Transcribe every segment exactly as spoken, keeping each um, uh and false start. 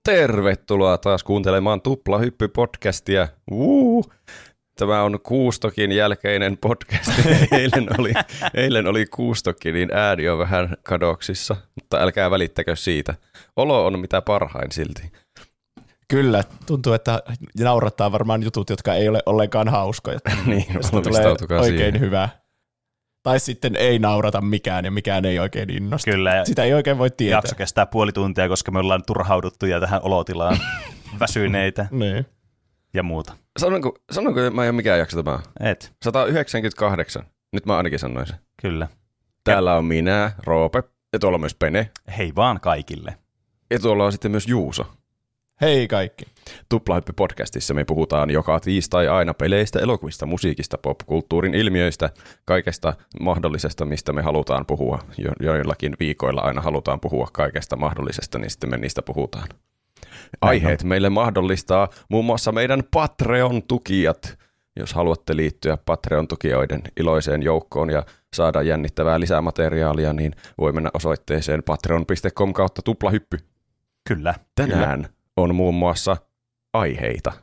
Tervetuloa taas kuuntelemaan Tuplahyppy-podcastia. Uh, tämä on Kuustokin jälkeinen podcast. eilen, oli, eilen oli Kuustokin, niin ääni on vähän kadoksissa, mutta älkää välittäkö siitä. Olo on mitä parhain silti. Kyllä, tuntuu, että naurattaa varmaan jutut, jotka ei ole ollenkaan hauskoja. niin, tulee oikein siihen. Hyvä. Tai sitten ei naurata mikään ja mikään ei oikein innosta. Kyllä. Sitä ei oikein voi tietää. Jakso kestää puoli tuntia, koska me ollaan turhauduttuja tähän olotilaan, väsyneitä niin. ja muuta. Sanonko, sanonko mä en ole mikään jakso tämä? Et. sata yhdeksänkymmentäkahdeksan. Nyt mä ainakin sanoisin. Kyllä. Täällä on minä, Roope, ja tuolla on myös Pene. Hei vaan kaikille. Ja tuolla on sitten myös Juuso. Hei kaikki. Tuplahyppy-podcastissa me puhutaan joka tiistai aina peleistä, elokuvista, musiikista, popkulttuurin ilmiöistä, kaikesta mahdollisesta, mistä me halutaan puhua. Jo- joillakin viikoilla aina halutaan puhua kaikesta mahdollisesta, niin sitten me niistä puhutaan. Aiheet meille mahdollistaa muun muassa meidän Patreon-tukijat. Jos haluatte liittyä Patreon-tukijoiden iloiseen joukkoon ja saada jännittävää lisämateriaalia, niin voi mennä osoitteeseen patreon piste com kautta tuplahyppy. Kyllä. Tänään Kyllä. on muun muassa aiheita.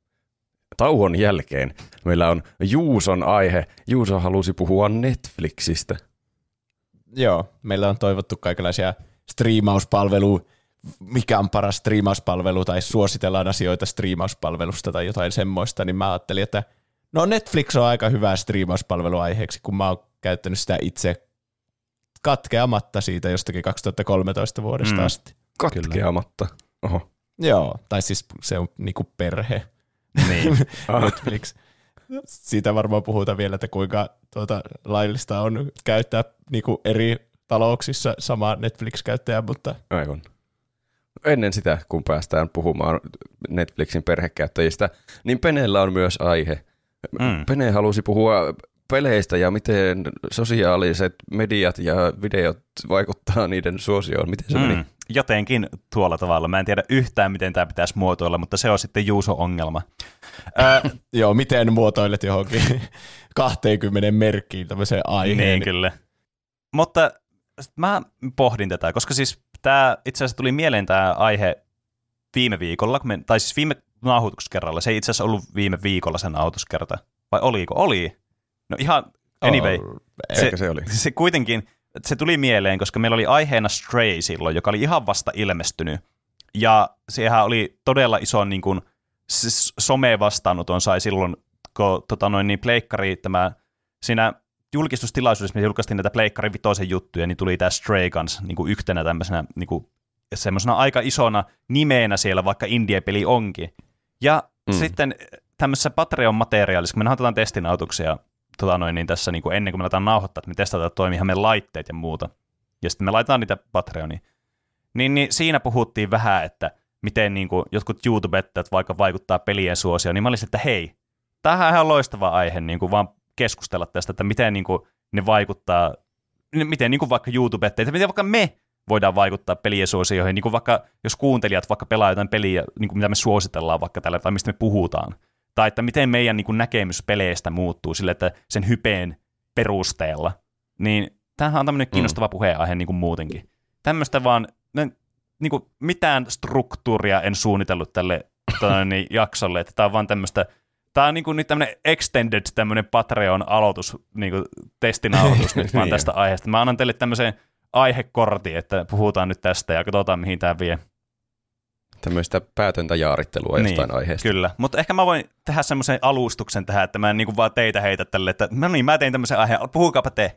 Tauon jälkeen meillä on Juuson aihe. Juuso halusi puhua Netflixistä. Joo, meillä on toivottu kaikenlaisia striimauspalveluja, mikä on paras striimauspalvelu, tai suositellaan asioita striimauspalvelusta tai jotain semmoista, niin mä ajattelin, että no Netflix on aika hyvä striimauspalvelu aiheeksi, kun mä oon käyttänyt sitä itse katkeamatta siitä jostakin kaksituhattakolmetoista vuodesta mm. asti. Katkeamatta? Oho. Joo, tai siis se on niinku perhe. Niin. Netflix. Siitä varmaan puhutaan vielä, että kuinka tuota, laillista on käyttää niinku eri talouksissa samaa Netflix-käyttäjää, mutta... Aivan. Ennen sitä, kun päästään puhumaan Netflixin perhekäyttäjistä, niin Peneellä on myös aihe. Mm. Pene halusi puhua peleistä ja miten sosiaaliset mediat ja videot vaikuttaa niiden suosioon. Miten se mm. meni? Jotenkin tuolla tavalla. Mä en tiedä yhtään, miten tämä pitäisi muotoilla, mutta se on sitten Juuso-ongelma. Ö, Joo, miten muotoilet johonkin kaksikymmentä merkkiin tämmöiseen aiheen. Niin, kyllä. Mutta mä pohdin tätä, koska siis tämä itse asiassa tuli mieleen tämä aihe viime viikolla, me, tai siis viime nauhoituskerralla. Se ei itse asiassa ollut viime viikolla se nauhoituskerta. Vai oliko? Oli. No ihan, anyway. Oh, se, se oli. Se kuitenkin... Se tuli mieleen, koska meillä oli aiheena Stray silloin, joka oli ihan vasta ilmestynyt. Ja sehän oli todella iso niin kuin, some-vastaanoton sai silloin, kun tota noin, niin pleikkari, tämä, siinä julkistustilaisuudessa, me julkaistiin näitä pleikkari vitosen juttuja, niin tuli tämä Stray kanssa niin kuin yhtenä tämmöisenä niin kuin, semmoisena aika isona nimeenä siellä, vaikka indie-peli onkin. Ja mm. sitten tämmöisessä Patreon-materiaalissa, kun me otetaan testinautuksia, Tota noin, niin tässä niin kuin ennen kuin me laitetaan nauhoittaa, että me testataan, että toimiihan meidän laitteet ja muuta. Ja sitten me laitetaan niitä Patreoniin. Niin, niin siinä puhuttiin vähän, että miten niin kuin jotkut YouTubettajat vaikka vaikuttaa pelien suosioon. Niin mä olisin, että hei, tämähän on ihan loistava aihe, niin kuin vaan keskustella tästä, että miten niin kuin ne vaikuttaa, miten niin kuin vaikka YouTubettajat, miten vaikka me voidaan vaikuttaa pelien suosioihin, niin kuin vaikka jos kuuntelijat vaikka pelaa jotain peliä, niin kuin mitä me suositellaan vaikka tällä, tai mistä me puhutaan. Tai että miten meidän niin kuin, näkemys peleistä muuttuu sille, että sen hypeen perusteella. Niin tämähän on tämmöinen kiinnostava mm. puheenaihe niin kuin muutenkin. Tämmöistä vaan, niin kuin, mitään struktuuria en suunnitellut tälle niin, jaksolle, että tämä on vaan tämmöistä, tämä on niin kuin nyt tämmöinen extended tämmöinen Patreon-aloitus, niin kuin testin aloitus nyt vaan tästä aiheesta. Mä annan teille tämmöisen aihekortin, että puhutaan nyt tästä ja katsotaan mihin tämä vie. Tämmöistä päätöntä jaarittelua niin, jostain aiheesta. Kyllä, mutta ehkä mä voin tehdä semmoisen alustuksen tähän, että mä en niin vaan teitä heitä tälle, että no niin, mä tein tämmöisen aiheen, puhukaapa te.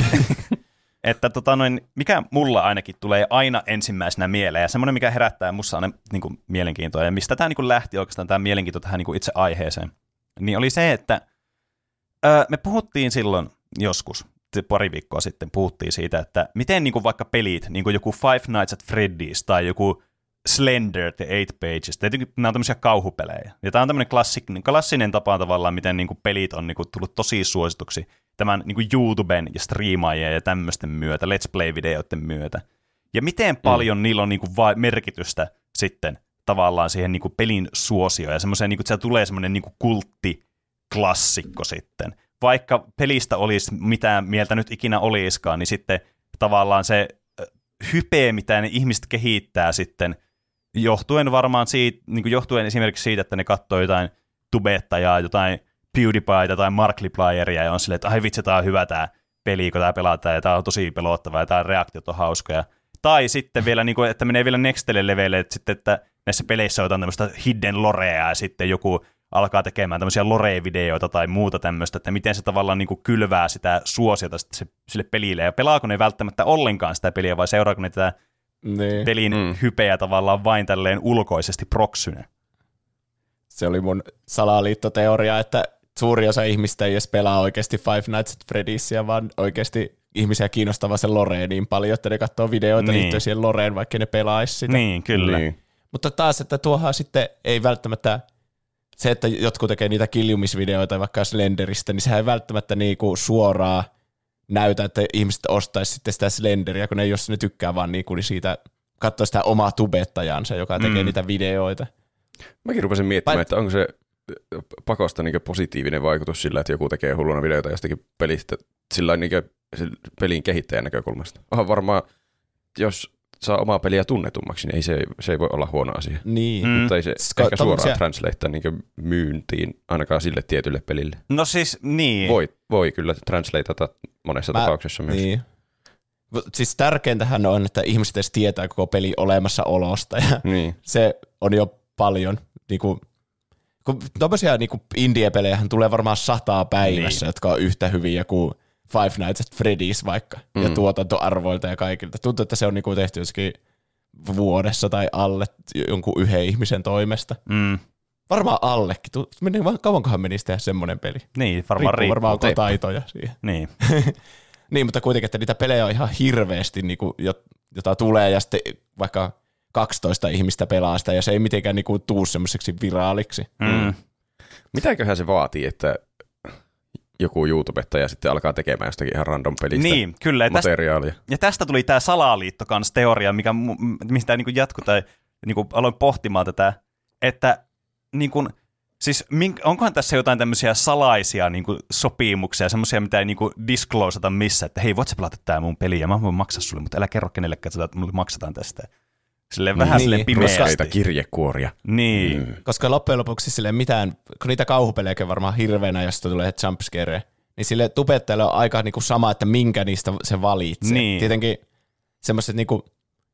Että tota noin, mikä mulla ainakin tulee aina ensimmäisenä mieleen, ja semmoinen, mikä herättää mussa aina niin kuin mielenkiintoa, ja mistä tämä niin kuin lähti oikeastaan tämä mielenkiinto tähän niin kuin itse aiheeseen, niin oli se, että öö, me puhuttiin silloin joskus, pari viikkoa sitten puhuttiin siitä, että miten niin kuin vaikka pelit, niin kuin joku Five Nights at Freddy's tai joku Slender the Eight Pages. Tietenkin nämä on tämmöisiä kauhupelejä. Ja tämä on tämmöinen klassinen, klassinen tapa tavallaan, miten niin kuin pelit on niin kuin tullut tosi suosituksi tämän niin kuin YouTuben ja striimaajien ja tämmöisten myötä, Let's Play-videoiden myötä. Ja miten paljon mm. niillä on niin kuin va- merkitystä sitten tavallaan siihen niin kuin pelin suosioon ja semmoiseen, niin kuin, että siellä tulee semmoinen niin kuin kulttiklassikko sitten. Vaikka pelistä olisi mitään mieltä nyt ikinä olisikaan, niin sitten tavallaan se hype, mitä ne ihmiset kehittää sitten johtuen varmaan siitä, niin kuin johtuen esimerkiksi siitä, että ne katsoo jotain tubettajaa, jotain PewDiePieta tai Markiplieria ja on silleen, että ai vitsi, tää on hyvä tää peli, kun tää pelataan ja tää on tosi pelottavaa ja tää reaktiot on hauskoja. Tai sitten vielä, niin kuin, että menee vielä nextelle levelle, että, sitten, että näissä peleissä on jotain tämmöistä hidden lorea ja sitten joku alkaa tekemään tämmöisiä lore-videoita tai muuta tämmöistä, että miten se tavallaan niin kuin kylvää sitä suosiota se, sille pelille ja pelaako ne välttämättä ollenkaan sitä peliä vai seuraako ne tätä niin. pelin mm. hypeä tavallaan vain tälleen ulkoisesti proksyne. Se oli mun salaliittoteoria, että suuri osa ihmistä ei edes pelaa oikeasti Five Nights at Freddysia, vaan oikeasti ihmisiä kiinnostavaa se lore niin paljon, että ne katsoo videoita niin. liittyen siihen loreen, vaikka ne pelaisi sitä. Niin, kyllä. Niin. Mutta taas, että tuohan sitten ei välttämättä, se, että jotkut tekee niitä kiljumisvideoita vaikka Slenderistä, niin sehän ei välttämättä niinku suoraan näytä, että ihmiset ostaisi sitten sitä Slenderia, kun ne jos ne tykkää vaan niinku siitä, katsoo sitä omaa tubettajansa, joka tekee mm. niitä videoita. Mäkin rupesin miettimään, Pait- että onko se pakosta niin positiivinen vaikutus sillä, että joku tekee hulluna videoita jostakin pelistä sillä niin pelin kehittäjän näkökulmasta. Onhan varmaan, jos saa omaa peliä tunnetummaksi, niin ei se, se ei voi olla huono asia. Niin. Mm. Mutta ei se Ska- ehkä suoraan tommosia... translatea niin myyntiin ainakaan sille tietylle pelille. No siis niin. Voi, voi kyllä translateata monessa Mä, tapauksessa myös. Niin. Siis tärkeintähän on, että ihmiset edes tietää koko peli olemassaolosta ja niin. se on jo paljon. Niin kuin, kun tommosia niin kuin indie-pelejähän tulee varmaan sataa päivässä, niin. jotka on yhtä hyviä kuin Five Nights at Freddy's vaikka, mm. ja tuotantoarvoilta ja kaikilta. Tuntuu, että se on niin kuin tehty jossakin vuodessa tai alle jonkun yhden ihmisen toimesta. Mm. Varmaan allekin. Kauankohan menisi tehdä semmoinen peli? Niin, varmaan riippuu. Varmaan onko taitoja siihen. Niin. Niin, mutta kuitenkin, että niitä pelejä on ihan hirveästi, niin kuin, jota tulee, ja sitten vaikka kaksitoista ihmistä pelaa sitä, ja se ei mitenkään niin kuin, tuu semmoiseksi viraaliksi. Mm. Mitäköhän se vaatii, että joku YouTubettaja sitten alkaa tekemään jostakin ihan random pelistä niin, kyllä. materiaalia? Tästä, ja tästä tuli tämä salaliitto kanssa teoria, mikä, mistä niin jatkui, tai niin kuin aloin pohtimaan tätä, että niin kuin, siis onkohan tässä jotain tämmöisiä salaisia niin kuin sopimuksia, semmoisia, mitä ei niin kuin disclosata missä, että hei, voit sä pelata tää mun peli, ja mä voin maksaa sulle, mutta älä kerro kenellekään, että mulle maksataan tästä. Silleen vähän niin, silleen pimeästi. Niitä kirjekuoria. Niin. Mm. Koska loppujen lopuksi silleen mitään, kun niitä kauhupelejä varmaan hirveänä, jos tulee jumpscare, niin sille tubettajalle on aika niinku sama, että minkä niistä se valitsee. Niin. Tietenkin semmoiset niinku,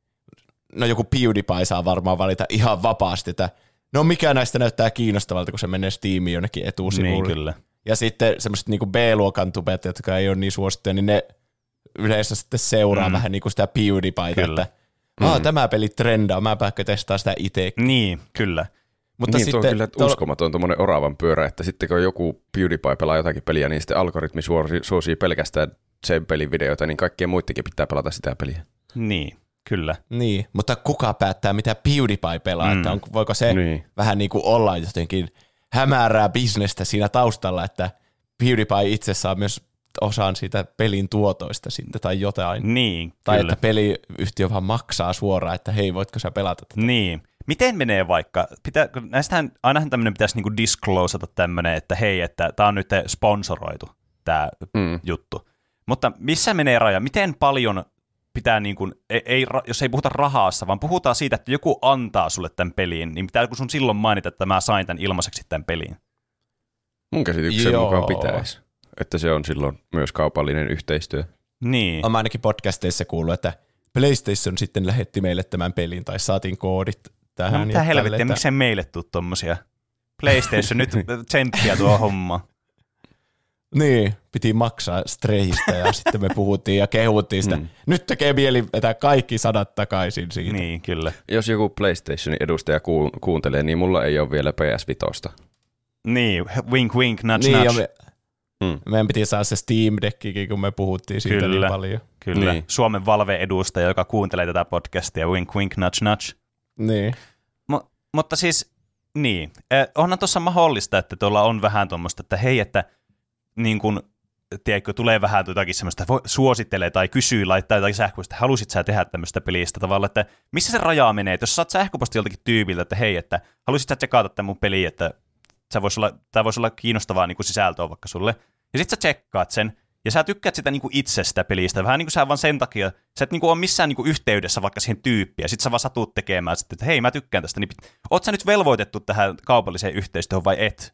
no joku PewDiePie saa varmaan valita ihan vapaasti, että no mikä näistä näyttää kiinnostavalta, kun se menee Steamiin jonnekin etusivulle. Niin, kyllä. Ja sitten semmoiset niinku B-luokan tubettajat, jotka ei ole niin suosittuja, niin ne yleensä sitten seuraa mm. vähän niinku sitä PewDiePieta, että ah, mm. tämä peli trendaa, mä pääkkö testaa sitä itsekin. Niin, kyllä. Mutta niin, sitten, tuo on kyllä tuo... uskomaton tuommoinen oravan pyörä, että sitten kun joku PewDiePie pelaa jotakin peliä, niin sitten algoritmi suosii, suosii pelkästään sen pelin videoita, niin kaikkien muidenkin pitää pelata sitä peliä. Niin, kyllä. Niin, mutta kuka päättää, mitä PewDiePie pelaa, mm. että on, voiko se niin. vähän niin kuin olla jotenkin hämärää bisnestä siinä taustalla, että PewDiePie itse saa myös osaan siitä pelin tuotoista sitten tai jotain. Niin, tai kyllä. että peliyhtiö vaan maksaa suoraan, että hei, voitko sä pelata tätä? Niin. Miten menee vaikka, pitää, näistähän ainahan tämmöinen pitäisi niinku disclosata tämmöinen, että hei, että tää on nyt sponsoroitu tää mm. juttu. Mutta missä menee raja? Miten paljon pitää, niin kuin, ei, ei, jos ei puhuta rahassa, vaan puhutaan siitä, että joku antaa sulle tämän peliin, niin pitää sun silloin mainita, että mä sain tämän ilmaiseksi tämän peliin? Mun käsityksen Joo. mukaan pitäisi. Että se on silloin myös kaupallinen yhteistyö. Niin. Olen ainakin podcasteissa kuullut, että PlayStation sitten lähetti meille tämän pelin, tai saatiin koodit tähän. No mitä helvettiä, että... miksei meille tuu tommosia? PlayStation nyt tsemppiä tuo homma. Niin, piti maksaa Strayhistä ja sitten me puhuttiin ja kehuttiin sitä. Mm. Nyt tekee mieli vetää kaikki sadat takaisin siitä. Niin, kyllä. Jos joku PlayStationin edustaja ku- kuuntelee, niin mulla ei ole vielä P S Vitosta. Niin, wink wink, nudge niin, nudge. Mm. Meidän piti saada se Steam Deckikin, kun me puhuttiin siitä kyllä, niin paljon. Kyllä, niin. Suomen Valve-edustaja, joka kuuntelee tätä podcastia, wink wink, nudge nudge. Niin. M- mutta siis, niin, eh, onhan tuossa mahdollista, että tuolla on vähän tuommoista, että hei, että niin kun, tiedätkö, tulee vähän jotakin semmoista, suosittelee tai kysyy, laittaa jotakin sähköistä, halusit sä tehdä tämmöistä pelistä tavalla, että missä se raja menee, että jos saat sähköposti joltakin tyypiltä, että hei, että halusit sä tsekata tämän mun peliä, että tämä voisi olla, vois olla kiinnostavaa niin kuin sisältöä vaikka sulle, ja sit sä tsekkaat sen, ja sä tykkäät sitä niinku itse sitä pelistä, vähän niin kuin sä vaan sen takia, sä et niinku ole missään niinku yhteydessä vaikka siihen tyyppiin, ja sit sä vaan satut tekemään, sit, että hei mä tykkään tästä, niin oot sä nyt velvoitettu tähän kaupalliseen yhteistyöhön vai et?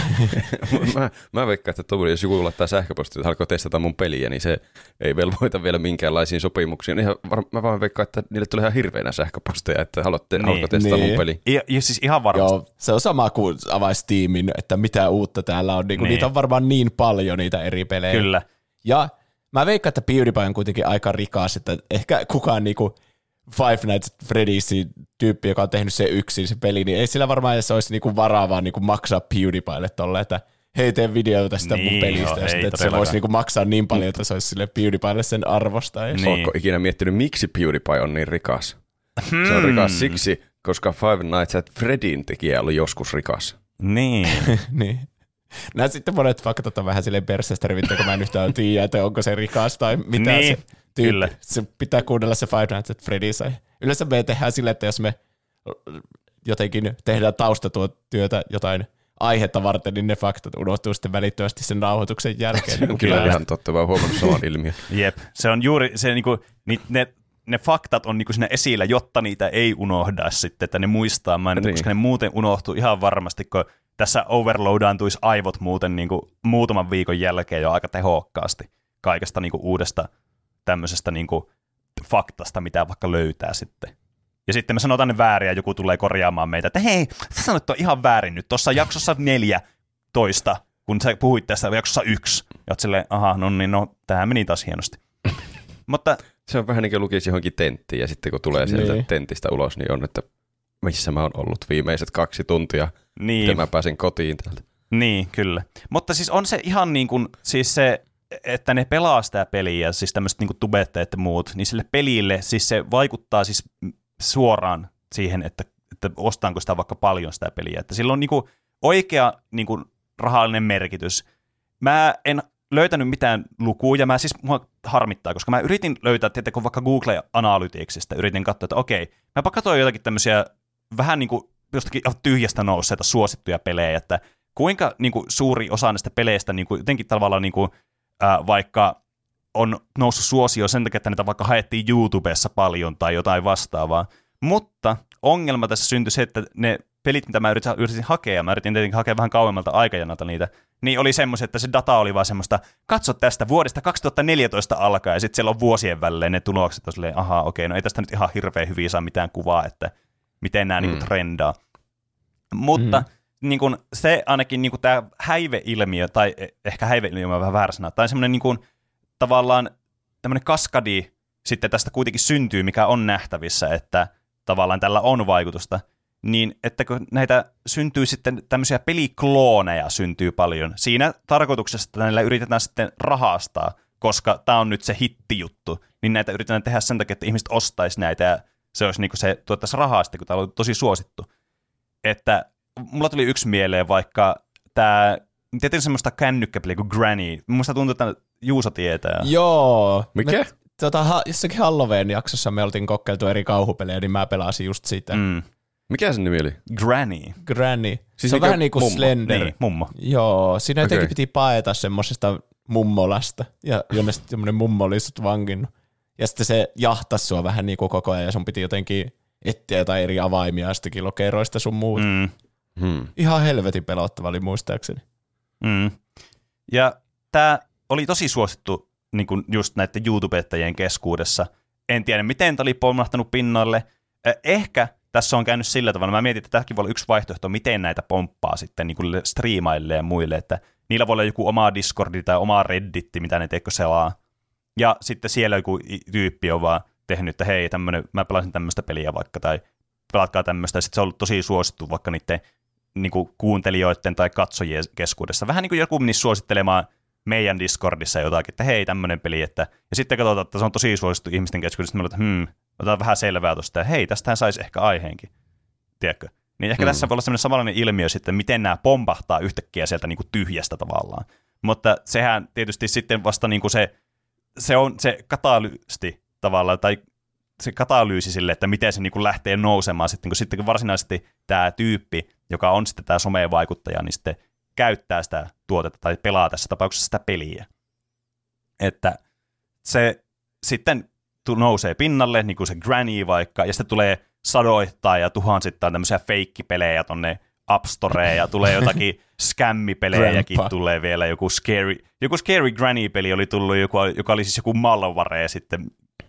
mä, mä veikkaan, että tuommoinen, jos joku laittaa sähköpostia, että alkoi testata mun peliä, niin se ei velvoita vielä minkäänlaisiin sopimuksiin. Ihan var, mä vaan veikkaan, että niille tulee ihan hirveänä sähköposteja, että haluatte niin. alkoi testata niin. mun peli. Ja, ja siis ihan varmasti. Joo, se on sama kuin avaisi Steamin, että mitä uutta täällä on. Niin niin. Niitä on varmaan niin paljon niitä eri pelejä. Kyllä. Ja mä veikkaan, että PewDiePie on kuitenkin aika rikas, että ehkä kukaan niinku Five Nights at Freddy'sin tyyppi, joka on tehnyt se yksin se peli, niin ei sillä varmaan edes olisi niinku varaa vaan niinku maksaa PewDiePielle tolle, että hei, tee video tästä niin, mun pelistä, joo, ja sitten, että se voisi niinku maksaa niin paljon, että se olisi sille PewDiePielle sen arvosta. Niin. Oletko ikinä miettinyt, miksi PewDiePie on niin rikas? Hmm. Se on rikas siksi, koska Five Nights at Freddy'n tekijä oli joskus rikas. Niin. niin. Nämä sitten monet faktat on vähän silleen perseestä revittä, kun mä en yhtään tiedä, että onko se rikas tai mitä niin, se tyyppi. Se pitää kuunnella se Five Nights at Freddy's. Yleensä me tehdään silleen, että jos me jotenkin tehdään taustatyötä jotain aihetta varten, niin ne faktat unohtuu sitten välittömästi sen nauhoituksen jälkeen. Se on kyllä ihan totta, vaan huomannut saman ilmiön. Jep, se on juuri se, niinku, ne, ne faktat on niinku siinä esillä, jotta niitä ei unohda sitten, että ne muistaa mainita, niin. koska ne muuten unohtuu ihan varmasti, kun tässä overloadaantuisi aivot muuten niinku muutaman viikon jälkeen jo aika tehokkaasti kaikesta niinku uudesta tämmöisestä niinku faktasta, mitä vaikka löytää sitten. Ja sitten me sanotaan ne väärin ja joku tulee korjaamaan meitä, että hei, sä sanoit tuon ihan väärin nyt, tuossa jaksossa neljätoista, kun sä puhuit tästä jaksossa yksi. Ja oot silleen, aha, no niin, no, tämähän meni taas hienosti. Mutta se on vähän niin kuin lukisi johonkin tenttiin, ja sitten kun tulee sieltä niin. tentistä ulos, niin on, että missä mä oon ollut viimeiset kaksi tuntia, niin. miten mä pääsin kotiin täältä. Niin, kyllä. Mutta siis on se ihan niin kuin, siis se, että ne pelaa sitä peliä, siis tämmöiset niin kuin tubettajat ja muut, niin sille pelille, siis se vaikuttaa siis suoraan siihen, että, että ostaanko sitä vaikka paljon sitä peliä. Että sillä on niin kuin oikea niin kuin rahallinen merkitys. Mä en löytänyt mitään lukuja, mä siis mua harmittaa, koska mä yritin löytää, tietenkin vaikka Google Analyticsista, yritin katsoa, että okei, mä katsoin jotakin tämmöisiä vähän niin kuin jostakin tyhjästä nousseita suosittuja pelejä, että kuinka niin kuin suuri osa näistä peleistä niin kuin jotenkin tavallaan niin kuin, ää, vaikka on noussut suosio sen takia, että niitä vaikka haettiin YouTubessa paljon tai jotain vastaavaa, mutta ongelma tässä syntyi se, että ne pelit, mitä mä yritin, yritin hakea, mä yritin tietenkin hakea vähän kauemmalta aikajanalta niitä, niin oli semmoisia, että se data oli vaan semmoista, katso tästä vuodesta kaksituhattaneljätoista alkaen, ja sitten siellä on vuosien välein ne tulokset, on silleen, ahaa, okei, no ei tästä nyt ihan hirveän hyvin saa mitään kuvaa, että miten nämä mm. niinku trendaa. Mutta mm. niinku, se ainakin niinku, tämä häiveilmiö, tai ehkä häiveilmiö on vähän väärä sana, tai semmoinen niinku, tavallaan tämmöinen kaskadi sitten tästä kuitenkin syntyy, mikä on nähtävissä, että tavallaan tällä on vaikutusta, niin että kun näitä syntyy sitten tämmöisiä peliklooneja syntyy paljon, siinä tarkoituksessa, että näillä yritetään sitten rahastaa, koska tämä on nyt se hittijuttu, niin näitä yritetään tehdä sen takia, että ihmiset ostaisi näitä ja se olisi niin kuin se tuottaisi rahaa sitten, kun tämä on tosi suosittu. Että mulla tuli yksi mieleen vaikka tämä, tietenkin semmoista kännykkäpeliä kuin Granny, musta tuntuu, että Juuso tietää. Joo. Mikä? Me, tota, ha, jossakin Halloween-jaksossa me oltiin kokeiltu eri kauhupelejä, niin mä pelasin just sitä. Mm. Mikä sen nimi oli? Granny. Granny. Siis se on vähän niin kuin Slender. Niin, mummo. Joo, siinä okay. jotenkin piti paeta semmosesta mummolasta, ja jonne sitten semmoinen mummo oli sut vankinnut. Ja sitten se jahtasi sua vähän niin kuin koko ajan, ja sun piti jotenkin etsiä jotain eri avaimia jostakin lokeroista sun muuta. Mm. Hmm. Ihan helvetin pelottava oli muistaakseni. Mm. Ja tämä oli tosi suosittu niin kuin just näiden YouTubettajien keskuudessa. En tiedä, miten tämä oli pomahtanut pinnalle. Ehkä tässä on käynyt sillä tavalla, mä mietin, että tämäkin voi olla yksi vaihtoehto, miten näitä pomppaa sitten niin kuin striimaille ja muille, että niillä voi olla joku oma Discordi tai oma Redditti, mitä ne teekö selaa. Ja sitten siellä joku tyyppi on vaan tehnyt, että hei, tämmönen, mä pelasin tämmöistä peliä vaikka, tai pelatkaa tämmöistä, ja sitten se on ollut tosi suosittu vaikka niiden niin kuin kuuntelijoiden tai katsojien keskuudessa. Vähän niin kuin joku menisi suosittelemaan meidän Discordissa jotakin, että hei, tämmöinen peli, että ja sitten katsotaan, että se on tosi suosittu ihmisten keskuudessa, että me hmm, otetaan vähän selvää tuosta, ja hei, tästähän saisi ehkä aiheenkin, tiedätkö? Niin ehkä hmm. tässä voi olla semmoinen samanlainen ilmiö sitten, miten nämä pompahtaa yhtäkkiä sieltä niin kuin tyhjästä tavallaan. Mutta sehän tietysti sitten vasta niin kuin se, se on se katalyysti tavallaan, tai se katalyysi sille, että miten se niin kuin lähtee nousemaan sitten, kun sitten kun varsinaisesti tämä tyyppi, joka on sitten tämä someen vaikuttaja, niin sitten käyttää sitä tuotetta tai pelaa tässä tapauksessa sitä peliä. että se sitten nousee pinnalle, niin kuin se Granny vaikka, ja sitten tulee sadoittain ja tuhansittain tämmöisiä feikkipelejä tonne App Storeen, ja tulee jotakin skämmipelejäkin, tulee vielä joku Scary, joku Scary Granny-peli oli tullut, joku, joka oli siis joku malware sitten.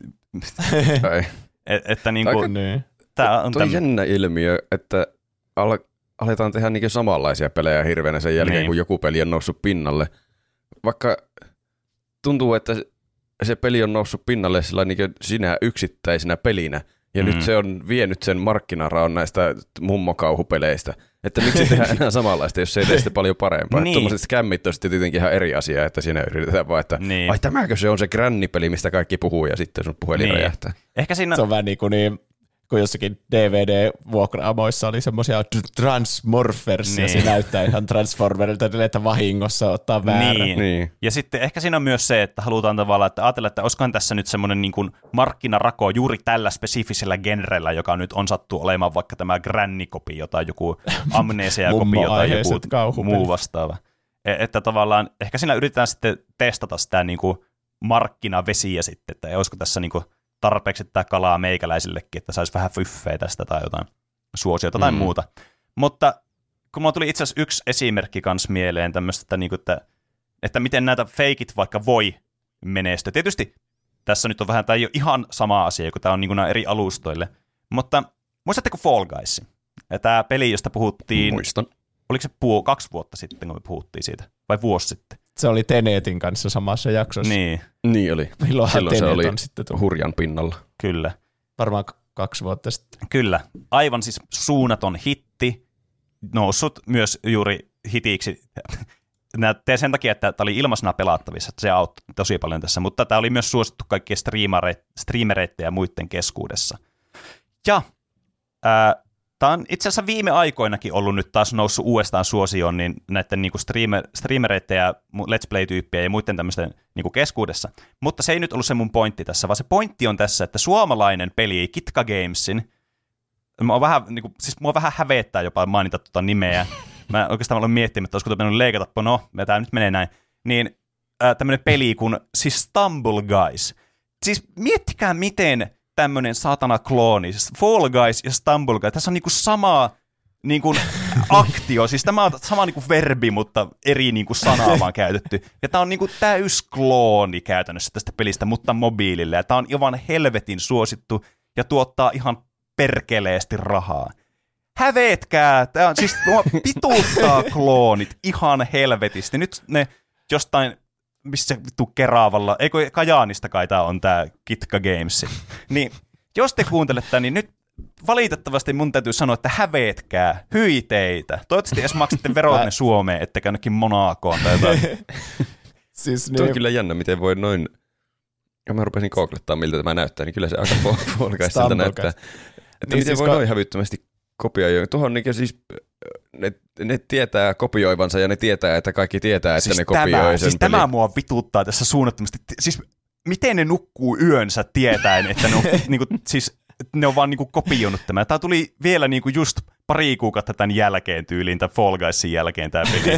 Et, että niin kuin, tää on toi tämmö... jännä ilmiö, että al- aletaan tehdä niin samanlaisia pelejä hirveänä sen jälkeen, niin. kun joku peli on noussut pinnalle. Vaikka tuntuu, että se peli on noussut pinnalle sillä niin sinä yksittäisenä pelinä, ja mm. nyt se on vienyt sen markkinaraon näistä mummokauhupeleistä. Että miksi tehdään enää samanlaista, jos se ei tee sitä paljon parempaa. Niin. Tuommoiset skämmit on sitten tietenkin ihan eri asia, että siinä yritetään vaan, että niin. ai tämäkö se on se Granny-peli, mistä kaikki puhuu, ja sitten sun puhelin niin. räjähtää. Ehkä siinä... Se on vähän niin kuin, niin, kun jossakin D V D-vuokraamoissa oli semmoisia Transmorphers, ja niin. se näyttää ihan Transformerilta, että vahingossa ottaa väärän. Niin. niin. Ja sitten ehkä siinä on myös se, että halutaan tavallaan, että ajatella, että olisikohan tässä nyt semmoinen niin kuin markkinarako juuri tällä spesifisellä genrellä, joka nyt on sattu olemaan vaikka tämä Granny-kopio tai joku Amnesia-kopio tai joku muu vastaava. Että tavallaan ehkä siinä yritetään sitten testata sitä niin kuin markkinavesiä sitten, että olisiko tässä niin kuin tarpeeksi tämä kalaa meikäläisillekin, että saisi vähän fyffeä tästä tai jotain suosiota tai mm. muuta. Mutta kun mulla tuli itse asiassa yksi esimerkki kanssa mieleen tämmöistä, että, niinku, että, että miten näitä feikit vaikka voi menestyä. Tietysti tässä nyt on vähän, tämä ei ole ihan sama asia, kun tämä on niinku nämä eri alustoille. Mutta muistatteko Fall Guys? Tämä peli, josta puhuttiin, Muistan. Oliko se puu, kaksi vuotta sitten, kun me puhuttiin siitä, vai vuosi sitten? Se oli Tenetin kanssa samassa jaksossa. Niin. Niin oli. Milloinhan Silloin Tenet se oli on sitten tullut? hurjan pinnalla. Kyllä. Varmaan k- kaksi vuotta sitten. Kyllä. Aivan siis suunnaton hitti, noussut myös juuri hitiksi. Tee sen takia, että tämä oli ilmaisena pelattavissa, että se auttoi tosi paljon tässä, mutta tämä oli myös suosittu kaikkien striimereiden ja muiden keskuudessa. Ja ää, tämä on itse asiassa viime aikoinakin ollut nyt taas noussut uudestaan suosioon niin näiden niinku streamer, streamereiden ja Let's Play-tyyppien ja muiden tämmöisten niinku keskuudessa. Mutta se ei nyt ollut se mun pointti tässä, vaan se pointti on tässä, että suomalainen peli Kitka Gamesin, mua vähän, niinku, siis mua vähän hävettää jopa mainita tuota nimeä. Mä oikeastaan olen miettinyt, että olisiko tuota leikata, no, tämä nyt menee näin. Niin äh, tämmöinen peli kuin siis Stumble Guys. Siis miettikää miten tämmöinen satana klooni, siis Fall Guys ja Stumble Guys, tässä on niinku sama niinku aktio, siis tämä on sama niinku verbi, mutta eri niinku sanaa vaan käytetty. Ja tämä on niinku täys klooni käytännössä tästä pelistä, mutta mobiilille. Ja tämä on aivan helvetin suosittu ja tuottaa ihan perkeleesti rahaa. Hävetkää! Tämä on siis, pituuttaa kloonit ihan helvetisti. Nyt ne jostain, missä vittu Keravalla, eikö Kajaanista kai tämä on tämä Kitka Games. Niin, jos te kuuntelette, niin nyt valitettavasti mun täytyy sanoa, että hävetkää, hyi teitä. Toivottavasti edes maksatte veronne Suomeen, ettekä ainakin Monacoon tai jotain. Siis niin... Tuo on kyllä jännä, miten voi noin, ja mä rupesin googlettaa, miltä tämä näyttää, niin kyllä se aika polkaisilta näyttää. Että niin miten siis voi ko- noin hävyttömästi kopioida. Tuohon niin siis ne, ne tietää kopioivansa ja ne tietää, että kaikki tietää, että siis ne kopioi tämä, sen siis pelin. Tämä mua vituttaa tässä suunnattomasti. Siis miten ne nukkuu yönsä tietäen, että ne on, niinku, siis, ne on vaan niinku kopioinut tämän. Tämä tuli vielä niinku just pari kuukautta tämän jälkeen tyyliin, tämän Fall Guysin jälkeen tämä peli.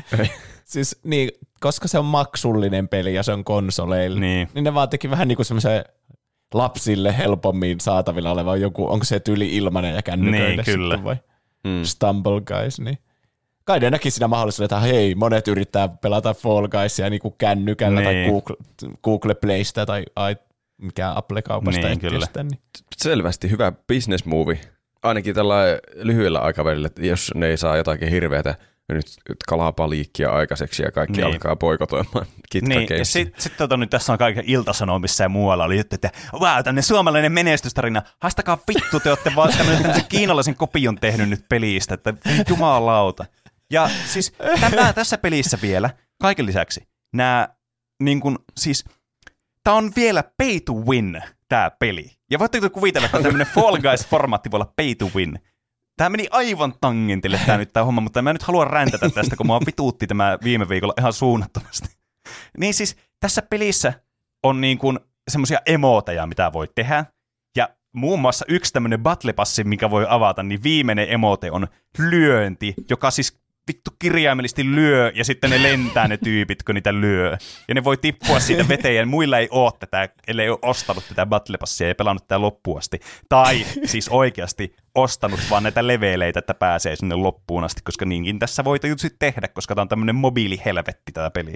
Siis niin, koska se on maksullinen peli ja se on konsoleilla, niin, niin ne vaan teki vähän niin kuin semmoisen lapsille helpommin saatavilla oleva joku, onko se tyyli ilmanen ja kännyköille niin, kyllä. sitten vai mm. Stumble Guys, niin kai ne näki siinä mahdollisuuden, että hei, monet yrittää pelata Fall Guysia niin kuin kännykällä niin. tai Google, Google Playsta tai ai, mikä Apple-kaupasta niin, kyllä. Niin. Selvästi hyvä business move, ainakin tällä lyhyellä aikavälillä, jos ne ei saa jotakin hirveätä nyt kalapaliikkia aikaiseksi ja kaikki niin. alkaa boikotoimaan Kitka niin. Gamesia. Sitten sit, tota, nyt tässä on kaiken Ilta-Sanomissa ja muualla oli juttu, että vau, tämmöinen suomalainen menestystarina, haistakaa vittu, te olette vaan tämmöisen kiinalaisen kopion tehnyt nyt pelistä, että jumalauta. Ja siis tämä, tässä pelissä vielä, kaiken lisäksi, nämä niin kuin, siis tämä on vielä pay to win, tämä peli. Ja voitteko kuvitella, että tämmöinen Fall Guys-formaatti voi olla pay to win. Tämä meni aivan tangentille tämä nyt tämä homma, mutta mä en nyt halua räntätä tästä, kun mua vituutti tämä viime viikolla ihan suunnattomasti. Niin siis tässä pelissä on niin kuin semmoisia emoteja, mitä voi tehdä. Ja muun muassa yksi tämmöinen battle passi, mikä voi avata, niin viimeinen emote on lyönti, joka siis vittu kirjaimellisesti lyö, ja sitten ne lentää ne tyypit, kun niitä lyö. Ja ne voi tippua siitä veteen, ja muilla ei ole tätä, ellei ole ostanut tätä Battle Passia ja pelannut tätä loppuun asti. Tai siis oikeasti ostanut vaan näitä leveleitä, että pääsee sinne loppuun asti, koska niinkin tässä voi tietysti tehdä, koska tämä on tämmöinen mobiilihelvetti tätä peliä.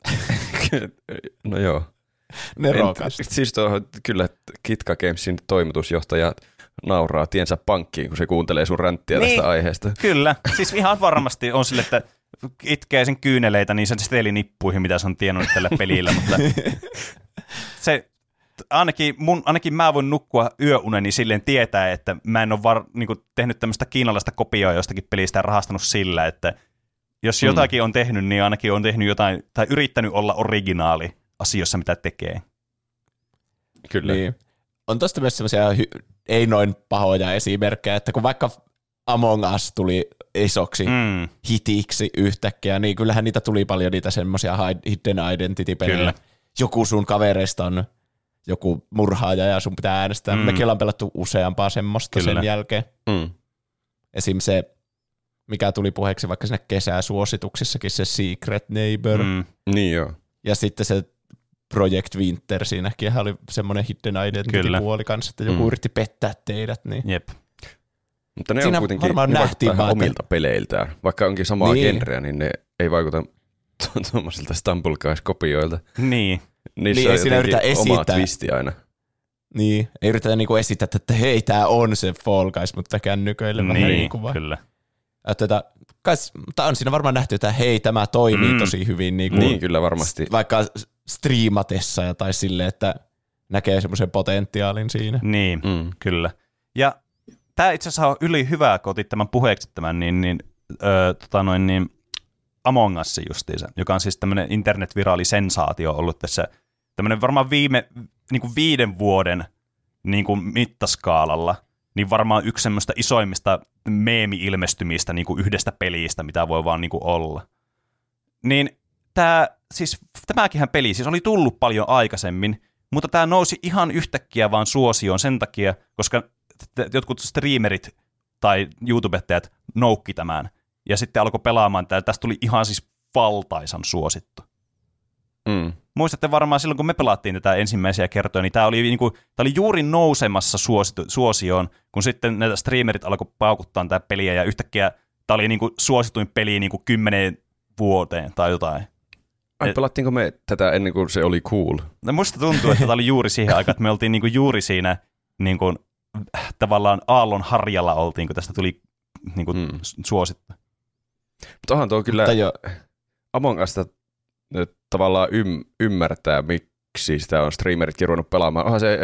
No joo. Nerokasta. Siis tuohon, kyllä Kitka Gamesin toimitusjohtaja nauraa tiensä pankkiin, kun se kuuntelee sun ränttiä niin, tästä aiheesta. Kyllä. Siis ihan varmasti on sille, että itkee sen kyyneleitä niin sen stelinippuihin, mitä se on tiennyt tällä pelillä, mutta se, ainakin, mun, ainakin mä voin nukkua yöuneni silleen tietää, että mä en ole var, niin kuin, tehnyt tämmöistä kiinalaista kopioa jostakin pelistä ja rahastanut sillä, että jos jotakin mm. on tehnyt, niin ainakin on tehnyt jotain, tai yrittänyt olla originaali asioissa, mitä tekee. Kyllä. Niin. On tosta myös semmoisia hy- ei noin pahoja esimerkkejä, että kun vaikka Among Us tuli isoksi mm. hitiksi yhtäkkiä, niin kyllähän niitä tuli paljon niitä semmoisia hidden identity-pelejä. Kyllä. Joku sun kavereista on joku murhaaja ja sun pitää äänestää. Mm. Mekin ollaan pelattu useampaa semmoista Kyllä. sen jälkeen. Mm. Esim. Se, mikä tuli puheeksi vaikka siinä kesäsuosituksissakin, se Secret Neighbor. Mm. Niin joo. Ja sitten se Project Winter, siinäkin oli semmoinen hidden identity-puoli kanssa, että joku mm. yritti pettää teidät. Niin. Jep. Mutta ne Siinä on kuitenkin ne vaikuttaa omilta peleiltään. Vaikka onkin samaa niin. genreä, niin ne ei vaikuta tuommoisilta Stumble Guys-kopioilta. Niin. Niissä niin, on ei siinä yritä oma esittää. twisti aina. Niin, ei yritetä niinku esittää, että hei, tää on se Fall Guys, mutta kännyköille niin, vähän niin kuin vaan. Kyllä. Että, kais, mutta on siinä varmaan nähty, että hei, tämä toimii mm. tosi hyvin. Niin, kuin, niin, kyllä varmasti. Vaikka striimatessa ja tai silleen, että näkee semmoisen potentiaalin siinä. Niin, mm. kyllä. Ja tämä itse asiassa on yli hyvä, kun otit tämän puheeksi tämän, niin, niin, öö, tota noin, niin Among Us justiinsa, joka on siis tämmöinen internetviraali sensaatio ollut tässä tämmöinen varmaan viime niin kuin viiden vuoden niin kuin mittaskaalalla, niin varmaan yksi semmoista isoimmista meemi-ilmestymistä niin kuin yhdestä pelistä, mitä voi vaan niin kuin olla. Niin tämä, siis tämäkinhän peli siis oli tullut paljon aikaisemmin, mutta tämä nousi ihan yhtäkkiä vaan suosioon sen takia, koska jotkut streamerit tai YouTubettajat noukki tämän, ja sitten alkoi pelaamaan, että tästä tuli ihan siis valtaisan suosittu. Mm. Muistatte varmaan silloin, kun me pelattiin tätä ensimmäisiä kertoja, niin tämä oli, niinku, tämä oli juuri nousemassa suositu, suosioon, kun sitten näitä streamerit alkoi paukuttaa tätä peliä, ja yhtäkkiä tämä oli niinku suosituin peli niinku kymmeneen vuoteen tai jotain. Ai, pelattiinko me tätä ennen kuin se oli cool? No, musta tuntuu, että tämä oli juuri siihen aikaan, että me oltiin niinku juuri siinä niinku, tavallaan aallon harjalla oltiin, kun tästä tuli niinku, mm. suosittu. Mutta onhan tuo kyllä Among Usta tavallaan ym, ymmärtää, miksi sitä on streameritkin ruvennut pelaamaan. Onhan se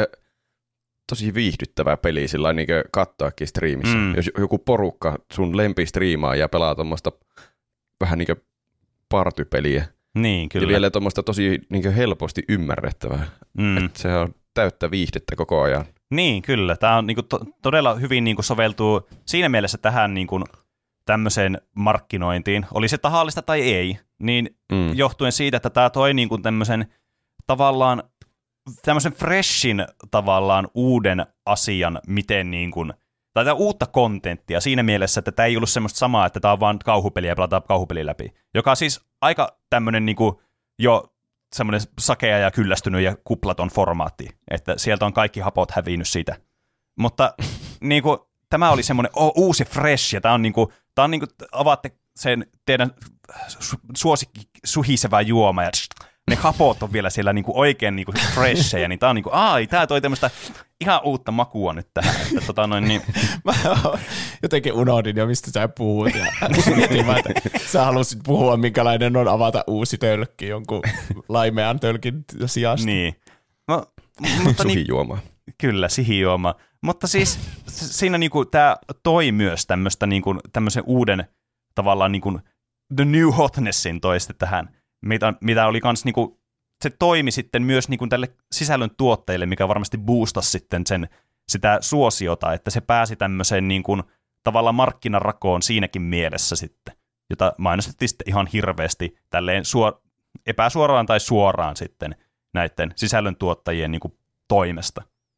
tosi viihdyttävä peli sillä niin kuin katsoakin striimissä. Mm. Jos joku porukka sun lempistriimaa ja pelaa tuommoista vähän niin kuin partypeliä. Niin, kyllä. Ja vielä tuommoista tosi niin kuin helposti ymmärrettävää. Mm. Että se on täyttä viihdettä koko ajan. Niin, kyllä. Tämä on niin kuin, to, todella hyvin niin kuin soveltuu siinä mielessä tähän niin kuin tämmöiseen markkinointiin, oli se tahallista tai ei, niin mm. johtuen siitä, että tämä toi niin kuin tämmöisen tavallaan tämmöisen freshin tavallaan uuden asian, miten niin kuin, tai tämä uutta kontenttia siinä mielessä, että tämä ei ollut semmoista samaa, että tämä on vaan kauhupeliä ja pelataan kauhupeli läpi, joka on siis aika tämmöinen niin kuin jo semmoinen sakea ja kyllästynyt ja kuplaton formaatti, että sieltä on kaikki hapot hävinnyt siitä. Mutta niin kuin, tämä oli semmoinen oh, uusi fresh, ja tämä on niin kuin, tämä on niin kuin, avaatte sen teidän suosikki suhisevä juoma, ja ne hapot on vielä siellä niin kuin oikein niin kuin freshejä, niin tämä on niin kuin, ai, tämä toi tämmöistä ihan uutta makua nyt tähän. Että, tota noin, niin. Mä jotenkin unohdin jo, mistä sä puhut, ja mietin mä, että sä halusit puhua, minkälainen on avata uusi tölkki jonkun laimean tölkin sijasta. Niin. No, mutta suhijuoma. Niin, kyllä, sihijuoma. Mutta siis siinä niinku tämä toi myös tämmöistä niinku tämmöisen uuden tavallaan niinku the new hotnessin toi sitten tähän, mitä, mitä oli kans niinku, se toimi sitten myös niinku tälle sisällön tuottajille, mikä varmasti boostasi sitten sen sitä suosiota, että se pääsi tämmöiseen niinku tavallaan markkinarakoon siinäkin mielessä sitten, jota mainostettiin sitten ihan hirveästi tälleen suor- epäsuoraan tai suoraan sitten näiden sisällön tuottajien niinku toimesta.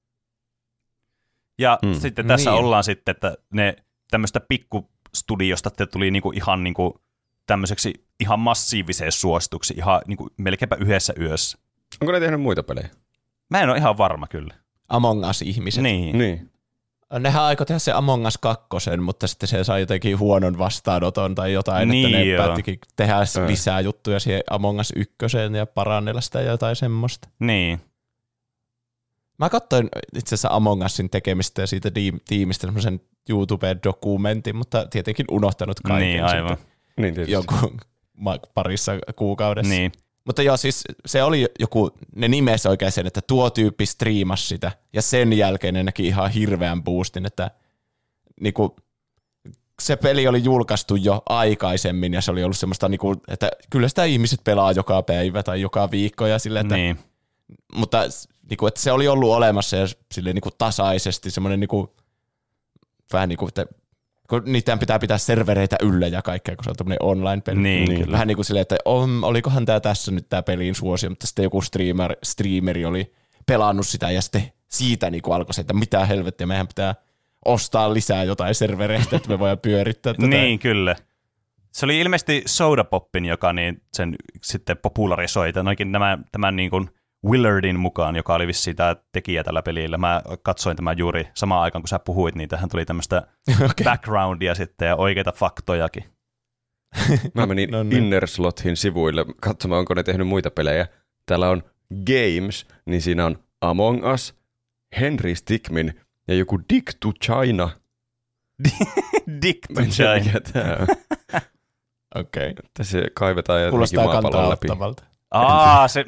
Ja mm, sitten tässä niin. ollaan sitten, että ne tämmöistä pikkustudiosta tuli niinku ihan niinku tämmöiseksi ihan massiiviseen suosituksi ihan niin kuin melkeinpä yhdessä yössä. Onko ne tehnyt muita pelejä? Mä en ole ihan varma kyllä. Among Us-ihmiset. Niin. Niin. Nehän aikoi tehdä se Among Us kakkosen, mutta sitten se sai jotenkin huonon vastaanoton tai jotain, niin, että ne joo. päättikin tehdä äh. lisää juttuja siihen Among Us ykköseen ja parannella sitä ja jotain semmoista. Niin. Mä katsoin itse asiassa Among Usin tekemistä ja siitä tiimistä semmoisen YouTube-dokumentin, mutta tietenkin unohtanut kaiken niin, aivan. Niin, jonkun parissa kuukaudessa. Niin. Mutta joo, siis se oli joku, ne nimesi oikein sen, että tuo tyyppi striimasi sitä, ja sen jälkeen ne näki ihan hirveän boostin, että niinku, se peli oli julkaistu jo aikaisemmin, ja se oli ollut semmoista, niinku, että kyllä sitä ihmiset pelaa joka päivä tai joka viikko, ja sille, että, niin. mutta niinku, että se oli ollut olemassa ja silleen niinku tasaisesti semmoinen niinku, vähän niin kuin, että kun niitä pitää pitää servereitä yllä ja kaikkea, kun se on tämmöinen online-peli. Niin, niin vähän niin kuin silleen, että on, olikohan tämä tässä nyt tämä pelin suosio, mutta sitten joku streamer, streameri oli pelannut sitä ja sitten siitä niin kuin alkoi se, että mitä helvettiä, meidän pitää ostaa lisää jotain servereitä, että me voidaan pyörittää tätä. Niin, kyllä. Se oli ilmeisesti Soda Popin, joka niin sen sitten popularisoi tämän, tämän, tämän niin kuin Willardin mukaan, joka oli vissiin tämä tekijä tällä pelillä. Mä katsoin tämän juuri samaan aikaan, kun sä puhuit, niin tähän tuli tämmöistä okay. backgroundia sitten ja oikeita faktojakin. Mä menin no, no. Innerslotin sivuille katsomaan, onko ne tehnyt muita pelejä. Täällä on Games, niin siinä on Among Us, Henry Stickmin ja joku Dick to China. Dick to China. Mikä tää on? Okei. Okay. Tässä kaivetaan ja kuulostaa maapallon läpi. Aa, se...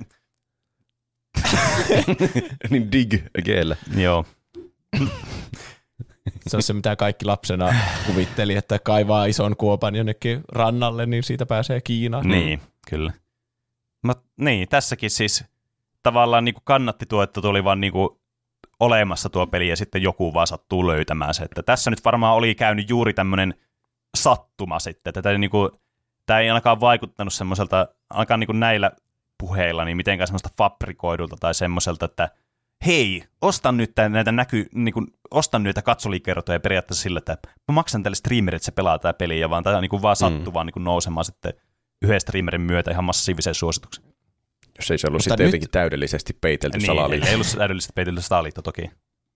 niin dig G:llä. Joo. Se on se, mitä kaikki lapsena kuvitteli, että kaivaa ison kuopan jonnekin rannalle, niin siitä pääsee Kiinaan. Niin, kyllä. Mut, niin, tässäkin siis tavallaan niin kuin kannatti tuo, että tuli vaan niin kuin olemassa tuo peli ja sitten joku vaan sattuu löytämään se. Että tässä nyt varmaan oli käynyt juuri tämmöinen sattuma sitten, että tämä, niin kuin, tämä ei ainakaan vaikuttanut semmoiselta, ainakaan niin kuin näillä puheilla, niin mitenkään semmoista fabrikoidulta tai semmoiselta, että hei, ostan nyt näitä näky, niin kuin, ostan näitä katsoliikertoja periaatteessa sillä, että mä maksan tälle streamerille, että se pelaa tämä peli, ja vaan tämä niin kuin vaan sattuu mm. vaan niin kuin nousemaan sitten yhden streamerin myötä ihan massiivisen suosituksen. Jos ei se ollut sitten nyt jotenkin täydellisesti peitelty niin, salaliitto. Ei ollut täydellisesti peitelty salaliitto toki.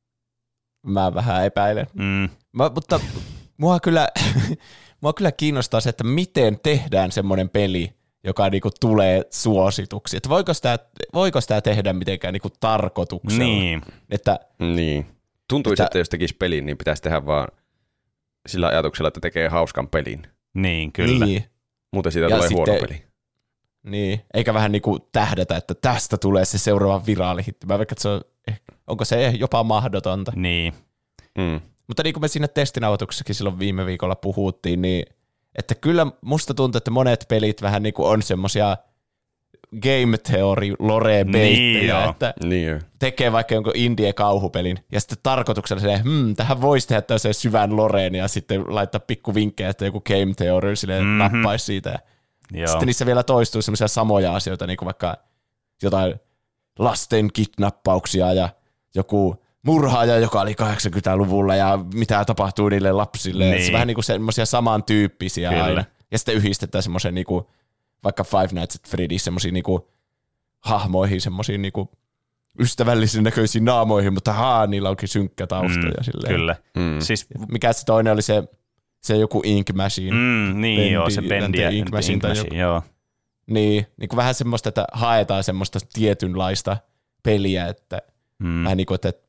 Mä vähän epäilen. Mm. Mä, mutta mua kyllä, mua kyllä kiinnostaa se, että miten tehdään semmoinen peli, joka niinku tulee suosituksi. Että voiko sitä, voiko sitä tehdä mitenkään niinku tarkoituksella? Niin. Että, niin. Tuntuisi, että, että jos tekisi pelin, niin pitäisi tehdä vaan sillä ajatuksella, että tekee hauskan pelin. Niin, kyllä. Niin. Muuten siitä ja tulee sitten, huono peli. Niin, eikä vähän niinku tähdätä, että tästä tulee se seuraava viraalihitti. Mä vaikka, että se on, onko se jopa mahdotonta. Niin. Mm. Mutta niin kuin me siinä testinauhoituksessakin silloin viime viikolla puhuttiin, niin että kyllä musta tuntuu, että monet pelit vähän niin kuin on semmoisia game theory lore beittejä, niin että niin tekee vaikka jonkun indie-kauhupelin ja sitten tarkoituksella se, hmm, tähän voisi tehdä tämmöisen syvän loreen ja sitten laittaa pikku vinkkejä, että joku game theory silleen mm-hmm. nappaisi siitä. Ja sitten niissä vielä toistuu semmoisia samoja asioita, niin kuin vaikka jotain lasten kidnappauksia ja joku murhaaja, joka oli kahdeksankymmentäluvulla ja mitä tapahtuu niille lapsille. Niin. Se vähän niin kuin semmoisia samantyyppisiä Kyllä. aina. Ja sitten yhdistetään semmoisen niin kuin, vaikka Five Nights at Freddy's semmoisiin niin kuin hahmoihin, semmoisiin niin kuin ystävällisiin näköisiin naamoihin, mutta haa, niillä onkin synkkä tausta. Mm, ja silleen. Kyllä. Mm. Siis, mikä se toinen oli se, se joku Ink Machine. Mm, niin Bendy, joo, se Bendy ja Ink Machine. Ink Machine joo. Niin, niin kuin vähän semmoista, että haetaan semmoista tietynlaista peliä, että mm. vähän niin kuin, että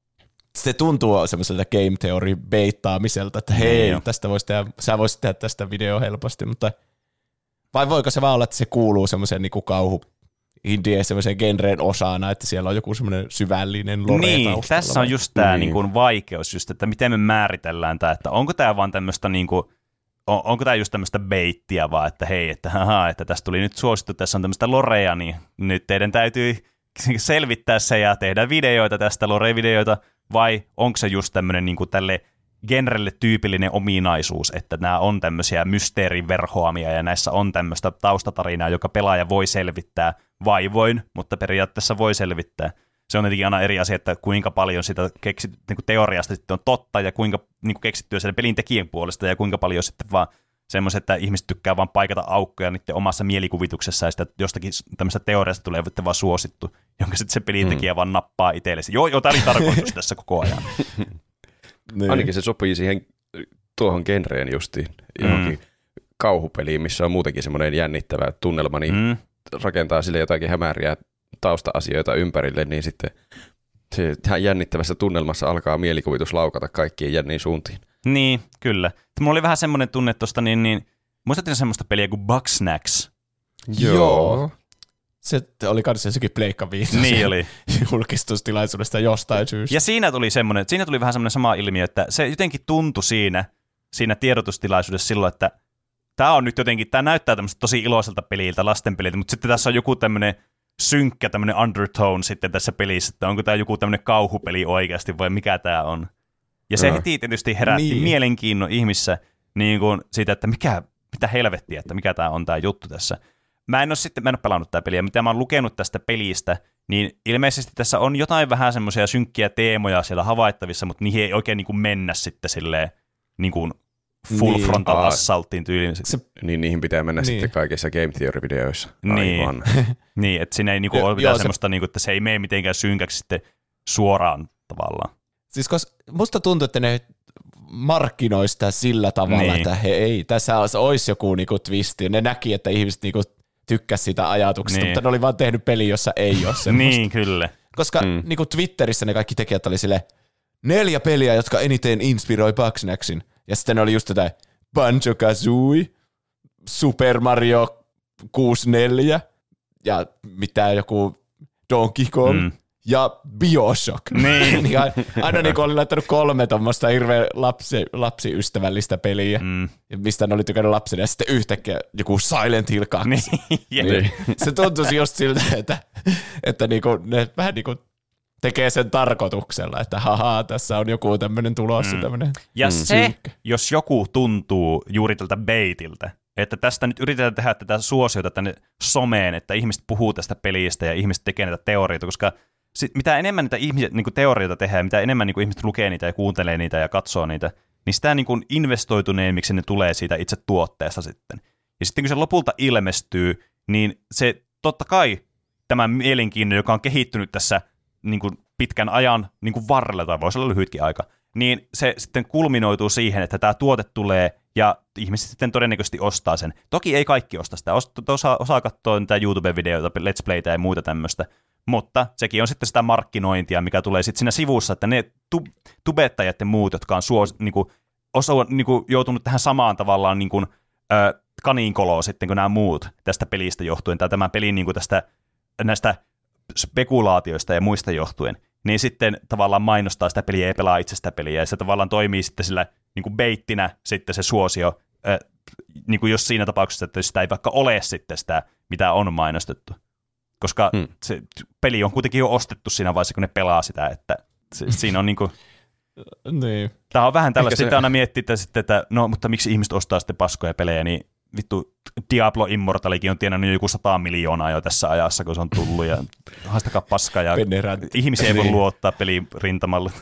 se tuntuu semmoiselta game theory beittaamiselta, että hei, niin tästä vois tehdä, sä voisit tehdä tästä video helposti, mutta vai voiko se vaan olla, että se kuuluu semmoiseen niin kuin kauhu indie semmoiseen genreen osana, että siellä on joku semmoinen syvällinen lore niin, taustalla. Tässä on just tämä niin. niin vaikeus, just, että miten me määritellään tämä, että onko tämä vaan tämmöistä, niin kuin, on, onko tämä just tämmöistä beittiä vaan, että hei, että, haha, että tästä tuli nyt suosittu, tässä on tämmöistä lorea, niin nyt teidän täytyy selvittää se ja tehdä videoita tästä, lore-videoita, vai onko se just tämmöinen niin kuin tälle genrelle tyypillinen ominaisuus, että nämä on tämmöisiä mysteeriverhoamia ja näissä on tämmöistä taustatarinaa, joka pelaaja voi selvittää vaivoin, mutta periaatteessa voi selvittää. Se on tietenkin aina eri asia, että kuinka paljon sitä keksit, niin kuin teoriasta sitten on totta ja kuinka niin kuin keksittyä sen pelin tekijän puolesta ja kuinka paljon sitten vaan semmoiset, että ihmiset tykkää vaan paikata aukkoja niiden omassa mielikuvituksessa, ja sitä jostakin tämmöistä teoriasta tulee vaan suosittu, jonka sitten se pelintekijä mm. vaan nappaa itsellesi. Joo, joo, tämä oli tarkoitus tässä koko ajan. Niin. Ainakin se sopii siihen tuohon genreen justiin, johonkin mm. kauhupeliin, missä on muutenkin semmoinen jännittävä tunnelma, niin mm. rakentaa sille jotakin hämäriä tausta-asioita ympärille, niin sitten se tähän jännittävässä tunnelmassa alkaa mielikuvitus laukata kaikkiin jänniin suuntiin. Niin, kyllä. Mulla oli vähän semmoinen tunne tuosta, niin, niin muistattiin semmoista peliä kuin Bugsnax. Joo. Se oli kanssa jossakin Pleikka viisi. Niin oli. Julkistustilaisuudesta jostain syystä. Ja siinä tuli semmoinen, siinä tuli vähän semmoinen sama ilmiö, että se jotenkin tuntui siinä, siinä tiedotustilaisuudessa silloin, että tämä on nyt jotenkin, tämä näyttää tämmöistä tosi iloiselta peliltä, lastenpeliltä, mutta sitten tässä on joku tämmöinen synkkä tämmöinen undertone sitten tässä pelissä, että onko tämä joku tämmöinen kauhupeli oikeasti vai mikä tämä on. Ja se no. heti tietysti herätti niin. mielenkiinnon ihmissä niin kuin siitä, että mikä, mitä helvettiä, että mikä tämä on tämä juttu tässä. Mä en ole sitten, mä en ole pelannut tätä peliä, mitä mä oon lukenut tästä pelistä, niin ilmeisesti tässä on jotain vähän semmoisia synkkiä teemoja siellä havaittavissa, mutta niihin ei oikein niin kuin mennä sitten silleen niin kuin full niin. frontal assaulttiin tyyliin. Se, niin niihin pitää mennä niin. sitten kaikissa Game Theory-videoissa. Niin, niin että siinä ei niinku ole mitään semmoista, se... niinku, että se ei mene mitenkään synkäksi sitten suoraan tavallaan. Siis koska musta tuntuu, että ne markkinoi sitä sillä tavalla, niin. että he ei, tässä olisi joku niinku twisti. Ne näki, että ihmiset niinku tykkäsivät sitä ajatuksesta, niin. mutta ne oli vaan tehnyt peli, jossa ei ole semmoista. Niin, kyllä. Koska mm. niinku Twitterissä ne kaikki tekijät oli silleen, neljä peliä, jotka eniten inspiroi Bugsnaxin. Ja sitten oli just tätä Banjo-Kazooie, Super Mario kuusikymmentäneljä ja mitä joku Donkey Kong mm. ja Bioshock. Niin. niin aina niin oli laittanut kolme tuommoista hirveän lapsi, lapsiystävällistä peliä, mm. mistä ne oli tykännyt lapsena, ja sitten yhtäkkiä joku Silent Hill kaksi. Niin. niin. Se tuntuisi just siltä, että, että niinku, ne vähän niin kuin tekee sen tarkoituksella, että haha, tässä on joku tämmöinen tulossa. Mm. Tämmöinen ja mm. se, synkkä. Jos joku tuntuu juuri tältä baitiltä, että tästä nyt yritetään tehdä tätä suosiota tänne someen, että ihmiset puhuu tästä pelistä ja ihmiset tekee näitä teorioita, koska sit, mitä enemmän niitä ihmiset, niin kuin teorioita tehdään, mitä enemmän niin kuin ihmiset lukee niitä ja kuuntelee niitä ja katsoo niitä, niin sitä niin kuin investoituneemmiksi ne tulee siitä itse tuotteesta sitten. Ja sitten kun se lopulta ilmestyy, niin se totta kai tämä mielenkiinnon, joka on kehittynyt tässä niin kuin pitkän ajan niin kuin varrella, tai voisi olla lyhytkin aika, niin se sitten kulminoituu siihen, että tämä tuote tulee, ja ihmiset sitten todennäköisesti ostaa sen. Toki ei kaikki osta sitä. Osa, osa katsoo niitä YouTube-videoita, Let's Playtä ja muuta tämmöistä, mutta sekin on sitten sitä markkinointia, mikä tulee sitten siinä sivussa, että ne tu- tubettajat ja muut, jotka on suos, niin kuin, osa on niin kuin, joutunut tähän samaan tavallaan niin kuin, äh, kaninkoloon sitten kuin nämä muut tästä pelistä johtuen, tai tämän pelin niin kuin tästä, näistä spekulaatioista ja muista johtuen, niin sitten tavallaan mainostaa sitä peliä ja pelaa itse sitä peliä, ja se tavallaan toimii sitten sillä niin kuin beittinä sitten se suosio, äh, niin kuin jos siinä tapauksessa, että sitä ei vaikka ole sitten sitä, mitä on mainostettu. Koska hmm. se peli on kuitenkin jo ostettu siinä vaiheessa, kun ne pelaa sitä, että se, siinä on niin kuin... niin. Tämä on vähän tällaista, sitten aina miettii, että, sitten, että no, mutta miksi ihmiset ostaa sitten paskoja pelejä, niin vittu Diablo Immortalikin on tienannut joku sata miljoonaa jo tässä ajassa, kun se on tullut, ja haastakaa paskaa, ja ihmisiä ei voi luottaa pelin rintamalle.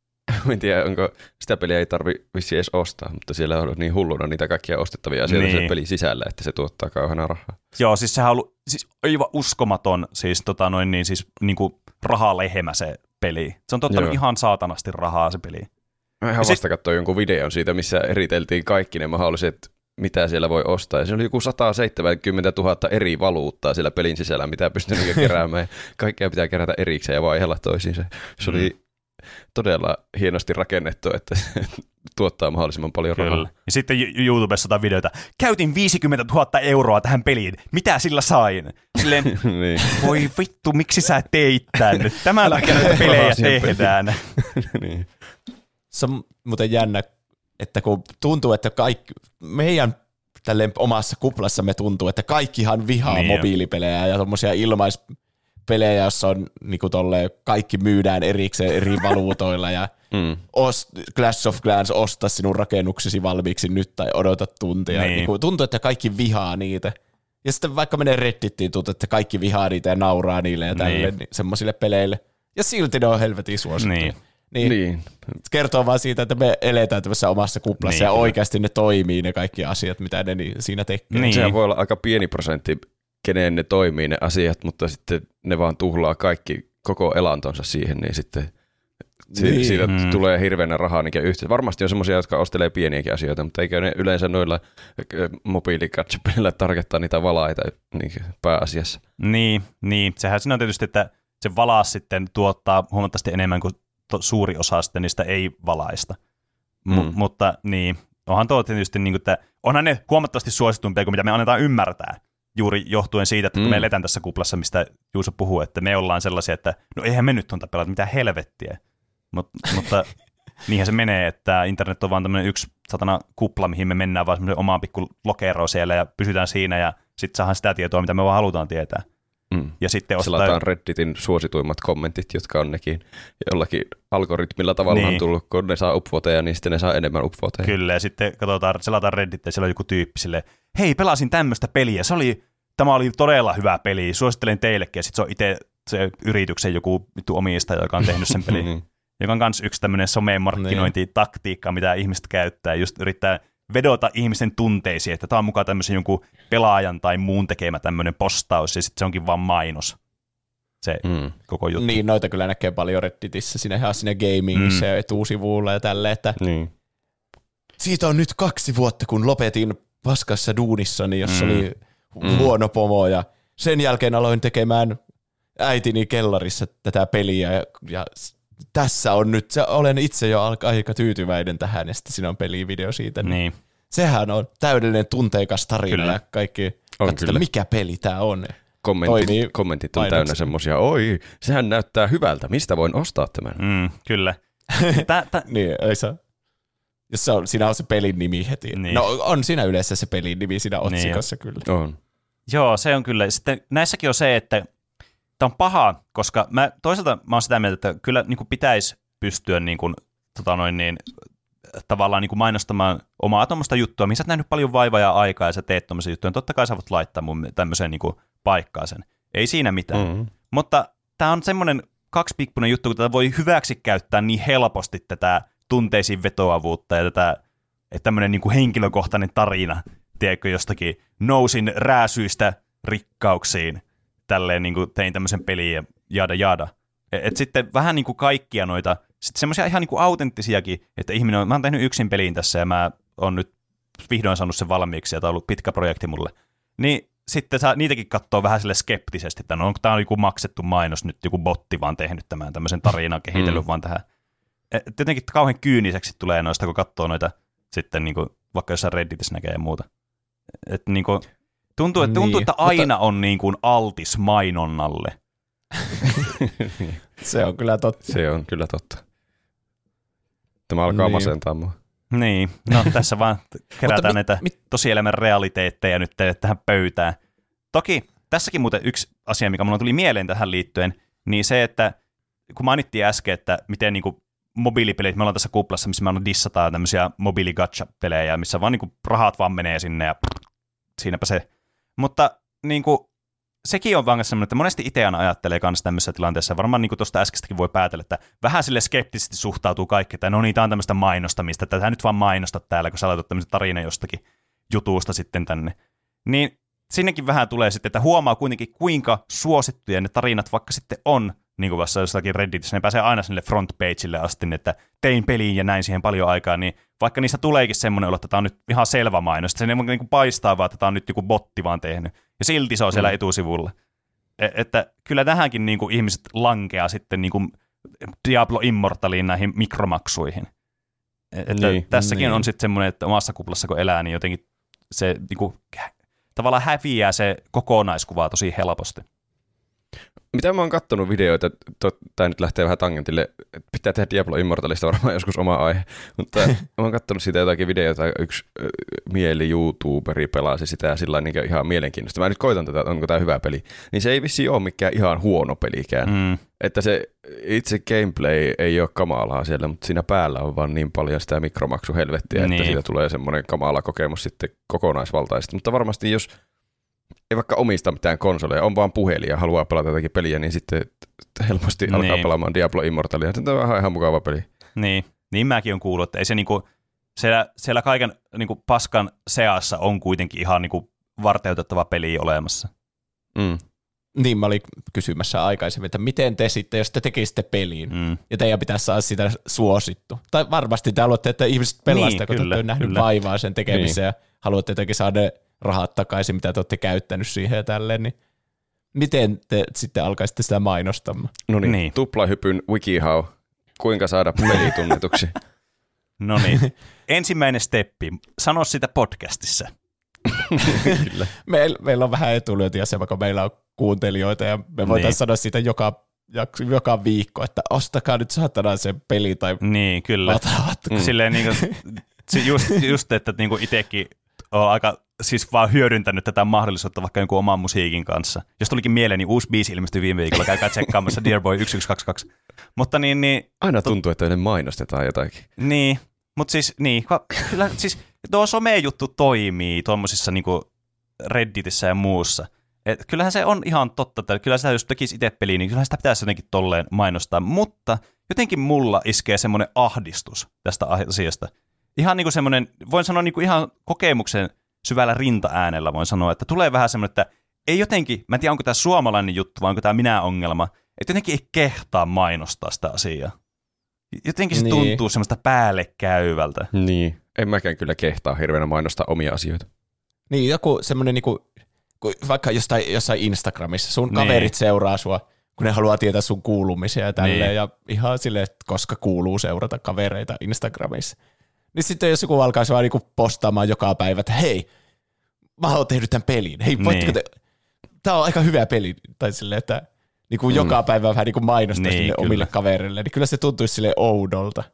En tiedä, onko sitä peliä ei tarvitse vissiin edes ostaa, mutta siellä on niin hulluna niitä kaikkia ostettavia asioita niin. sen pelin sisällä, että se tuottaa kauheana rahaa. Joo, siis sehän on ollut siis aivan uskomaton siis, tota noin, niin, siis, niin kuin rahalehmä se peli. Se on tuottanut Joo. ihan saatanasti rahaa se peli. Mä ihan ja vasta sit... katsoin jonkun videon siitä, missä eriteltiin kaikki ne mahdolliset, mitä siellä voi ostaa. Ja se oli joku sata seitsemänkymmentätuhatta eri valuuttaa siellä pelin sisällä, mitä pystyy keräämään. Kaikkea pitää kerätä erikseen ja vaihella toisiinsa. Se mm. oli todella hienosti rakennettu, että se tuottaa mahdollisimman paljon Kyllä. rahaa. Ja sitten YouTubessa otan videoita. Käytin viisikymmentätuhatta euroa tähän peliin. Mitä sillä sain? Silleen, niin. voi vittu, miksi sä teit tän nyt? Tämän takia näitä pelejä tehdään. niin. Se on muuten jännä, että kun tuntuu, että kaikki, meidän tälleen omassa kuplassamme tuntuu, että kaikkihan vihaa niin mobiilipelejä ja tommosia ilmaispelejä, jossa on niinku tolleen, kaikki myydään erikseen eri valuutoilla ja mm. ost, Clash of Clans osta sinun rakennuksesi valmiiksi nyt tai odota tuntia. Niin. Niinku, tuntuu, että kaikki vihaa niitä. Ja sitten vaikka menee Reddittiin, tuntuu, että kaikki vihaa niitä ja nauraa niille ja tälleen niin. semmoisille peleille. Ja silti ne on helvetin suosittuja. Niin. Niin. niin. Se kertoo vaan siitä, että me eletään tämmöisessä omassa kuplassa niin, ja kyllä. Oikeasti ne toimii ne kaikki asiat, mitä ne siinä tekee. Niin. Sehän voi olla aika pieni prosentti, keneen ne toimii ne asiat, mutta sitten ne vaan tuhlaa kaikki, koko elantonsa siihen, niin sitten niin. siitä mm. tulee hirveänä rahaa niin yhteen. Varmasti on semmoisia, jotka ostelee pieniäkin asioita, mutta eikö ne yleensä noilla mobiilikatchupilla tarkoittaa niitä valaita niin pääasiassa. Niin, niin, sehän siinä on tietysti, että se valaas sitten tuottaa huomattavasti enemmän kuin to, suuri osa sitten niistä ei-valaista. M- mm. Mutta niin, onhan tuo tietysti, niin kuin, että onhan ne huomattavasti suositumpia kuin mitä me annetaan ymmärtää. Juuri johtuen siitä, että kun mm. me eletään tässä kuplassa, mistä Juuso puhuu, että me ollaan sellaisia, että no eihän me nyt tunta pelata, mitä helvettiä. Mut, mutta niinhän se menee, että internet on vaan tämmöinen yksi satana kupla, mihin me mennään vaan semmoinen omaan pikku lokeroon siellä ja pysytään siinä ja sitten saadaan sitä tietoa, mitä me vaan halutaan tietää. Mm. Ja sitten selataan ostaa... Redditin suosituimmat kommentit, jotka on nekin jollakin algoritmilla tavalla niin. on tullut, kun ne saa upvoteja, niin sitten ne saa enemmän upvoteja. Kyllä, ja sitten katsotaan, selataan Reddit ja siellä on joku tyyppi silleen, hei, pelasin tämmöistä peliä, se oli, tämä oli todella hyvä peli, suosittelen teillekin, ja sitten se on itse se yrityksen joku vittu omistaja, joka on tehnyt sen pelin. Joka on myös yksi tämmöinen somemarkkinointitaktiikka, mitä ihmiset käyttää, just yrittää vedota ihmisten tunteisiin, että tämä on mukaan tämmöisen jonkun pelaajan tai muun tekemä tämmöinen postaus, ja sitten se onkin vaan mainos, se mm. koko juttu. Niin, noita kyllä näkee paljon Redditissä, siinä ihan siinä gamingissa mm. ja etusivuilla ja tälleen, että niin. Siitä on nyt kaksi vuotta, kun lopetin paskassa duunissani, jossa mm. oli mm. huono pomo, ja sen jälkeen aloin tekemään äitini kellarissa tätä peliä, ja, ja tässä on nyt, olen itse jo aika tyytyväinen tähän, ja sitten siinä on pelivideo siitä. Niin. Sehän on täydellinen tunteikas tarina, kyllä. Ja kaikki katsotaan, mikä peli tämä on. Kommentit, kommentit on mainokset. Täynnä semmoisia, oi, sehän näyttää hyvältä, mistä voin ostaa tämän? Mm, kyllä. Tä, tä... niin, ei saa. Jos se on, siinä on se pelin nimi heti. Niin. No on siinä yleensä se pelin nimi siinä otsikossa niin. Kyllä. On. Joo, se on kyllä. Sitten näissäkin on se, että tämä on paha, koska mä, toisaalta mä oon sitä mieltä, että kyllä niin kuin pitäisi pystyä niin kuin, tota noin, niin, tavallaan niin kuin mainostamaan omaa tuommoista juttua, mihin sä oot nähnyt paljon vaivaa ja aikaa ja sä teet tuommoisia juttuja, niin totta kai sä voit laittaa mun tämmöiseen niin kuin paikkaan sen. Ei siinä mitään. Mm-hmm. Mutta tämä on semmoinen kaksipiippunen juttu, kun tätä voi hyväksi käyttää niin helposti tätä tunteisiin vetoavuutta ja tätä, että tämmöinen niin kuin henkilökohtainen tarina, tiedätkö, jostakin nousin rääsyistä rikkauksiin, tälleen niin kuin tein tämmöisen pelin ja jada jada. Et sitten vähän niin kuin kaikkia noita, sitten semmoisia ihan niin kuin autenttisiakin, että ihminen on, mä oon tehnyt yksin peliin tässä ja mä oon nyt vihdoin saanut sen valmiiksi ja tämä on ollut pitkä projekti mulle. Niin sitten saa niitäkin katsoo vähän sille skeptisesti, että no onko tämä joku maksettu mainos, nyt joku botti vaan tehnyt tämän tämmöisen tarinan kehitellyt mm. vaan tähän. Et jotenkin kauhean kyyniseksi tulee noista, kun katsoo noita sitten niin kuin, vaikka jossain Redditissä näkee ja muuta. Et niin kuin, tuntuu, että, tuntuu, niin, että aina mutta... on niin kuin altis mainonnalle. Se on kyllä totta. Se on kyllä totta. Tämä alkaa niin. masentaa mua. Niin, no tässä vaan kerätään näitä mit... tosielämän realiteetteja nyt tähän pöytään. Toki tässäkin muuten yksi asia, mikä mulla tuli mieleen tähän liittyen, niin se, että kun mainittiin äsken, että miten niin kuin mobiilipelit, me ollaan tässä kuplassa, missä me on dissataan tämmöisiä mobiiligacha-pelejä, missä vaan niin kuin rahat vaan menee sinne ja siinäpä se. Mutta niin kuin, sekin on vaan semmoinen, että monesti itse aina ajattelee myös tämmöisessä tilanteessa, varmaan niin kuin tuosta äskeistäkin voi päätellä, että vähän sille skeptisesti suhtautuu kaikki, että no niin, tämä on tämmöistä mainostamista, että tätä nyt vaan mainosta täällä, kun sä laitat tämmöisen tarinan jostakin jutusta sitten tänne. Niin sinnekin vähän tulee sitten, että huomaa kuitenkin, kuinka suosittuja ne tarinat vaikka sitten on, niin kuin vasta jossakin Redditissä, ne pääsee aina sinne front pageille asti, että tein peliin ja näin siihen paljon aikaa, niin vaikka niistä tuleekin semmoinen olo, että tämä on nyt ihan selvä mainos, se niin kuin paistaa vaan, että tämä on nyt joku botti vaan tehnyt, ja silti se on siellä mm. etusivulla. E- että kyllä tähänkin niin kuin ihmiset lankeaa sitten niin kuin Diablo Immortaliin näihin mikromaksuihin. Että niin, tässäkin niin. on sitten semmoinen, että omassa kuplassa kun elää, niin jotenkin se niin kuin, tavallaan häviää se kokonaiskuva tosi helposti. Mitä mä oon kattonut videoita, tämä nyt lähtee vähän tangentille, pitää tehdä Diablo Immortalista varmaan joskus oma aihe, mutta mä oon kattonut siitä jotakin videoita, yksi äh, mieli YouTuberi pelasi sitä ja sillä niin ihan mielenkiintoista. Mä nyt koitan tätä, onko tämä hyvä peli. Niin se ei vissiin ole mikään ihan huono pelikään. Mm. Että se itse gameplay ei ole kamalaa siellä, mutta siinä päällä on vaan niin paljon sitä mikromaksuhelvettiä, niin. että siitä tulee semmoinen kamala kokemus sitten kokonaisvaltaisesti. Mutta varmasti jos ei vaikka omista mitään konsoleja, on vaan puhelin ja haluaa pelata jotakin peliä, niin sitten helposti niin. alkaa pelaamaan Diablo Immortalia. Tämä on ihan mukava peli. Niin, niin mäkin on kuullut, että ei se niinku, siellä, siellä kaiken niinku paskan seassa on kuitenkin ihan niinku varteutettava peli olemassa. Mm. Niin, mä olin kysymässä aikaisemmin, että miten te sitten, jos te tekisitte peliin, mm. ja teidän pitäisi saada sitä suosittu. Tai varmasti te haluatte, että ihmiset pelaa sitä, kun te olette nähnyt kyllä. vaivaa sen tekemiseen, niin. ja haluatte jotenkin saada ne rahat takaisin, mitä te olette käyttänyt siihen ja tälleen, niin miten te sitten alkaisitte sitä mainostamaan? No niin, niin. Tuplahypyn WikiHow, kuinka saada peli tunnetuksi? No niin, ensimmäinen steppi, sano sitä podcastissa. Kyllä. Meil, meillä on vähän etulyöntiasema, kun meillä on kuuntelijoita, ja me voitaisiin niin. sanoa siitä joka, joka viikko, että ostakaa nyt saatana se peli, tai niin, kyllä. Mm. Silleen niin kuin, just, just, että niin kuin itsekin on aika siis vaan hyödyntänyt tätä mahdollisuutta vaikka jonkun oman musiikin kanssa. Jos tulikin mieleen, niin uusi biisi ilmestyi viime viikolla, käykää tsekkaamassa Dear Boy yksi yksi kaksi kaksi. Mutta niin, niin, aina tuntuu, että ne mainostetaan jotakin. Niin, mutta siis, niin, kyllä, siis tuo some-juttu toimii tuommoisissa niinku Redditissä ja muussa. Et kyllähän se on ihan totta, että kyllä sitä jos tekisi itse peliä, niin kyllähän sitä pitäisi jotenkin tolleen mainostaa, mutta jotenkin mulla iskee semmoinen ahdistus tästä asiasta. Ihan niinku semmoinen, voin sanoa niinku ihan kokemuksen syvällä rintaäänellä voin sanoa, että tulee vähän semmoinen, että ei jotenkin, mä en tiedä onko tämä suomalainen juttu vai onko tämä minä ongelma, että jotenkin ei kehtaa mainostaa sitä asiaa. Jotenkin se niin. tuntuu semmoista päälle käyvältä. Niin, en mäkään kyllä kehtaa hirveänä mainostaa omia asioita. Niin, joku semmoinen niinku, vaikka jostain, jossain Instagramissa, sun niin. kaverit seuraa sua, kun ne haluaa tietää sun kuulumisia ja tälleen, niin. ja ihan silleen, että koska kuuluu seurata kavereita Instagramissa. Niin sitten jos joku alkaa vaan niinku postaamaan joka päivä, että hei, mä oon tehnyt tämän pelin, hei, niin. voitteko te, tää on aika hyvä peli, tai silleen, että niinku mm. joka päivä vähän niinku mainostaisi niin, omille kavereille, niin kyllä se tuntuisi silleen oudolta.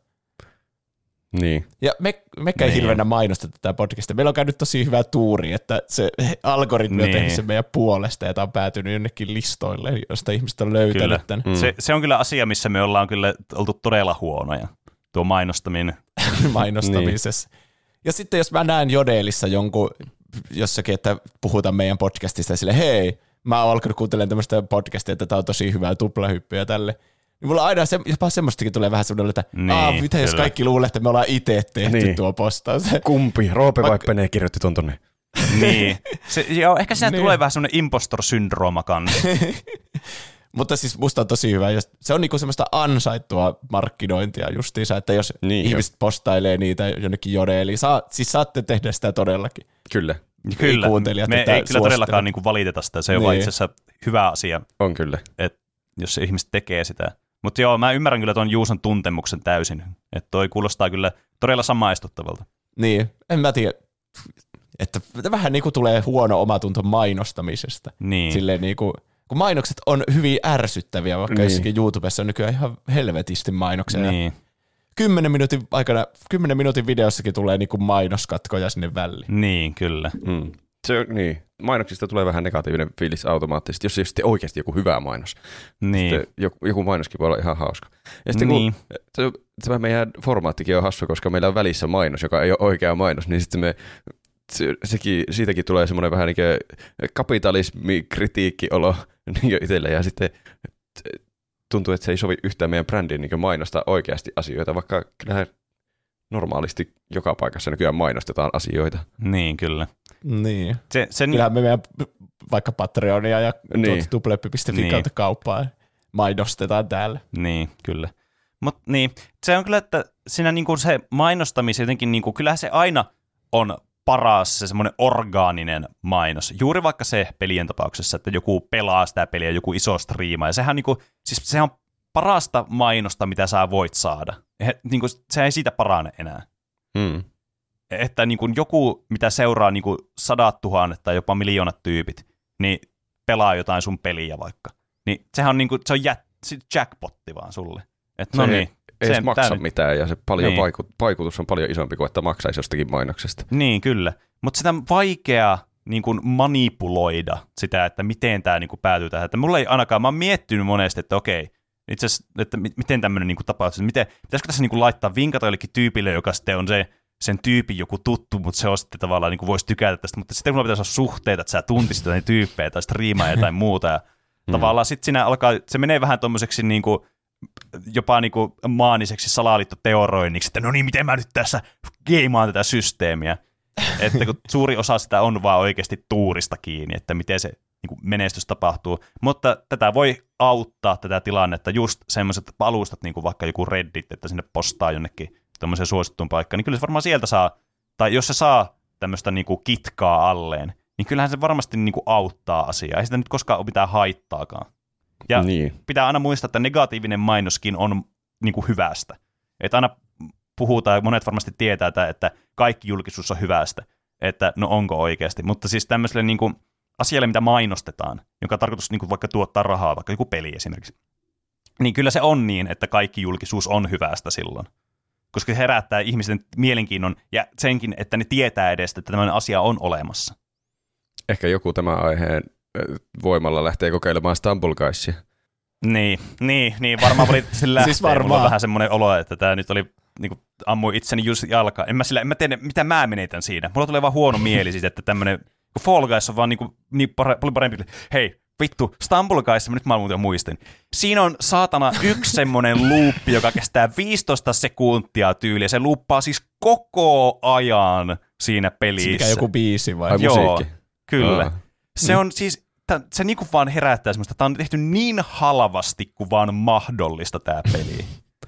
Niin. Ja me, mekään niin. hirveänä mainosta tätä podcastia. Meillä on käynyt tosi hyvä tuuri, että se algoritmi niin. on tehnyt sen meidän puolesta, ja tämä on päätynyt jonnekin listoille, josta ihmiset on löytänyt tämän. Mm. Se, se on kyllä asia, missä me ollaan kyllä oltu todella huonoja, tuo mainostaminen. Mainostamisessa. Niin. Ja sitten jos mä näen Jodelissa jonkun jossakin, että puhutaan meidän podcastista, ja sille hei, mä oon alkanut kuuntelemaan tämmöistä podcastia, että tää on tosi hyvää tuplahyppyä tälle. Niin mulla aina se, jopa semmoistakin tulee vähän semmoinen, että niin, aah, mitä jos kaikki luulee, että me ollaan itse tehty niin. tuo postaus. Kumpi? Roope vai Pene kirjoitti ton tonne? Niin. Se, joo, ehkä siinä niin. tulee vähän semmoinen impostor-syndrooma kanssa. Mutta siis musta on tosi hyvä. Se on niinku semmoista ansaittua markkinointia justiinsa, että jos niin, ihmiset jo. postailee niitä jonnekin Jodeliin, saa, siis saatte tehdä sitä todellakin. Kyllä. Kyllä. Me ei kyllä todellakaan niinku valiteta sitä. Se on niin. vaan itse asiassa hyvä asia. On kyllä. Et jos ihmiset tekee sitä. Mutta joo, mä ymmärrän kyllä tuon Juuson tuntemuksen täysin. Että toi kuulostaa kyllä todella samaistuttavalta. Niin, en mä tiedä. Että vähän niinku tulee huono omatunto mainostamisesta. Niin. Silleen niinku, kun mainokset on hyvin ärsyttäviä, vaikka niin. jossakin YouTubessa on nykyään ihan helvetisti mainoksia. Niin. Kymmenen minuutin aikana, kymmenen minuutin videossakin tulee niinku mainoskatkoja sinne väliin. Niin, kyllä. Mm. Se on, niin. Mainoksista tulee vähän negatiivinen fiilis automaattisesti, jos ei ole sitten oikeasti joku hyvä mainos. Niin. Sitten joku, joku mainoskin voi olla ihan hauska. Ja sitten niin. kun tämä meidän formaattikin on hassu, koska meillä on välissä mainos, joka ei ole oikea mainos, niin sitten me, se, sekin, siitäkin tulee semmoinen vähän niin kuin kapitalismikritiikkiolo niin itselle, ja sitten tuntuu, että se ei sovi yhtään meidän brändiin niin mainostaa oikeasti asioita, vaikka kyllähän normaalisti joka paikassa nykyään mainostetaan asioita. Niin, kyllä. Niin. Se, se Kyllähän me meidän vaikka Patreonia ja niin. tupleppi piste fi kautta kauppaa mainostetaan täällä. Niin, kyllä. Mutta niin, se on kyllä, että siinä niinku se mainostamisen jotenkin, niinku, kyllähän se aina on paras se semmoinen orgaaninen mainos. Juuri vaikka se pelien tapauksessa, että joku pelaa sitä peliä, joku iso striima. Ja sehän, niinku, siis sehän on parasta mainosta, mitä sä voit saada. He, niinku, se ei siitä parane enää. Mm. Että niin kuin joku, mitä seuraa niin kuin sadat tuhannet tai jopa miljoonat tyypit, niin pelaa jotain sun peliä vaikka. Niin sehän on, niin kuin, se on jät, jackpotti vaan sulle. Et se no ei, niin, ei edes maksa nyt mitään ja se paljon niin. vaikut, vaikutus on paljon isompi kuin että maksaisi jostakin mainoksesta. Niin, kyllä. Mutta sitä on vaikea niin kuin manipuloida sitä, että miten tämä niin kuin päätyy tähän. Että mulla ei ainakaan, mä oon miettinyt monesti, että okei, itse asiassa, että miten tämmöinen niin kuin tapaus, miten, pitäisikö tässä niin kuin laittaa vinkata jollekin tyypille, joka sitten on se sen tyypin joku tuttu, mutta se on sitten tavallaan, niin kuin voisi tykätä tästä, mutta sitten kun pitäisi olla suhteita, että sä tuntisit ne tyyppejä tai striimaa tai muuta, ja mm. tavallaan sitten siinä alkaa, se menee vähän tommoseksi niin kuin, jopa niin kuin maaniseksi salaliittoteoroinniksi, että no niin, miten mä nyt tässä geimaan tätä systeemiä, että kun suuri osa sitä on vaan oikeasti tuurista kiinni, että miten se niin kuin menestys tapahtuu, mutta tätä voi auttaa tätä tilannetta, just semmoiset alustat, niin kuin vaikka joku Reddit, että sinne postaa jonnekin tämmöiseen suosittuun paikkaan, niin kyllä se varmaan sieltä saa, tai jos se saa tämmöistä niin kuin kitkaa alleen, niin kyllähän se varmasti niin kuin auttaa asiaa, ei sitä nyt koskaan ole mitään haittaakaan. Ja niin. Pitää aina muistaa, että negatiivinen mainoskin on niin kuin hyvästä. Että aina puhutaan, ja monet varmasti tietää, että kaikki julkisuus on hyvästä, että no onko oikeasti, mutta siis tämmöiselle niin kuin asialle, mitä mainostetaan, jonka tarkoitus niin kuin vaikka tuottaa rahaa, vaikka joku peli esimerkiksi, niin kyllä se on niin, että kaikki julkisuus on hyvästä silloin. Koska se herättää ihmisten mielenkiinnon ja senkin, että ne tietää edes, että tämmöinen asia on olemassa. Ehkä joku tämän aiheen voimalla lähtee kokeilemaan Stumble Guysia. Niin, niin, niin varmaan valitettavasti lähtee. Siis varmaan. Mulla on vähän semmoinen olo, että tämä nyt oli, niin kuin, ammui itseni just jalkaan. En mä, sillä, en mä tiedä, mitä mä menetän siinä. Mulla tulee vaan huono mieli siitä, että tämmöinen, kun Fall Guys on vaan niin, kuin, niin paljon parempi. Hei, vittu, Stumble Guys, nyt mä muuten muistin. Siinä on saatana yksi semmoinen luuppi, joka kestää viisitoista sekuntia tyyliä. Se luuppaa siis koko ajan siinä pelissä. Mikä joku biisi vai? Ai Joo, musiikki. kyllä. Aa. Se on siis, t- se niinku vaan herättää semmoista, tämä on tehty niin halvasti kuin vaan mahdollista tämä peli.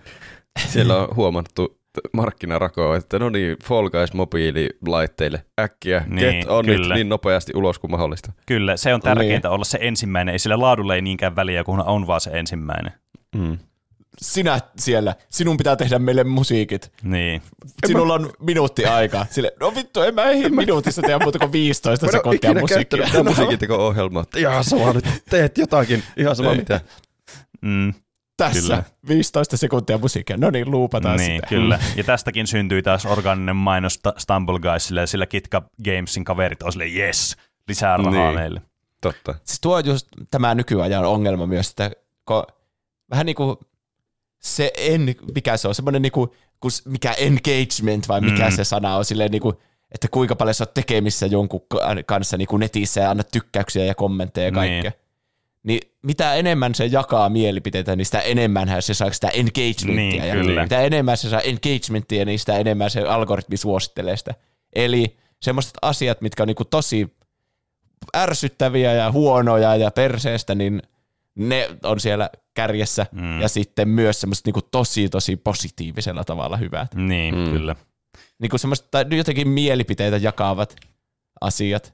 Siellä on huomattu markkinarakoa, että no niin, Fall Guys mobiililaitteille äkkiä, niin, get on kyllä. nyt niin nopeasti ulos kuin mahdollista. Kyllä, se on tärkeintä niin. Olla se ensimmäinen, ei sillä laadulla ei niinkään väliä, kun on vaan se ensimmäinen. Mm. Sinä siellä, sinun pitää tehdä meille musiikit. Niin. Sinulla on minuutti aikaa. Sille, no vittu, en mä ehdi minuutissa tehdä muuta kuin viisitoista mä sekuntia musiikkia. Mä en ole musiikinteko-ohjelmaa. Ihan sama nyt, teet jotakin, ihan sama mitä. Mm. Tässä, kyllä. viisitoista sekuntia musiikkia. No niin, luupataan niin, sitä. Kyllä, ja tästäkin syntyi taas organinen mainos Stumble Guysille, sillä Kitka Gamesin kaverit on silleen, yes, lisää rahaa niin. meille. Totta. Siis tuo on just tämä nykyajan ongelma myös, että kun vähän niin kuin se, en, mikä se on, semmoinen niin kuin, mikä engagement vai mikä mm. se sana on, silleen niin kuin, että kuinka paljon sä oot tekemissä jonkun kanssa niin kuin netissä ja annat tykkäyksiä ja kommentteja ja kaikkea. Niin. Niin mitä enemmän se jakaa mielipiteitä, niin sitä enemmän se saa sitä engagementtia. Niin, ja kyllä. mitä enemmän se saa engagementtia, niin sitä enemmän se algoritmi suosittelee sitä. Eli semmoiset asiat, mitkä on niin kuin tosi ärsyttäviä ja huonoja ja perseestä, niin ne on siellä kärjessä. Mm. Ja sitten myös semmoiset niin kuin tosi, tosi positiivisella tavalla hyvät. Niin, mm. kyllä. Niin kuin semmoista jotenkin mielipiteitä jakavat asiat.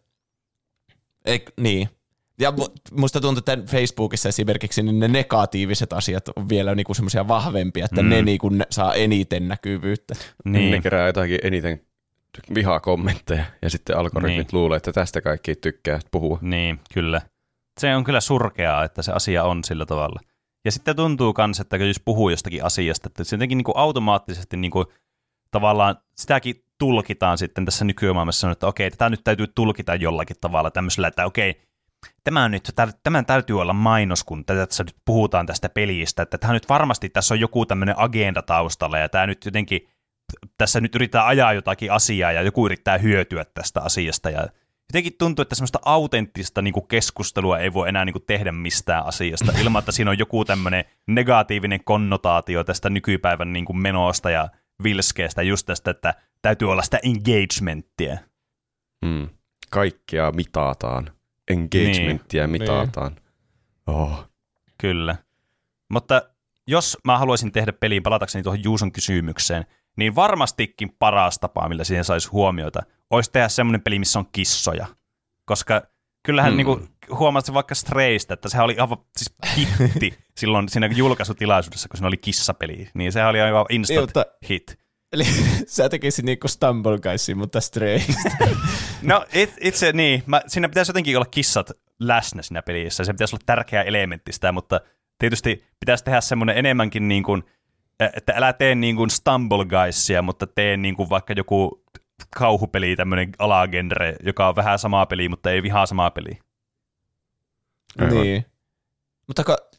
Eik, niin. Ja musta tuntuu, että Facebookissa esimerkiksi niin ne negatiiviset asiat on vielä niinku semmoisia vahvempia, että mm. ne niinku saa eniten näkyvyyttä. Niin. Ne kerää jotakin eniten vihaa kommentteja ja sitten algoritmit niin. luulee, että tästä kaikki tykkää puhua. Niin, kyllä. Se on kyllä surkeaa, että se asia on sillä tavalla. Ja sitten tuntuu myös, että jos puhuu jostakin asiasta, että se jotenkin niinku automaattisesti niinku tavallaan sitäkin tulkitaan sitten tässä nykymaailmassa, että okei, tätä nyt täytyy tulkita jollakin tavalla tämmöisellä, että okei, Tämä on nyt, tämän täytyy olla mainos, kun tässä nyt puhutaan tästä pelistä, että tämä nyt varmasti tässä on joku tämmöinen agenda taustalla, ja tämä nyt jotenkin, tässä nyt yritetään ajaa jotakin asiaa, ja joku yrittää hyötyä tästä asiasta, ja jotenkin tuntuu, että semmoista autenttista niin kuin keskustelua ei voi enää niin kuin tehdä mistään asiasta, ilman, että siinä on joku tämmöinen negatiivinen konnotaatio tästä nykypäivän niin kuin menosta ja vilskeestä, just tästä, että täytyy olla sitä engagementtia. Hmm. Kaikkea mitataan. Engagementtia niin. mitataan. Niin. Oh. Kyllä. Mutta jos mä haluaisin tehdä peliin, palatakseni tuohon Juuson kysymykseen, niin varmastikin paras tapa, millä siihen saisi huomioita, olisi tehdä semmoinen peli, missä on kissoja. Koska kyllähän hmm. niin huomasin vaikka Straystä, että sehän oli aivan siis hitti silloin siinä julkaisutilaisuudessa, kun siinä oli kissapeli. Niin sehän oli aivan instant niin, hit. Eli sä tekisit niinku Stumble Guysia, mutta Straysta. No it, itse niin. Mä, siinä pitäisi jotenkin olla kissat läsnä siinä pelissä. Se pitäisi olla tärkeä elementti sitä, mutta tietysti pitäisi tehdä semmoinen enemmänkin niin kuin, että älä tee niin kuin Stumble Guysia, mutta tee niin kuin vaikka joku kauhupeli, tämmöinen alagenre, joka on vähän samaa peliä, mutta ei vihaa samaa peliä. Niin. Mutta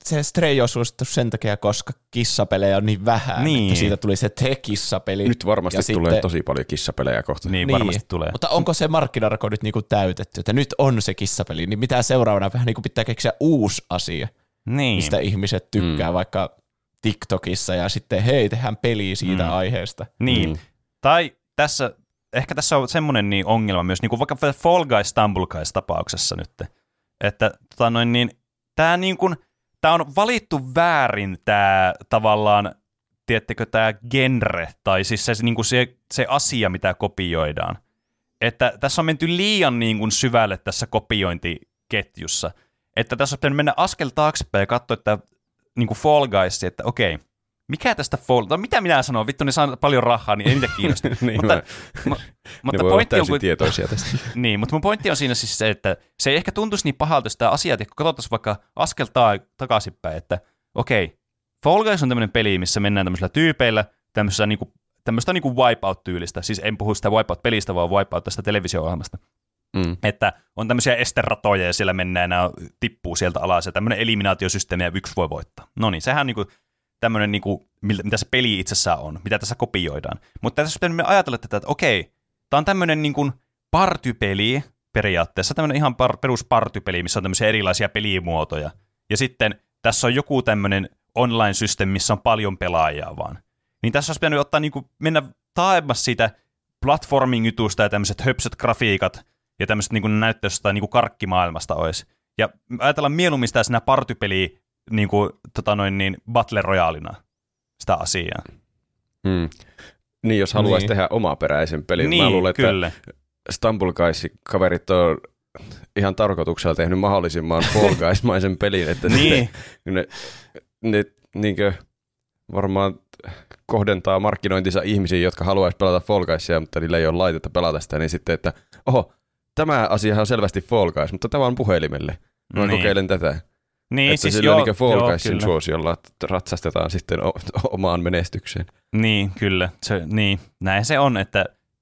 se Stray on suosittu sen takia, koska kissapelejä on niin vähän, niin. että siitä tuli se te-kissapeli. Nyt varmasti ja tulee sitten, tosi paljon kissapelejä kohta. Niin, varmasti niin. tulee. Mutta onko se markkinarako nyt niinku täytetty, että nyt on se kissapeli, niin mitä seuraavana vähän niinku pitää keksiä uusi asia, niin. mistä ihmiset tykkää, mm. vaikka TikTokissa, ja sitten hei, tehdään peliä siitä mm. aiheesta. Niin, mm. tai tässä, ehkä tässä on semmoinen niin ongelma myös, niin kuin vaikka Fall Guys Stumble Guys tapauksessa nyt, että tota noin, niin, tämä niin kuin, Tämä on valittu väärin tämä tavallaan, tiedättekö, tämä genre, tai siis se, niin kuin se, se asia, mitä kopioidaan. Että tässä on menty liian niin kuin syvälle tässä kopiointiketjussa. Että tässä on pitänyt mennä askel taaksepäin ja katsoa, että niin kuin Fall Guys, että okei, mikä tästä Fall... No, mitä minä sanon? Vittu, ne saa paljon rahaa, niin ei niitä kiinnosta. niin, mutta mä... ma, mutta ne voi olla täysin on, tietoisia tästä. niin, mutta mun pointti on siinä siis se, että se ei ehkä tuntuisi niin pahalta, jos tämä asia, että kun katsotaan vaikka askel ta- takaisinpäin, että okei, Fall Guys on tämmöinen peli, missä mennään tämmöisillä tyypeillä, tämmöisessä niinku, tämmöistä niinku Wipeout-tyylistä, siis en puhu sitä Wipeout-pelistä, vaan Wipeout tästä televisio-ohjelmasta. Mm. Että on tämmöisiä esteratoja ja siellä mennään ja tippuu sieltä alas ja tämmöinen eliminaatiosysteemi ja yksi voi voittaa. No niin, sehän on niinku tämmöinen, niinku, mitä se peli itsessään on, mitä tässä kopioidaan. Mutta tässä pitää ajatella tätä, että okei, tämä on tämmöinen niinku partypeli periaatteessa, tämmöinen ihan par, perus partypeli, missä on tämmöisiä erilaisia pelimuotoja. Ja sitten tässä on joku tämmöinen online-systeemi, missä on paljon pelaajia vaan. Niin tässä olisi pitänyt ottaa niinku, mennä taemmas siitä platforming-jutusta ja tämmöiset höpsöt grafiikat ja tämmöiset niinku näyttäisi jostain niinku karkkimaailmasta olisi. Ja ajatellaan mieluummin sitä siinä partypeliä niinku, tota noin, niin Battle Royalina sitä asiaa. Hmm. Niin, jos haluaisi niin. tehdä omaperäisen pelin. Niin, mä luulen, että kyllä. Stumble Guys kaverit on ihan tarkoituksella tehnyt mahdollisimman Fall Guys-maisen pelin, että niin. ne, ne niinkö varmaan kohdentaa markkinointinsa ihmisiin, jotka haluaisi pelata Fall Guysia, mutta niillä ei ole laitetta pelata sitä, niin sitten, että oho, tämä asiahan on selvästi Fall Guys, mutta tämä on puhelimelle. Mä niin. kokeilen tätä. Niin, että siis sillä joo, niin Fall joo, Guysin kyllä. suosiolla ratsastetaan sitten o- omaan menestykseen. Niin, kyllä. Se, niin, näin se on, että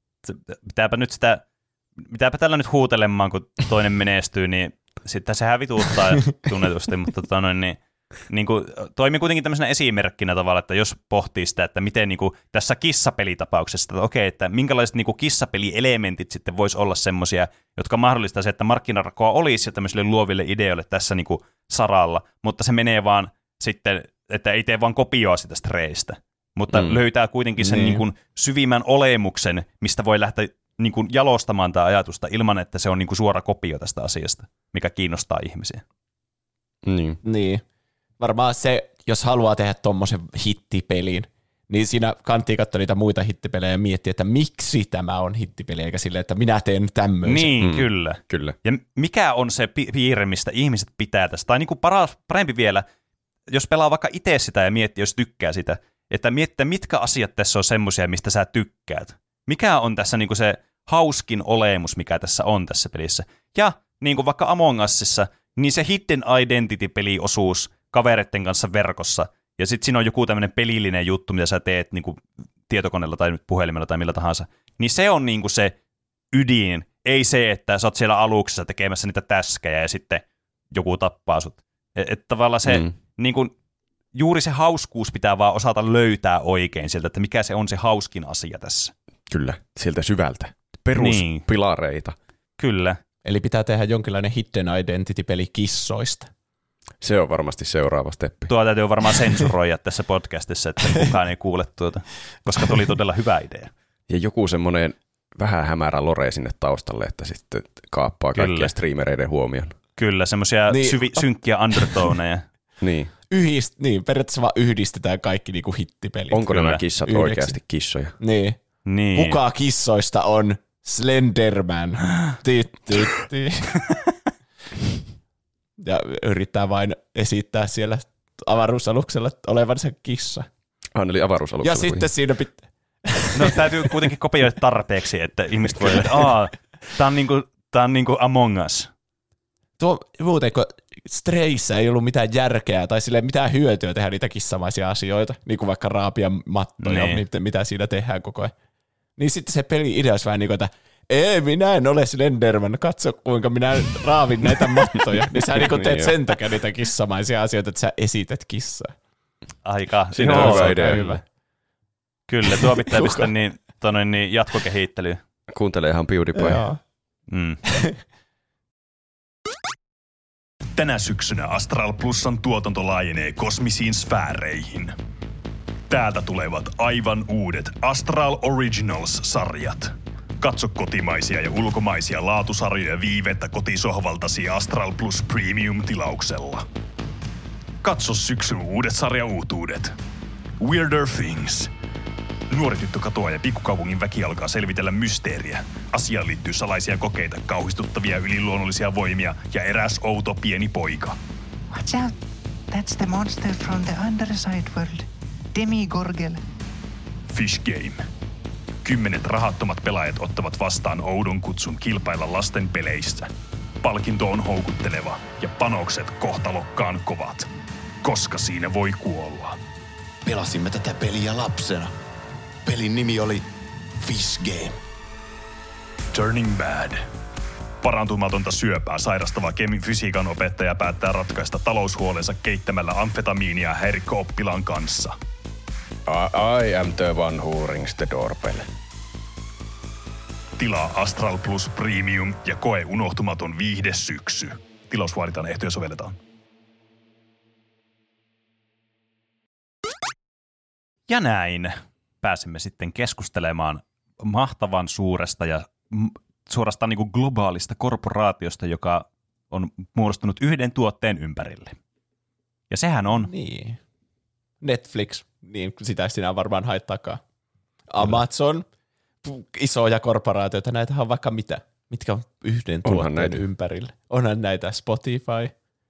pitääpä nyt sitä, pitääpä tällä nyt huutelemaan, kun toinen menestyy, niin sitten sehän vituuttaa tunnetusti, mutta tota noin, niin, niin kuin, toimii kuitenkin tämmöisenä esimerkkinä tavalla, että jos pohtii sitä, että miten niin kuin, tässä kissapelitapauksessa, että okei, että minkälaiset niin kuin kissapelielementit sitten voisi olla semmoisia, jotka mahdollistaa se, että markkinarakoa olisi ja tämmöisille luoville ideoille tässä niin kuin saralla, mutta se menee vaan sitten, että ei tee vaan kopioa sitä Straystä, mutta mm. löytää kuitenkin sen niin. Niin kuin syvimmän olemuksen, mistä voi lähteä niin kuin jalostamaan tämä ajatusta ilman, että se on niin kuin suora kopio tästä asiasta, mikä kiinnostaa ihmisiä. Niin. Niin. Varmaan se, jos haluaa tehdä tommosen hittipelin, niin siinä kannattaa katsoa niitä muita hittipelejä ja miettiä, että miksi tämä on hittipeli, eikä silleen, että minä teen tämmöisen. Niin, mm. kyllä. kyllä. Ja mikä on se piirre, mistä ihmiset pitää tästä? Tai niin kuin paras, parempi vielä, jos pelaa vaikka itse sitä ja miettii, jos tykkää sitä, että miettiä, mitkä asiat tässä on semmoisia, mistä sä tykkäät. Mikä on tässä niin kuin se hauskin olemus, mikä tässä on tässä pelissä. Ja niin kuin vaikka Among Usissa, niin se Hidden Identity-peliosuus kavereiden kanssa verkossa, ja sitten siinä on joku tämmöinen pelillinen juttu, mitä sä teet niin kuin tietokoneella tai nyt puhelimella tai millä tahansa, niin se on niin kuin se ydin, ei se, että sä oot siellä aluksessa tekemässä niitä täskejä ja sitten joku tappaa sut. Että et tavallaan se, mm. niin kuin, juuri se hauskuus pitää vaan osata löytää oikein sieltä, että mikä se on se hauskin asia tässä. Kyllä, sieltä syvältä. Peruspilareita. Niin. Kyllä. Eli pitää tehdä jonkinlainen Hidden Identity-peli kissoista. Se on varmasti seuraava steppi. Tuo täytyy varmaan sensuroida tässä podcastissa, että kukaan ei kuule tuota, koska tuli todella hyvä idea. Ja joku semmoinen vähän hämärä lore sinne taustalle, että sitten kaappaa kaikkia Kyllä. streamereiden huomion. Kyllä, semmoisia niin. syvi- synkkiä undertoneja. niin. Yhdist, niin, periaatteessa vaan yhdistetään kaikki niinku hittipelit. Onko Kyllä. nämä kissat Yhdeksi. oikeasti kissoja? Niin. niin. Kuka kissoista on Slenderman? ty, ty, ty. Ja yrittää vain esittää siellä avaruusaluksella olevansa kissa. Ah, eli avaruusaluksella. Ja sitten siinä pitää... No täytyy kuitenkin kopioida tarpeeksi, että ihmiset voi että aah, tää on niinku, tää on niinku Among Us. Tuo muuten, kun Strayssä ei ollut mitään järkeä tai sille mitään hyötyä tehdä niitä kissamaisia asioita, niin kuin vaikka raapia mattoja, niin. mitä siinä tehdään koko ajan. Niin sitten se peli idea olisi vähän niin kuin, että ei, minä en ole Slenderman, katso kuinka minä raavin näitä mattoja. Niin sä niinku teet sen takia niitä kissamaisia asioita, että sä esität kissaa. Aika. Siinä on hyvä idea. Hyvä. Kyllä, tuo pitää pistää niin, tonne, niin jatkokehittelyyn. Kuuntelee ihan PewDiePie. Mm. Tänä syksynä Astral Plusan tuotanto laajenee kosmisiin sfääreihin. Täältä tulevat aivan uudet Astral Originals-sarjat. Katso kotimaisia ja ulkomaisia laatusarjoja viivettä kotisohvaltasi Astral Plus Premium-tilauksella. Katso syksyn uudet sarjauutuudet. Weirder Things. Nuori tyttö katoaa ja pikkukaupungin väki alkaa selvitellä mysteeriä. Asiaan liittyy salaisia kokeita, kauhistuttavia yliluonnollisia voimia ja eräs outo pieni poika. Watch out! That's the monster from the underside world. Demigorgel. Fish Game. Kymmenet rahattomat pelaajat ottavat vastaan oudon kutsun kilpailla lasten peleissä. Palkinto on houkutteleva ja panokset kohtalokkaan kovat. Koska siinä voi kuolla. Pelasimme tätä peliä lapsena. Pelin nimi oli Fish Game. Turning Bad. Parantumatonta syöpää sairastava kemifysiikan opettaja päättää ratkaista taloushuolensa keittämällä amfetamiinia häirikköoppilaan kanssa. I, I am the one who rings the doorbell. Tilaa Astral Plus Premium ja koe unohtumaton viihdesyksy. Tilaus vaaditaan, ehtoja sovelletaan. Ja näin pääsemme sitten keskustelemaan mahtavan suuresta ja suorastaan niin kuin globaalista korporaatiosta, joka on muodostunut yhden tuotteen ympärille. Ja sehän on... Niin. Netflix, niin sitä sinä varmaan hait takaa. Amazon, isoja korporaatioita, näitähän on vaikka mitä. Mitkä on yhden tuotteen näitä ympärille. Onhan näitä Spotify.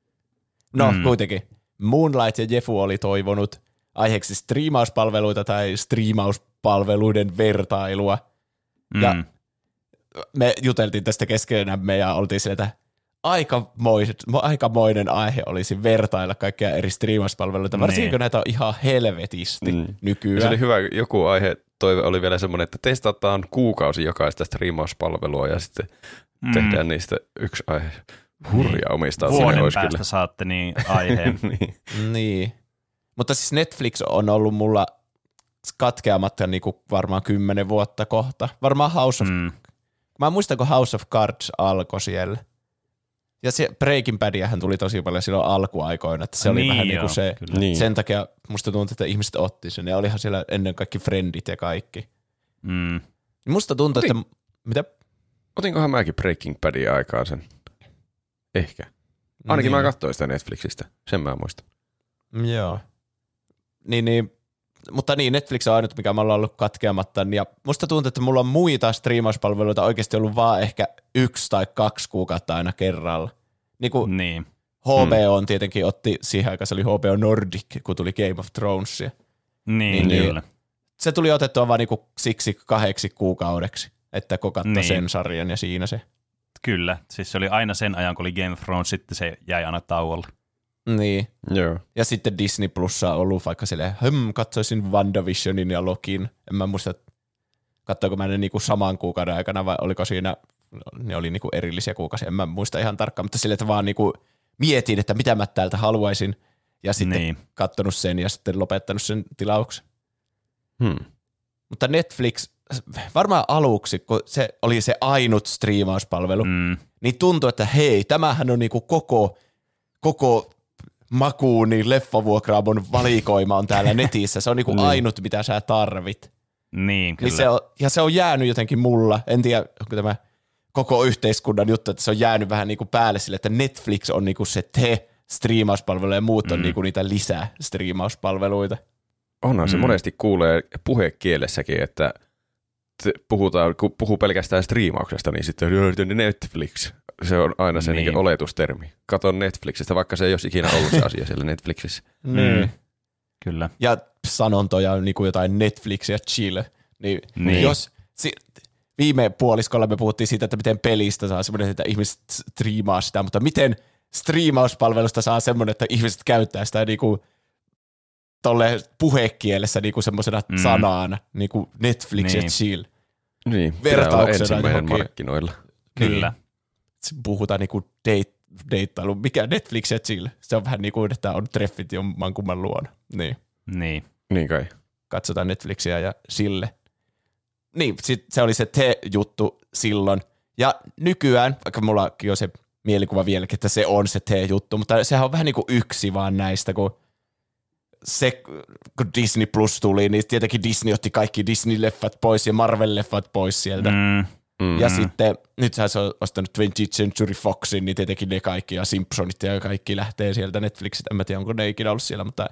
No mm. kuitenkin, Moonlight ja Jefu oli toivonut aiheeksi striimauspalveluita tai striimauspalveluiden vertailua. Mm. Ja me juteltiin tästä keskenämme ja oltiin sille, että aikamoinen, aikamoinen aihe olisi vertailla kaikkia eri striimauspalveluita, varsinkin kun näitä on ihan helvetisti mm. nykyään. Ja se oli hyvä, joku aihe toive oli vielä semmoinen, että testataan kuukausi jokaista striimauspalvelua ja sitten mm. tehdään niistä yksi aihe. Hurja omistaa. Vuoden päästä kyllä. Saatte niin aiheen. niin. niin. Mutta siis Netflix on ollut mulla katkeamatta niinku varmaan kymmenen vuotta kohta. Varmaan House of... Mm. Mä muistan, kun House of Cards alkoi siellä. Ja se Breaking Badiahan tuli tosi paljon silloin alkuaikoina, että se oli niin vähän joo, niinku se, niin. Sen takia musta tuntuu, että ihmiset otti sen. Ja olihan siellä ennen kaikki Friendit ja kaikki. Mm. Musta tuntuu, Otin, että... Mitä? Otinkohan mäkin Breaking Badia aikaan sen? Ehkä. Ainakin niin. Mä katsoin sitä Netflixistä. Sen mä muistan. Joo. Niin, niin. Mutta niin, Netflix on ainut, mikä mulla on ollut katkeamatta. Ja musta tuntuu, että mulla on muita striimauspalveluita oikeasti ollut vaan ehkä yksi tai kaksi kuukautta aina kerralla. Niin kuin niin. H B O on tietenkin otti siihen aikaan, se oli H B O Nordic, kun tuli Game of Thronesia. Niin, niin kyllä. Se tuli otettua vaan niinku siksi kahdeksi kuukaudeksi, että kun katsoi niin. sen sarjan ja siinä se. Kyllä, siis se oli aina sen ajan, kun oli Game of Thrones, sitten se jäi aina tauolle. Niin. Joo. Ja sitten Disney Plussa on ollut vaikka silleen, hm, katsoisin WandaVisionin ja Lokin. En mä muista, katsoinko mä ne niinku saman kuukauden aikana vai oliko siinä, ne oli niinku erillisiä kuukausia. En mä muista ihan tarkkaan, mutta silleen, että vaan niinku mietin, että mitä mä täältä haluaisin. Ja sitten niin. katsonut sen ja sitten lopettanut sen tilauksen. Hmm. Mutta Netflix, varmaan aluksi, kun se oli se ainut striimauspalvelu, mm. niin tuntui, että hei, tämähän on niinku koko, koko makuuni leffavuokraamon valikoima on täällä netissä. Se on niinku niin. ainut, mitä sä tarvit. Niin, kyllä. Niin se on, ja se on jäänyt jotenkin mulla, en tiedä, onko tämä koko yhteiskunnan juttu, että se on jäänyt vähän niinku päälle sille, että Netflix on niinku se te striimauspalvelu ja muut on mm. niinku niitä lisää striimauspalveluita. Onhan se mm. monesti kuulee puhekielessäkin, että puhutaan, kun puhuu pelkästään striimauksesta, niin sitten Netflix. Se on aina se niin. Niin oletustermi. Katon Netflixistä, vaikka se ei olisi ikinä ollut se asia siellä Netflixissä. Mm. Kyllä. Ja sanontoja on niin kuin jotain Netflix ja chill. Niin niin. Jos si- viime puoliskolla me puhuttiin siitä, että miten pelistä saa semmoinen, että ihmiset striimaa sitä, mutta miten striimauspalvelusta saa semmoinen, että ihmiset käyttää sitä niin kuin tolle puhekielessä niinku semmoisena mm. sanana, niinku Netflix niin. ja chill. Niin, vertauksena ensimmäinen johonkin. markkinoilla. Kyllä. Niin. Puhutaan niinku date, deittailu. Mikä Netflix ja chill? Se on vähän niin kuin, että on treffit jommankumman luona. Niin. Niin. Niin kai. Katsotaan Netflixiä ja sille. Niin, sit se oli se te-juttu silloin. Ja nykyään, vaikka mullakin on se mielikuva vieläkin, että se on se te-juttu, mutta sehän on vähän niin kuin yksi vaan näistä, kun se, kun Disney Plus tuli, niin tietenkin Disney otti kaikki Disney-leffat pois ja Marvel-leffat pois sieltä. Mm. Mm. Ja sitten, nythän se on ostanut twentieth Century Foxin, niin tietenkin ne kaikki ja Simpsonit ja kaikki lähtee sieltä Netflixistä. En mä tiedä, onko ne ikinä ollut siellä, mutta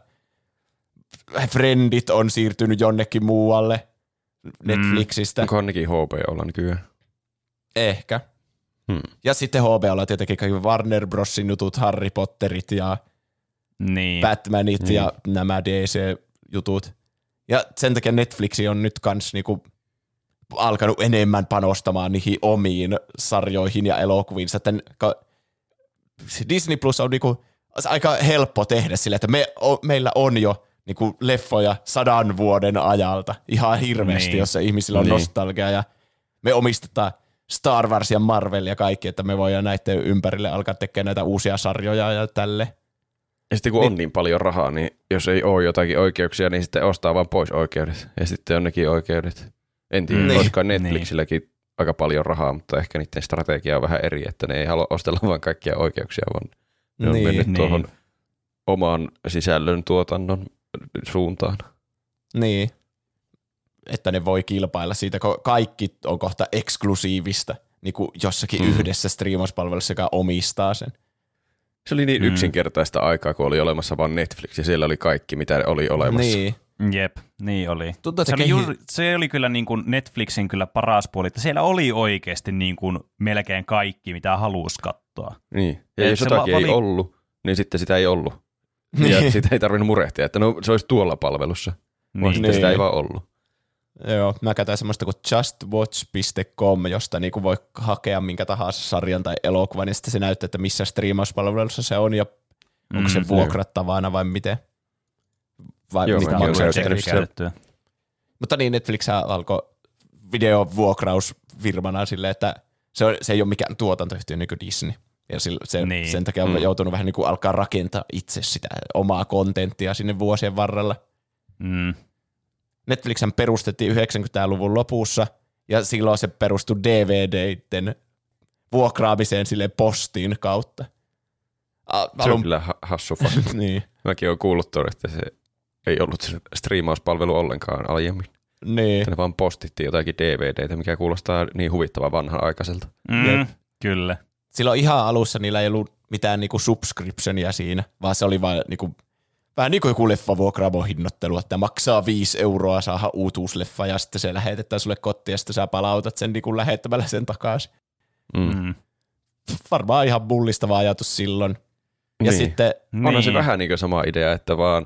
Friendit on siirtynyt jonnekin muualle Netflixistä. Onkohan nekin H B O:lla nykyään? Ehkä. Hmm. Ja sitten H B O:lla tietenkin kaikki Warner Brosin jutut, Harry Potterit ja Niin. Batmanit Niin. ja nämä D C-jutut. Ja sen takia Netflix on nyt kans niinku alkanut enemmän panostamaan niihin omiin sarjoihin ja elokuviinsa. Disney Plus on niinku aika helppo tehdä sillä, että me, o, meillä on jo niinku leffoja sadan vuoden ajalta ihan hirveästi, Niin. jossa ihmisillä on Niin. nostalgia ja me omistetaan Star Wars ja Marvel ja kaikki, että me voidaan näiden ympärille alkaa tekemään näitä uusia sarjoja ja tälle. Ja sitten kun niin. on niin paljon rahaa, niin jos ei ole jotakin oikeuksia, niin sitten ostaa vaan pois oikeudet. Ja sitten on nekin oikeudet. En tiedä, Niin. olisiko Netflixilläkin niin. aika paljon rahaa, mutta ehkä niiden strategia on vähän eri, että ne ei halua ostella vaan kaikkia oikeuksia, vaan ne on Niin. mennyt Niin. tuohon oman sisällön tuotannon suuntaan. Niin, että ne voi kilpailla siitä, kun kaikki on kohta eksklusiivista, niin kuin jossakin mm. yhdessä striimauspalvelussa, joka omistaa sen. Se oli niin Mm. yksinkertaista aikaa, kun oli olemassa vain Netflix, ja siellä oli kaikki, mitä oli olemassa. Niin. Jep, niin oli. Tuntuu, että Se oli, kehi- juuri, se oli kyllä niin kuin Netflixin kyllä paras puoli, että siellä oli oikeasti niin kuin melkein kaikki, mitä halusi katsoa. Niin. Ja Et jos se jotakin va- ei vali- ollut, niin sitten sitä ei ollut. Ja Niin. sitä ei tarvinnut murehtia, että no, se olisi tuolla palvelussa. Vaan Niin. sitten Niin. sitä ei vaan ollut. Joo, mä käytän semmoista kuin just watch piste com, josta niinku voi hakea minkä tahansa sarjan tai elokuvan, ja sitten se näyttää, että missä striimauspalvelussa se on, ja onko se Mm, vuokrattavana vai miten. Vai Joo, mitä mäkin on olen se käyttänyt eri- sitä. käytettyä. Mutta niin, Netflix alkoi videovuokrausfirmana silleen, että se, on, se ei ole mikään tuotantoyhtiö niin kuin Disney. Ja sillä, se, Niin. sen takia on Mm. joutunut vähän niin kuin alkaa rakentaa itse sitä omaa kontenttia sinne vuosien varrella. Mm. Netflixhän perustettiin yhdeksänkymmentäluvun lopussa, ja silloin se perustui D V D:iden vuokraamiseen sille postin kautta. A, Se on kyllä ha- hassu fakta. niin, Mäkin olen kuullut tuon, että se ei ollut se striimauspalvelu ollenkaan aiemmin. niin. Että ne vaan postittiin jotakin D V D:tä, mikä kuulostaa niin huvittavan vanha-aikaiselta. Mm. Jep. Kyllä. Silloin ihan alussa niillä ei ollut mitään niinku subscriptionia siinä, vaan se oli vain niinku, vähän niin kuin joku leffavuokraamon hinnoittelu, että maksaa viisi euroa saada uutuusleffa ja sitten se lähetetään sulle kotiin ja sitten sä palautat sen niinku lähettämällä sen takaisin. Mm. Mm. Varmaan ihan mullistava ajatus silloin. Ja Niin. sitten, Onhan Niin. se vähän niin kuin sama idea, että vaan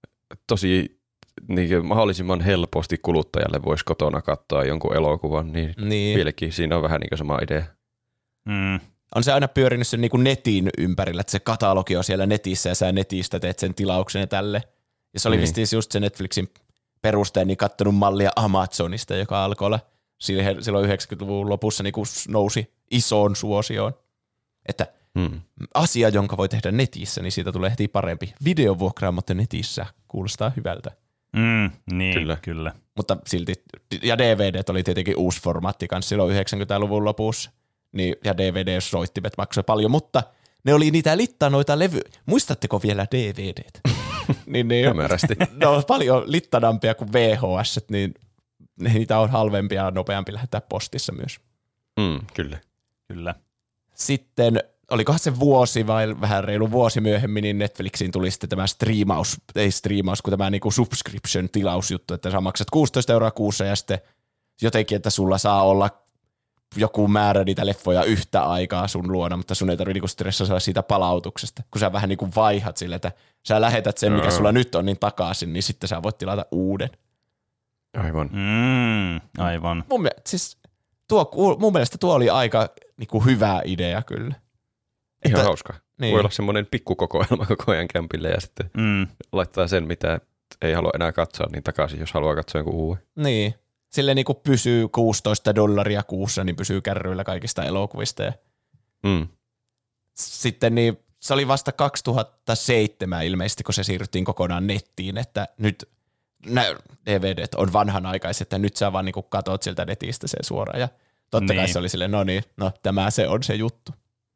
tosi niin kuin mahdollisimman helposti kuluttajalle voisi kotona katsoa jonkun elokuvan, niin, niin, vieläkin siinä on vähän niin kuin sama idea. Mm. on se aina pyörinyt sen niinku netin ympärillä, että se katalogi on siellä netissä ja sä netistä teet sen tilauksen ja tälle. Ja se oli Niin. vistiin just se Netflixin perusteen niin kattonut mallia Amazonista, joka alkoi olla siihen- silloin yhdeksänkymmentäluvun lopussa niin nousi isoon suosioon. Että Hmm. asia, jonka voi tehdä netissä, niin siitä tulee heti parempi. Videovuokraamot netissä kuulostaa hyvältä. Mm. Niin, Kyllä. kyllä. kyllä. Mutta silti, ja D V D oli tietenkin uusi formaatti kanssa silloin yhdeksänkymmentäluvun lopussa, niin, ja D V D-soittimet maksoi paljon, mutta ne oli niitä littanoita levy. Muistatteko vielä D V D:t? niin, niin, Hämärästi. ne on paljon littanampia kuin V H S, niin niitä on halvempia ja nopeampi lähettää postissa myös. Mm, kyllä. Kyllä. Sitten, olikohan se vuosi vai vähän reilu vuosi myöhemmin, niin Netflixiin tuli sitten tämä striimaus, ei striimaus, kun tämä niinku subscription-tilausjuttu, että sä maksat kuusitoista euroa kuussa ja sitten jotenkin, että sulla saa olla joku määrä niitä leffoja yhtä aikaa sun luona, mutta sun ei tarvitse niinku stressata siitä palautuksesta, kun sä vähän niinku vaihat sille, että sä lähetät sen, mikä sulla nyt on, niin takaisin, niin sitten sä voit tilata uuden. Aivan. Mm. Aivan. Mun, mielestä, siis, tuo, mun mielestä tuo oli aika niinku hyvä idea kyllä. Ihan Että- hauska. niin. Voi olla semmoinen pikkukokoelma koko ajan kämpille ja sitten Mm. laittaa sen, mitä ei halua enää katsoa, niin takaisin, jos haluaa katsoa jonkun uuden. Niin. sille niinku pysyy kuusitoista dollaria kuussa, niin pysyy kärryillä kaikista elokuvista. Ja Mm. sitten niin se oli vasta kaksituhattaseitsemän ilmeisesti, kun se siirryttiin kokonaan nettiin, että nyt nämä D V D:t on vanhanaikaiset, että nyt sä vaan niinku katot sieltä netistä sen suoraan. Ja totta kai Niin. se oli silleen, no niin, no tämä se on se juttu.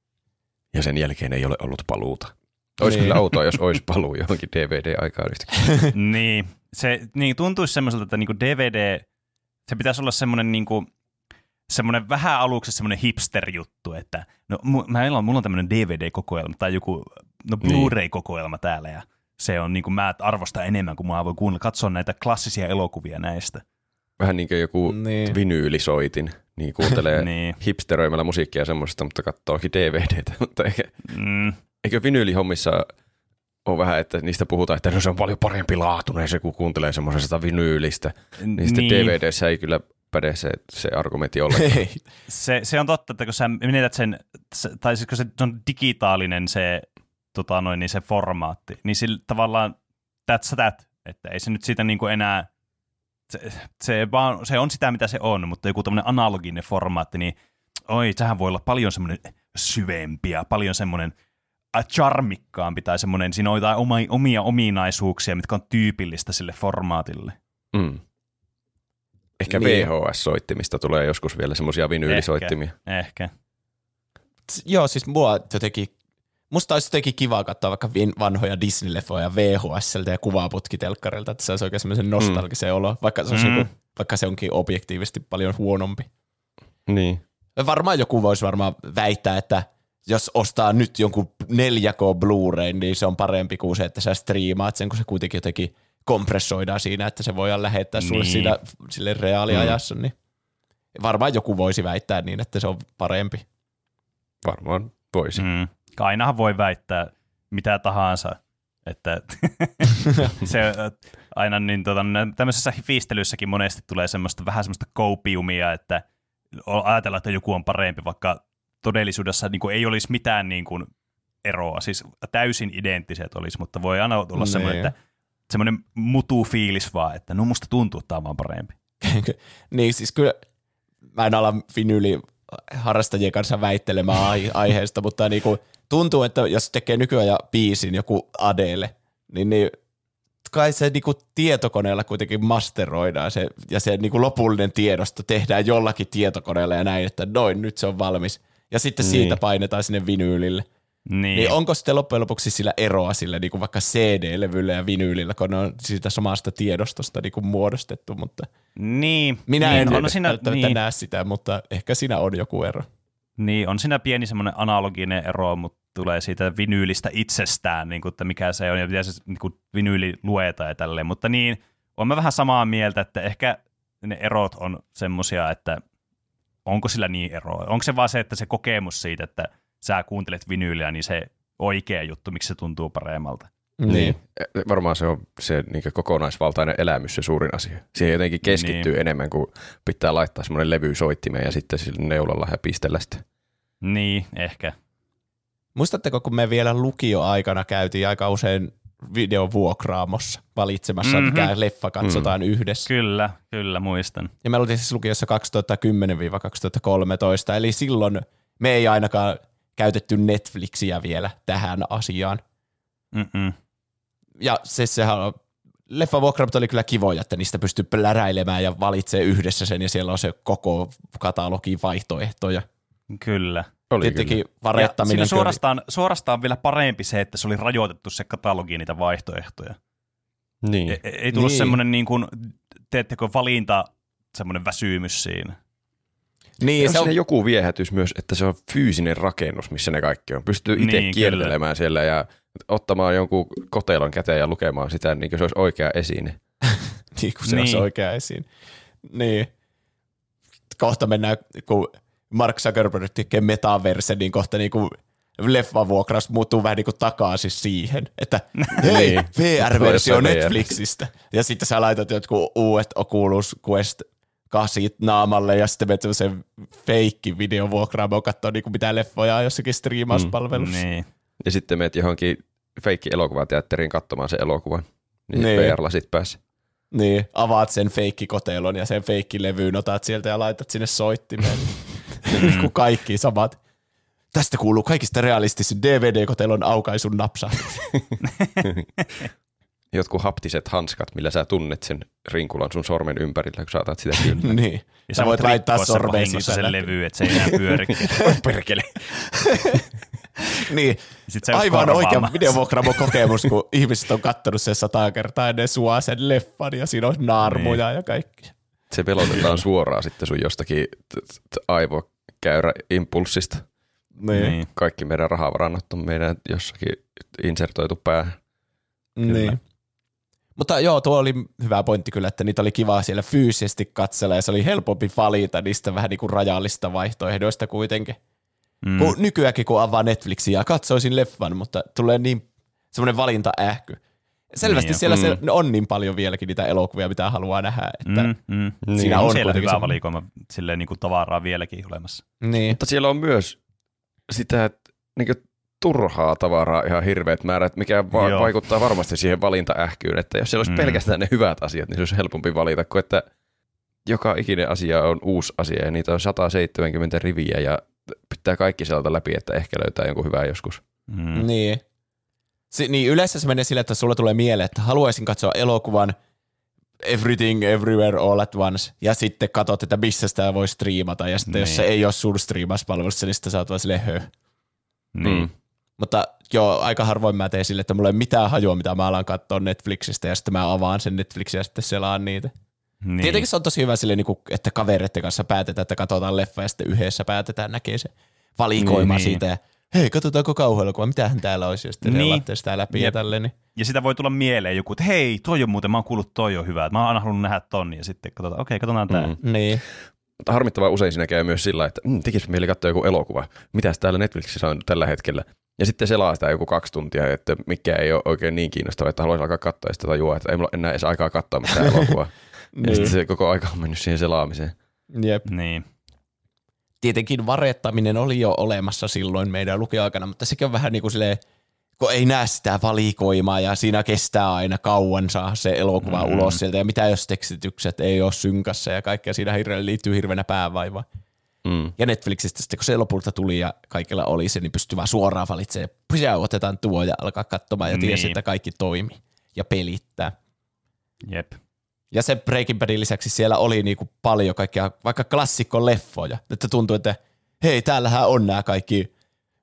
Ja sen jälkeen ei ole ollut paluuta. Olisi Niin. kyllä outoa, jos olisi paluu johonkin D V D-aikaan. niin, se niin, tuntuisi semmoiselta, että niinku D V D, se pitäisi olla semmoinen niinku, semmoinen vähän aluksi semmoinen hipster-juttu, että no mu- meillä on, mulla on tämmöinen D V D-kokoelma tai joku no Blu-ray-kokoelma täällä ja se on niinku, mä arvostan enemmän, kun mä voin kuunnella, katsoa näitä klassisia elokuvia näistä. Vähän niin kuin joku Niin. vinyylisoitin, niin kuuntelee Niin. hipsteröimällä musiikkia semmoisesta, mutta katsookin D V D:tä. Mutta eikä, Mm, eikö vinyylihommissa ole vähän, että niistä puhutaan, että no se on paljon parempi laatuinen se, kun kuuntelee semmoisesta vinyylistä. Niin sitten niin. D V D:ssä ei kyllä päde se, se argumentti ollenkaan. Ei. Se, se on totta, että kun sä menetät sen, se, tai siis kun se on digitaalinen se, tota noin, niin se formaatti, niin sillä tavallaan that's that, että ei se nyt siitä niinku enää, se, se, vaan, se on sitä, mitä se on, mutta joku tämmöinen analoginen formaatti, niin oi, sehän voi olla paljon semmoinen syvempi ja paljon semmoinen charmikkaampi tai semmoinen, siinä on jotain omia, omia ominaisuuksia, mitkä on tyypillistä sille formaatille. Mm. Ehkä Niin. V H S-soittimista tulee joskus vielä semmoisia vinyylisoittimia. Ehkä, ehkä. Joo, siis mua jotenkin, musta olisi jotenkin kiva katsoa vaikka vin- vanhoja Disney-leffoja V H S:ltä ja kuvaputkitelkkarilta, että se olisi oikein semmoisen nostalgisen mm. olo, vaikka se, olisi Mm. joku, vaikka se onkin objektiivisesti paljon huonompi. Niin. Varmaan joku voisi varmaan väittää, että jos ostaa nyt jonkun neljä K Blu-ray, niin se on parempi kuin se, että sä striimaat sen, kun se kuitenkin jotenkin kompressoidaan siinä, että se voidaan lähettää sulle Niin. siinä sille reaaliajassa. Niin varmaan joku voisi väittää niin, että se on parempi. Varmaan voisi. Mm. Ainahan voi väittää mitä tahansa, että se aina niin tota, tämmöisessä fiistelyssäkin monesti tulee semmoista vähän semmoista koupiumia, että ajatellaan, että joku on parempi, vaikka todellisuudessa niin kuin ei olisi mitään niin kuin eroa, siis täysin identtiset olisi, mutta voi aina olla Niin. semmoinen, että semmoinen mutu fiilis vaan, että no musta tuntuu, että tämä on vaan parempi. Niin siis kyllä mä en ala vinyyli harrastajien kanssa väittelemään ai- aiheesta, mutta niinku tuntuu, että jos tekee nykyajan biisin joku Adele, niin, niin kai se niinku tietokoneella kuitenkin masteroidaan se, ja se niinku lopullinen tiedosto tehdään jollakin tietokoneella ja näin, että noin, nyt se on valmis. Ja sitten siitä Niin. painetaan sinne vinyylille. Niin, Niin onko sitten loppujen lopuksi sillä eroa sillä niinku vaikka C D-levyllä ja vinyylillä, kun ne on siitä samasta tiedostosta niinku muodostettu, mutta niin, minä niin, en on siinä, välttämättä niin, näe sitä, mutta ehkä siinä on joku ero. niin, on siinä pieni semmoinen analoginen ero, mutta tulee siitä vinyylistä itsestään, niin kuin, että mikä se on ja miten se niin kuin vinyyli luetaan ja tälleen, mutta niin, olen mä vähän samaa mieltä, että ehkä ne erot on semmoisia, että onko sillä niin eroa. Onko se vaan se, että se kokemus siitä, että sä kuuntelet vinyyliä, niin se oikea juttu, miksi se tuntuu paremmalta. Niin. Varmaan se on se niin kokonaisvaltainen elämys se suurin asia. Siihen jotenkin keskittyy Niin. enemmän kuin pitää laittaa semmoinen levy soittimeen ja sitten sillä neulalla ja pistellä sitä. Niin, ehkä. Muistatteko, kun me vielä lukioaikana käytiin aika usein videovuokraamossa valitsemassa, Mhm. mikä leffa katsotaan mm. yhdessä. Kyllä, kyllä, muistan. Ja me oltiin siis lukiossa kaksituhattakymmenen kaksituhattakolmetoista, eli silloin me ei ainakaan käytetty Netflixiä vielä tähän asiaan. Mm-mm. Ja se, sehän on, leffavuokraamot oli kyllä kivoja, että niistä pystyy pläräilemään ja valitsee yhdessä sen, ja siellä on se koko katalogi vaihtoehtoja. Kyllä. Oli Tietenkin kyllä. Ja varettaminen. siinä kyllä- suorastaan, suorastaan vielä parempi se, että se oli rajoitettu se katalogi niitä vaihtoehtoja. Niin. Ei, ei tullut Niin. semmoinen niin kuin, teettekö valinta, semmoinen väsymys siinä. Niin, on se on, siinä joku viehätys myös, että se on fyysinen rakennus, missä ne kaikki on. Pystyy itse Niin, kiertelemään siellä ja ottamaan jonkun kotelon käteen ja lukemaan sitä, niin kuin se olisi oikea esine. niin kuin se Niin. olisi oikea esiin. Niin. Kohta mennään, kun Mark Zuckerberg tekee metaverse, niin kohta niin kuin leffavuokraus muuttuu vähän niin kuin takaisin siihen, että hei, Niin. V R-versio Jossain V R. Netflixistä. Ja sitten sä laitat jotkut uudet Oculus Quest kasit naamalle ja sitten menet semmoisen feikki videovuokraamoon katsoa niin kuin mitään leffoja jossakin striimauspalvelussa. Niin. Ja sitten meet johonkin feikki elokuvateatteriin katsomaan sen elokuvan. Niin, Niin. niin. V R-lasit päässä. Niin, avaat sen feikkikotelon ja sen feikkilevyyn otat sieltä ja laitat sinne soittimeen. Kun kaikki samat. Tästä kuuluu kaikista realistisin D V D-kotelon aukaisun napsahdus. Jotkut haptiset hanskat, millä sä tunnet sen rinkulan sun sormen ympärillä, kun saatat sitä kyllä. Niin. Ja sä voit laittaa sormeen siitä sen levy, että se ei enää pyörikään. Perkele. Niin, aivan oikea videovuokraamo-kokemus, kun ihmiset on kattonut sen sata kertaa ja ne suo sen leffan ja siinä on naarmuja niin. ja kaikki. Se velotetaan suoraan sitten sun jostakin aivokäyrä-impulssista. Niin. Kaikki meidän rahavarannot on meidän jossakin insertoitu päähän. Niin. Mutta joo, tuo oli hyvä pointti kyllä, että niitä oli kiva siellä fyysisesti katsella ja se oli helpompi valita niistä vähän niin kuin rajallista vaihtoehdoista kuitenkin. Mm. Kun nykyäänkin kun avaa Netflixiä ja katsoisin leffan, mutta tulee niin semmoinen valintaähky. Selvästi niin, siellä mm. on niin paljon vieläkin niitä elokuvia, mitä haluaa nähdä, että mm, mm. siinä niin, on siellä hyvä semmoinen valikoima silleen niin kuin tavaraa vieläkin olemassa. Niin. Mutta siellä on myös sitä niin kuin turhaa tavaraa ihan hirveät määrät, mikä va- vaikuttaa varmasti siihen valintaähkyyn, että jos siellä olisi mm. pelkästään ne hyvät asiat, niin se olisi helpompi valita, kuin että joka ikinen asia on uusi asia ja niitä on sata seitsemänkymmentä riviä ja pitää kaikki sieltä läpi, että ehkä löytää jonkun hyvää joskus. Mm. Niin. Si- niin yleensä se menee sille, että sulla tulee mieleen, että haluaisin katsoa elokuvan Everything Everywhere All at Once ja sitten katsot, että missä sitä voi striimata ja sitten niin. jos se ei ole sun striimauspalvelussa, niin sitten sä oot vaan silleen höh. Niin. Mm. Mutta joo, aika harvoin mä teen sille, että mulla ei mitään hajua, mitä mä alan katsoa Netflixistä ja sitten mä avaan sen Netflixin ja sitten selaan niitä. Niin. Tietenkin se on tosi hyvä silleen, että kavereiden kanssa päätetään, että katsotaan leffa ja sitten yhdessä päätetään, näkee se valikoima niin, siitä ja hei, katsotaanko kauhuelokuva, mitähän täällä olisi, ja sitten niin. te sitä läpi ja, ja tälleen. Niin. Ja sitä voi tulla mieleen joku, että hei, toi on muuten, mä oon kuullut, toi on hyvä, että mä oon aina halunnut nähdä ton, ja sitten katsotaan, okei, okay, katsotaan tää. Mm. Niin. Mutta harmittavaa usein siinä käy myös sillä, että mm, tekisi mieli katsoa joku elokuva, mitäs täällä Netflixissä on tällä hetkellä. Ja sitten selaa sitä joku kaksi tuntia, että mikä ei ole oikein niin kiinnostava, että haluaisi alkaa katsoa ja sitten tajuaa, että ei mulla enää edes aikaa katsoa mitään elokuvaa. niin. Ja sitten se koko aika on mennyt siihen selaamiseen. Jep. Niin. Tietenkin varettaminen oli jo olemassa silloin meidän lukioaikana, mutta sekin on vähän niin kuin silleen, kun ei näe sitä valikoimaa ja siinä kestää aina kauan saa se elokuva mm. ulos sieltä ja mitä jos tekstitykset ei ole synkassa ja kaikkea siinä hirveän liittyy hirveänä päävaivaa. Mm. Ja Netflixistä sitten kun se lopulta tuli ja kaikilla oli se, niin pystyi vaan suoraan valitsemaan, pysyä, otetaan tuo ja alkaa katsomaan ja tiesi, niin. että kaikki toimii ja pelittää. Jep. Ja sen Breaking Badin lisäksi siellä oli niinku paljon kaikkia, vaikka klassikko-leffoja, että tuntui, että hei, täällähän on nämä kaikki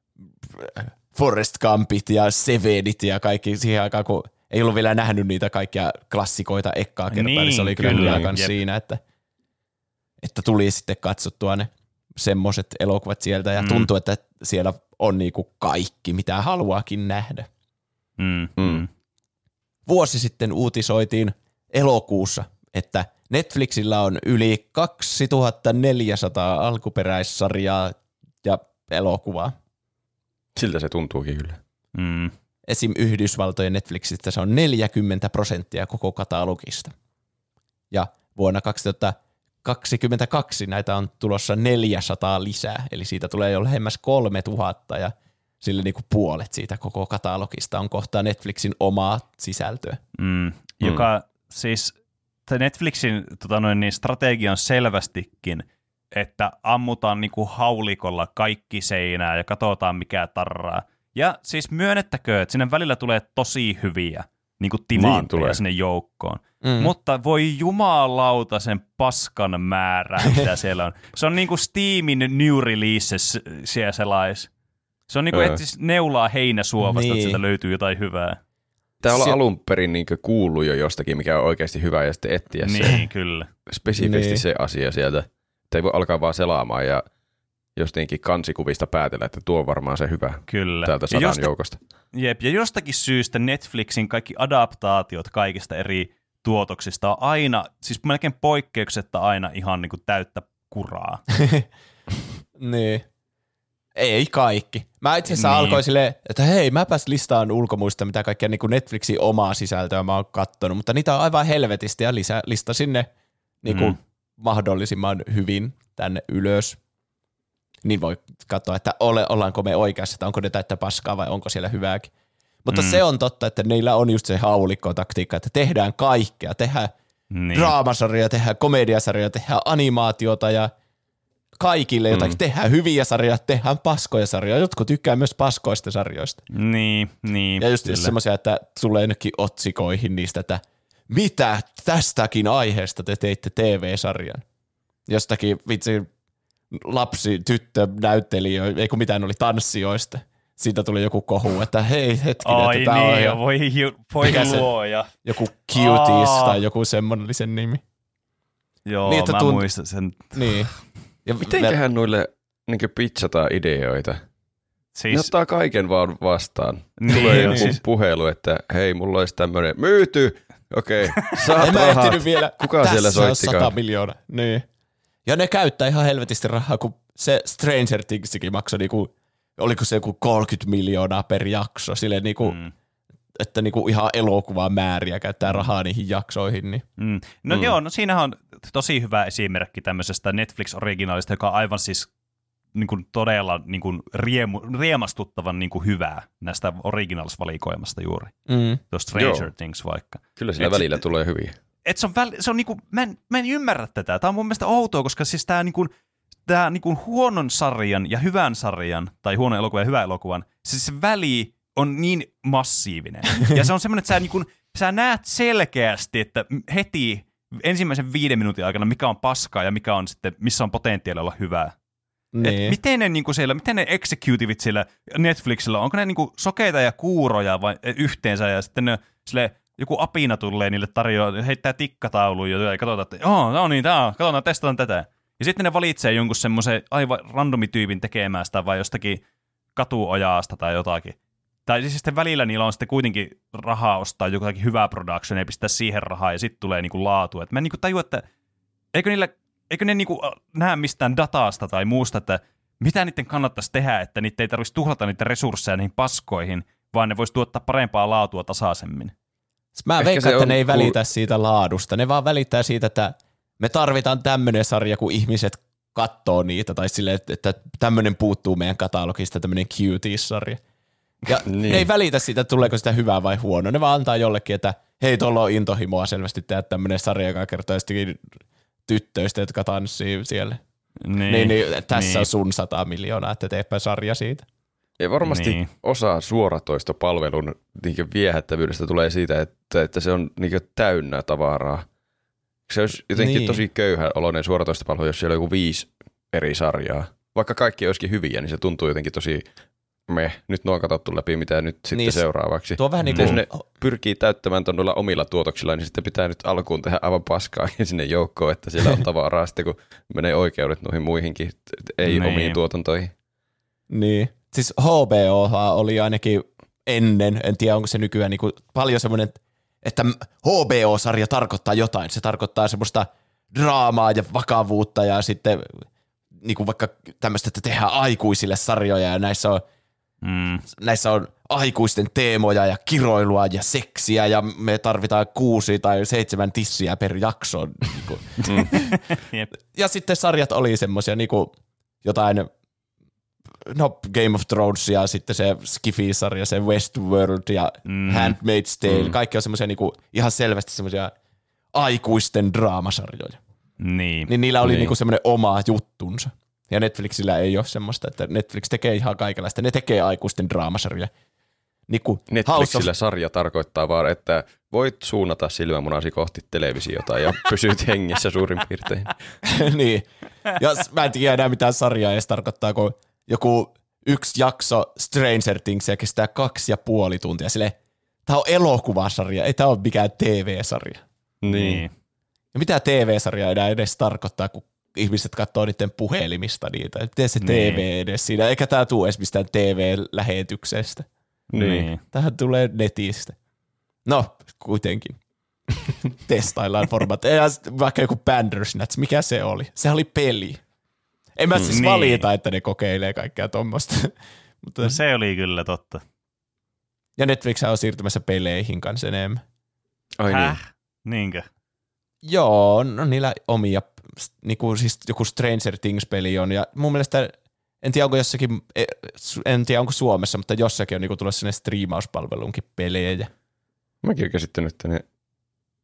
Forrest Gumpit ja Sevenit ja kaikki siihen aikaan, kun ei ollut vielä nähnyt niitä kaikkia klassikoita ekkaa kertaa, niin, niin se oli kyllä hyvä kans siinä, että, että tuli sitten katsottua ne semmoiset elokuvat sieltä ja mm. tuntui, että siellä on niinku kaikki, mitä haluaakin nähdä. Mm. Mm. Vuosi sitten uutisoitiin elokuussa, että Netflixillä on yli kaksituhattaneljäsataa alkuperäissarjaa ja elokuvaa. Siltä se tuntuukin kyllä. Mm. Esim. Yhdysvaltojen Netflixistä se on neljäkymmentä prosenttia koko katalogista. Ja vuonna kaksituhattakaksikymmentäkaksi näitä on tulossa neljäsataa lisää, eli siitä tulee jo lähemmäs kolmetuhatta ja sille niinku puolet siitä koko katalogista on kohta Netflixin omaa sisältöä. Mm. Joka mm. siis Netflixin tota noin, niin strategia on selvästikin, että ammutaan niinku haulikolla kaikki seinää ja katsotaan mikä tarraa. Ja siis myönnettäkö, että sinne välillä tulee tosi hyviä niinku timantteja niin sinne joukkoon. Mm. Mutta voi jumalauta sen paskan määrää, mitä siellä on. Se on niinku Steamin new releases siellä selais. Se on niinku, että siis neulaa heinäsuovasta, niin. että sieltä löytyy jotain hyvää. Tämä on se alun perin niin kuullut jo jostakin, mikä on oikeasti hyvä, ja sitten etsiä niin, se kyllä. spesifisti niin. se asia sieltä. Että ei voi alkaa vaan selaamaan ja jostakin kansikuvista päätellä, että tuo on varmaan se hyvä kyllä. täältä sadan josta, joukosta. Jep, ja jostakin syystä Netflixin kaikki adaptaatiot kaikista eri tuotoksista on aina, siis melkein poikkeuksetta aina ihan niin kuin täyttä kuraa. niin. Ei kaikki. Mä itse asiassa niin. alkoin silleen, että hei, mäpäs listaan ulkomuista, mitä kaikkea niin kuin Netflixin omaa sisältöä mä oon kattonut, mutta niitä on aivan helvetisti ja lisä, listasin ne niin kuin mm. mahdollisimman hyvin tänne ylös. Niin voi katsoa, että ole, ollaanko me oikeassa, että onko ne täyttä paskaa vai onko siellä hyvääkin. Mutta mm. se on totta, että niillä on just se haulikko-taktiikka, että tehdään kaikkea, tehdään niin. draamasarjoja tehdään, komediasarjoja tehdään, animaatiota ja kaikille jotakin. Mm. Tehdään hyviä sarjoja, tehdään paskoja sarjoja. Jotkut tykkää myös paskoista sarjoista. Niin, niin. Ja just semmoisia, että tulee ainakin otsikoihin niistä, että mitä tästäkin aiheesta te teitte T V-sarjan. Jostakin vitsi lapsi, tyttö, näyttelijö, ei kun mitään oli tanssijoista. Siitä tuli joku kohu, että hei hetkinen, Ai että niin, on jo, voi, voi luoja. Joku Cuties Aa. tai joku semmoinen oli sen nimi. Joo, niin, mä tunt... muistan sen. Niin. Ja mitenköhän noille niin pitchataan ideoita? Siis... Ne ottaa kaiken vaan vastaan. Niin, tulee joku siis... puhelu, että hei, mulla olisi tämmöinen myyty. Okei, okay, saat rahat. Vielä. Kuka siellä soittikaan? Tässä on sata miljoonaa. Niin. Ja ne käyttää ihan helvetisti rahaa, kun se Stranger Thingsikin maksoi niinku, oliko se joku kolmekymmentä miljoonaa per jakso. Silleen niinku, mm. että niinku ihan elokuvaa määriä käyttää rahaa niihin jaksoihin. Niin. Mm. No mm. joo, no siinähän on tosi hyvä esimerkki tämmöisestä Netflix-originaalista, joka on aivan siis niin kuin todella niin kuin riemu, riemastuttavan niin kuin hyvää näistä originaalis-valikoimasta juuri. Mm. Tuosta Stranger Joo. Things vaikka. Kyllä sillä et välillä sit, tulee hyviä. Et se on, väl, se on niin kuin, mä, en, mä en ymmärrä tätä. Tämä on mun mielestä outoa, koska siis tämä niin kuin, tämä niin kuin huonon sarjan ja hyvän sarjan, tai huonon elokuvan ja hyvän elokuvan, siis se väli on niin massiivinen. Ja se on semmoinen, että sä, niin kuin, sä näet selkeästi, että heti ensimmäisen viiden minuutin aikana, mikä on paskaa ja mikä on sitten, missä on potentiaalia olla hyvää. Niin. Miten ne, niinku siellä, miten ne executivit siellä Netflixillä, onko ne niinku sokeita ja kuuroja vai yhteensä ja sitten ne, sille, joku apina tulee niille tarjoaa, heittää tikkatauluja ja katsotaan, että joo, no niin, tää on, katsotaan, testataan tätä. Ja sitten ne valitsee jonkun semmoisen aivan randomityypin tekemään sitä vai jostakin katuojaasta tai jotakin. Tai siis sitten välillä niillä on sitten kuitenkin rahaa ostaa jotakin hyvää production ja pistää siihen rahaa ja sitten tulee niinku laatu. Et mä en niinku tajua, että eikö niillä Eikö ne niinku näe mistään datasta tai muusta, että mitä niiden kannattaisi tehdä, että niitä ei tarvitsisi tuhlata niitä resursseja niihin paskoihin, vaan ne voisi tuottaa parempaa laatua tasaisemmin. Mä veikkaan, että ne ei välitä siitä laadusta. Ne vaan välittää siitä, että me tarvitaan tämmöinen sarja, kun ihmiset katsoo niitä, tai silleen, että tämmöinen puuttuu meidän katalogista, tämmöinen Cuties-sarja. Ja niin. Ne ei välitä siitä, tuleeko sitä hyvää vai huonoa. Ne vaan antaa jollekin, että hei, tuolla on intohimoa selvästi tehdä tämmöinen sarja, joka kertoo jostakin tyttöistä, jotka tanssii siellä. Niin, niin, niin tässä niin. on sun sata miljoonaa, että teepä sarja siitä. Ja varmasti niin. osa suoratoistopalvelun niin viehättävyydestä tulee siitä, että, että se on niin täynnä tavaraa. Se olisi jotenkin niin. tosi köyhä oloinen suoratoistopalvelu, jos siellä on joku viisi eri sarjaa. Vaikka kaikki olisikin hyviä, niin se tuntuu jotenkin tosi meh. Nyt nuo on katsottu läpi, mitä nyt sitten niin, seuraavaksi. Tuo vähän niin kuin... Jos ne pyrkii täyttämään tuonnoilla omilla tuotoksilla, niin sitten pitää nyt alkuun tehdä aivan paskaa sinne joukkoon, että siellä on tavaraa sitten, kun menee oikeudet noihin muihinkin, ei niin. omiin tuotantoihin. Niin. Siis H B O oli ainakin ennen, en tiedä onko se nykyään niin kuin paljon semmoinen, että H B O-sarja tarkoittaa jotain. Se tarkoittaa semmoista draamaa ja vakavuutta ja sitten niin kuin vaikka tämmöistä, että tehdään aikuisille sarjoja ja näissä on Mm. Näissä on aikuisten teemoja ja kiroilua ja seksiä ja me tarvitaan kuusi tai seitsemän tissiä per jakso. Mm. Ja sitten sarjat oli semmoisia niinku jotain, no Game of Thrones ja sitten se Skifi-sarja, se Westworld ja mm. Handmaid's Tale. Mm. Kaikki on semmoisia niinku ihan selvästi semmoisia aikuisten draamasarjoja. Niin. Niin niillä oli niin. niinku semmoinen oma juttunsa. Ja Netflixillä ei ole semmoista, että Netflix tekee ihan kaikenlaista. Ne tekee aikuisten draamasarjoja. Niin Netflixillä of... sarja tarkoittaa vaan, että voit suunnata silmämunasi kohti televisiota ja pysyt hengissä suurin piirtein. Niin. Ja mä en tiedä enää mitään sarjaa edes tarkoittaa, kun joku yksi jakso Stranger Thingsia kestää kaksi ja puoli tuntia. Silleen, tää on elokuvasarja, ei tää ole mikään T V-sarja. Niin. Ja mitä T V-sarja enää edes tarkoittaa, kun ihmiset katsoo niiden puhelimista niitä. Miten se niin. T V edes siinä? Eikä tää tule edes mistään T V-lähetyksestä. Niin. Tähän tulee netistä. No, kuitenkin. Testaillaan formaatteja. Vaikka joku Bandersnatch, mikä se oli? Se oli peli. En mä siis niin. valita, että ne kokeilee kaikkea tommoista. Mutta... No se oli kyllä totta. Ja Netflix on siirtymässä peleihin kanssa enemmän. Ai Häh? niin. Niinkö? Joo, no niillä omia, niinku siis joku Stranger Things-peli on, ja mun mielestä, en tiedä onko jossakin, en tiedä onko Suomessa, mutta jossakin on niinku tulossa sinne striimauspalvelunkin pelejä. Mäkin olen käsittänyt, että ne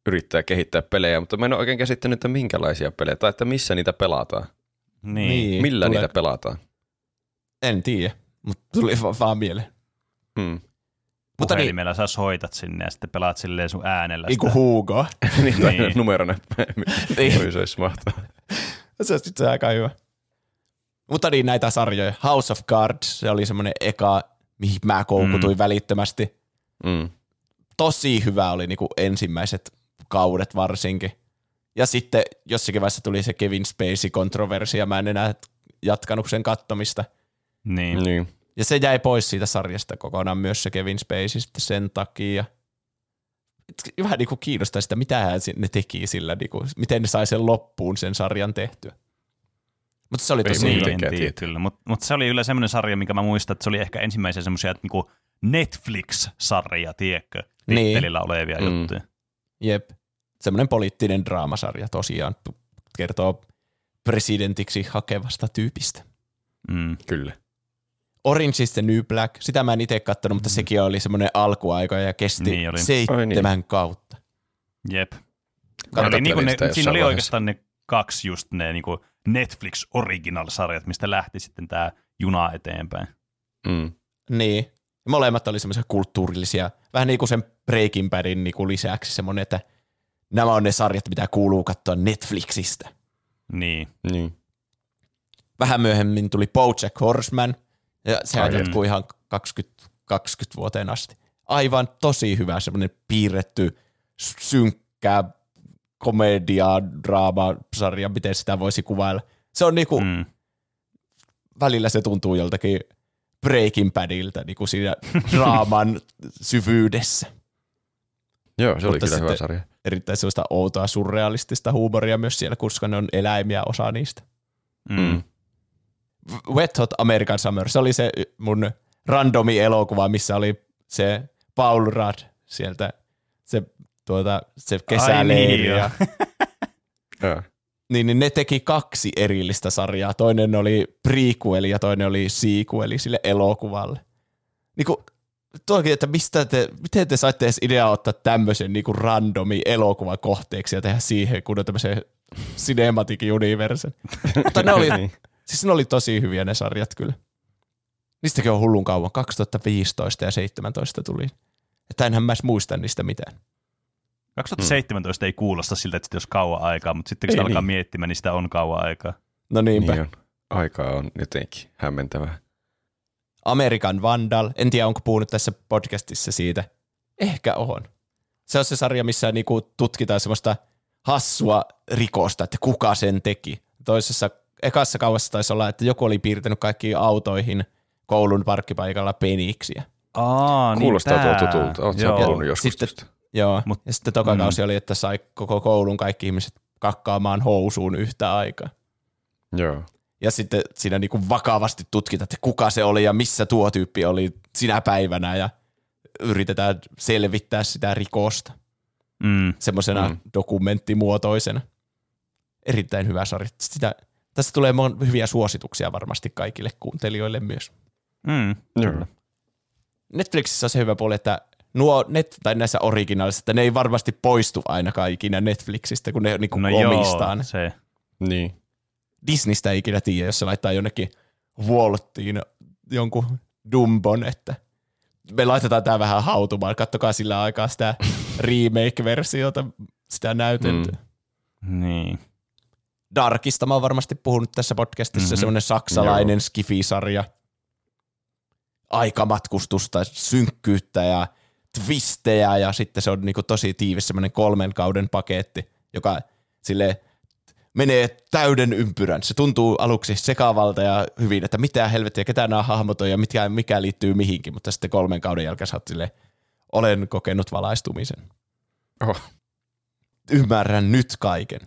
yrittää kehittää pelejä, mutta mä en ole oikein käsittänyt, että minkälaisia pelejä, tai että missä niitä pelataan. Niin. Niin. Millä tulee- niitä pelataan? En tiedä, mutta tuli va- vaan mieleen. Hmm. Mutta niin, Puhelimella sä soitat sinne ja sitten pelaat silleen sun äänellä niin kuin sitä. Hugo. niin, tai Niin. numeronäppäin. Niin. Oi, se olisi mahtavaa. Se on sitten aika hyvä. Mutta niin näitä sarjoja. House of Cards, se oli semmoinen eka, mihin mä koukutuin mm. välittömästi. Mm. Tosi hyvä oli niinku ensimmäiset kaudet varsinkin. Ja sitten jossakin vaiheessa tuli se Kevin Spacey-kontroversi, ja mä en enää jatkanut sen kattomista. Niin. Niin. Ja se jäi pois siitä sarjasta kokonaan myös se Kevin Spacey sitten sen takia. Vähän niinku kiinnostaa sitä, mitä ne teki sillä, niinku, miten ne sai sen loppuun sen sarjan tehtyä. Mutta se oli Ei tosi mun hyvä. Niin, en mitenkään tiedä tiedä. kyllä. Mutta mut se oli yleensä semmoinen sarja, mikä mä muistan, että se oli ehkä ensimmäisiä semmoisia niinku Netflix-sarja, tiedätkö? Niin. Tittelillä olevia Mm. juttuja. Jep. Semmoinen poliittinen draamasarja tosiaan kertoo presidentiksi hakevasta tyypistä. Mm. Kyllä. Orange is the New Black, sitä mä en itse kattonut, mutta sekin oli semmoinen alkuaika ja kesti Niin oli. seitsemän Ai niin. kautta. Jep. Katsoin Oli niinku ne, sitä jossain siinä oli vaiheessa. oikeastaan ne kaksi just ne niinku Netflix original-sarjat, mistä lähti sitten tää juna eteenpäin. Mm. Niin. Molemmat oli semmoisia kulttuurillisia, vähän niin kuin sen Breaking Badin niin kuin lisäksi semmoinen, että nämä on ne sarjat, mitä kuuluu katsoa Netflixistä. Niin. Niin. Vähän myöhemmin tuli BoJack Horseman, ja sehän Ai jatkuu ihan kaksikymmentä, kaksikymmentä vuoteen asti. Aivan tosi hyvä semmoinen piirretty, synkkä komedia, draama, sarja, miten sitä voisi kuvailla. Se on niinku, Mm. välillä se tuntuu joltakin Breaking Badilta niinku siinä draaman syvyydessä. Joo, se oli Mutta kyllä hyvä sitten- sarja. Erittäin sellaista outoa, surrealistista huumoria myös siellä, koska ne on eläimiä osa niistä. Mm. Wet Hot American Summer, se oli se mun randomi elokuva, missä oli se Paul Rudd sieltä, se, tuota, se kesäleiri. niin joo. ja, Joo. niin, niin ne teki kaksi erillistä sarjaa. Toinen oli prequeli ja toinen oli sequeli sille elokuvalle. Niin kuin, tuokin, että mistä te, miten te saitte edes ideaa ottaa tämmöisen niin kuin randomi elokuvan kohteeksi ja tehdä siihen, kun on tämmöisen Cinematic Universen. Mutta ne oli, Niin. siis ne oli tosi hyviä ne sarjat kyllä. Niistäkin on hullun kauan, kaksituhattaviisitoista ja seitsemäntoista tuli. Että enhän mä edes muista niistä mitään. kaksituhattaseitsemäntoista ei kuulosta siltä, että sitä olisi kauan aikaa, mutta sitten kun Ei sitä alkaa niin. miettimään, niin sitä on kauan aikaa. No niinpä. Niin on. Aikaa on jotenkin hämmentävää. American Vandal, en tiedä onko puhunut tässä podcastissa siitä. Ehkä on. Se on se sarja, missä niinku tutkitaan semmoista hassua rikosta, että kuka sen teki. Toisessa, ekassa kaudessa taisi olla, että joku oli piirtänyt kaikkiin autoihin koulun parkkipaikalla peniksiä. Aa, Kuulostaa niin tuo tää. tutulta. Oletko sä Joo. puhunut joskus Sitten- tästä? Joo, Mut- ja sitten toka mm. kausi oli, että sai koko koulun kaikki ihmiset kakkaamaan housuun yhtä aikaa. Joo. Ja sitten siinä niinku vakavasti tutkitaan, että kuka se oli ja missä tuo tyyppi oli sinä päivänä ja yritetään selvittää sitä rikosta Mm. semmoisena Mm. mm. dokumenttimuotoisena. Erittäin hyvä sarja. Sitä, tästä tulee mon- hyviä suosituksia varmasti kaikille kuuntelijoille myös. Mm. Joo. Netflixissä on se hyvä puoli, että nuo net, tai näissä originaalissa, että ne ei varmasti poistu aina ikinä Netflixistä, kun ne niinku No omistaa joo, ne. se. Niin. Disneystä ei ikinä tiedä, jos se laittaa jonnekin Waltiin jonkun Dumbon, että me laitetaan tää vähän hautumaan, kattokaa sillä aikaa sitä remake-versiota, sitä näyteltyä. Mm. Niin. Darkista mä oon varmasti puhunut tässä podcastissa, Mhm. semmoinen saksalainen Joo. skifisarja. Aikamatkustusta, synkkyyttä ja twistejä ja sitten se on niinku tosi tiivis semmoinen kolmen kauden paketti, joka sille menee täyden ympyrän. Se tuntuu aluksi sekaavalta ja hyvin, että mitä helvettiä, ketä nämä hahmot on ja mikä, mikä liittyy mihinkin, mutta sitten kolmen kauden jälkeen sä oot silleen, olen kokenut valaistumisen. Oh. Ymmärrän nyt kaiken.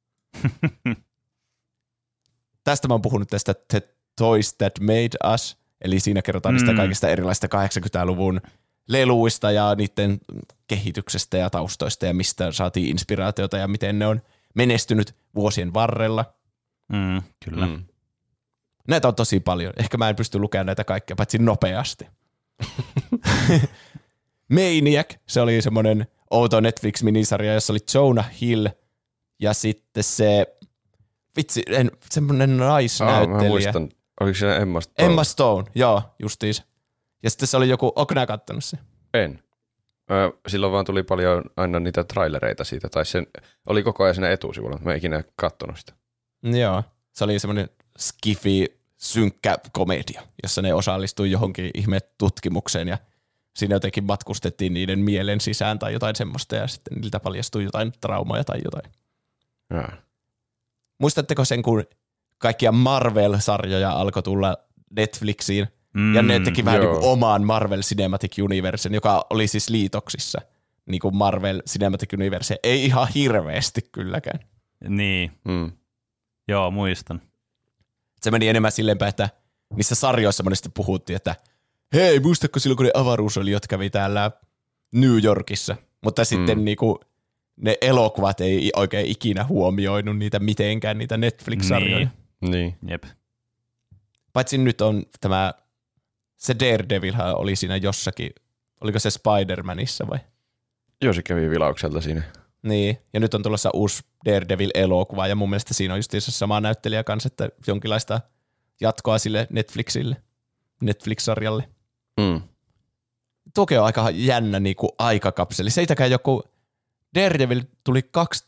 Tästä mä oon puhunut tästä The Toys That Made Us, eli siinä kerrotaan mm. niistä kaikista erilaisista kahdeksankymmentäluvun leluista ja niiden kehityksestä ja taustoista ja mistä saatiin inspiraatiota ja miten ne on menestynyt vuosien varrella. Mm, kyllä. Mm. Mm. Näitä on tosi paljon. Ehkä mä en pysty lukemaan näitä kaikkea, paitsi nopeasti. Maniac, se oli semmoinen outo Netflix-minisarja, jossa oli Jonah Hill ja sitten se, vitsi, en, semmoinen naisnäyttelijä. Ah, mä muistan, oliko siinä Emma Stone? Emma Stone, joo, justiis. Ja sitten se oli joku, ootko nää kattonut se? En. Silloin vaan tuli paljon aina niitä trailereita siitä, tai sen oli koko ajan siinä etusivulla, mutta mä en ikinä kattonut sitä. Joo, se oli semmoinen skifi, synkkä komedia, jossa ne osallistui johonkin ihme tutkimukseen ja siinä jotenkin matkustettiin niiden mielen sisään tai jotain semmoista ja sitten niiltä paljastui jotain traumoja tai jotain. Ja. Muistatteko sen, kun kaikkia Marvel-sarjoja alkoi tulla Netflixiin Mm, ja ne teki vähän joo. niin kuin oman Marvel Cinematic Universen, joka oli siis liitoksissa niin kuin Marvel Cinematic Universe. Ei ihan hirveästi kylläkään. Niin, Mm. joo, muistan. Se meni enemmän silleen päin, että niissä sarjoissa monesti puhuttiin, että hei, muistatko silloin, kun ne avaruusolijat kävi täällä New Yorkissa? Mutta sitten Mm. niinku, ne elokuvat ei oikein ikinä huomioinut niitä mitenkään, niitä Netflix-sarjoja. Niin. Niin. Jep. Paitsi nyt on tämä, se Daredevilhän oli siinä jossakin, oliko se Spider-Manissa vai? Joo, se kävi vilaukselta siinä. Niin, ja nyt on tulossa uusi Daredevil-elokuva, ja mun mielestä siinä on justiinsa sama näyttelijä kanssa, että jonkinlaista jatkoa sille Netflixille, Netflix-sarjalle. Mm. Tuokin on aika jännä niin kuin aikakapseli. Seitäkään joku Daredevil tuli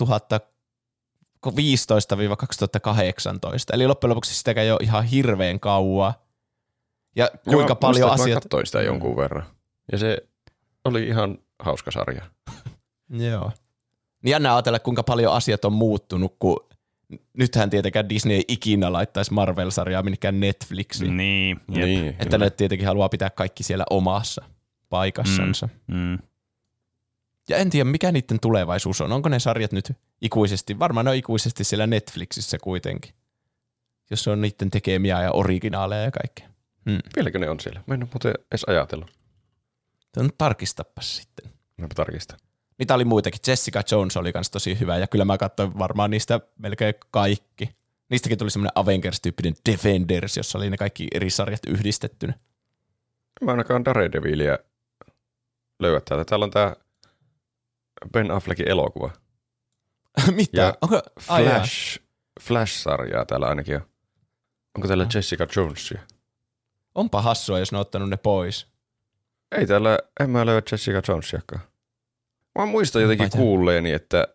kaksituhattaviisitoista kaksituhattakahdeksantoista, eli loppujen lopuksi sitäkään ei ole ihan hirveän kauaa. Ja kuinka Joo, paljon muistan, asiat... Mä katsoin sitä jonkun verran. Ja se oli ihan hauska sarja. Joo. Niin jännä ajatella, kuinka paljon asiat on muuttunut, kun nythän tietenkään Disney ei ikinä laittaisi Marvel-sarjaa minnekään Netflixiin. Niin, jep. Niin, Että ne tietenkin haluaa pitää kaikki siellä omassa paikassansa. Mm, mm. Ja en tiedä, mikä niiden tulevaisuus on. Onko ne sarjat nyt ikuisesti? Varmaan ne on ikuisesti siellä Netflixissä kuitenkin. Jos se on niiden tekemiä ja originaaleja ja kaikkea. Hmm. Vieläkö ne on siellä? Mä en ole muuten edes ajatellut. No, tarkistapas sitten. Mäpä tarkistan. Niitä oli muitakin. Jessica Jones oli kans tosi hyvä ja kyllä mä katsoin varmaan niistä melkein kaikki. Niistäkin tuli semmoinen Avengers-tyyppinen Defenders, jossa oli ne kaikki eri sarjat yhdistettynä. Mä ainakaan Daredevilia löydä täältä. Täällä on tää Ben Affleckin elokuva. Mitä? Ja Onko? Ai jaa. Flash, Flash-sarjaa täällä ainakin on. Onko täällä Jessica Jonesia? Onpa hassua, jos ne on ottanut ne pois. Ei täällä, en mä löydä Jessica Jonesiakaan. Mä muistan jotenkin Paita. kuulleeni, että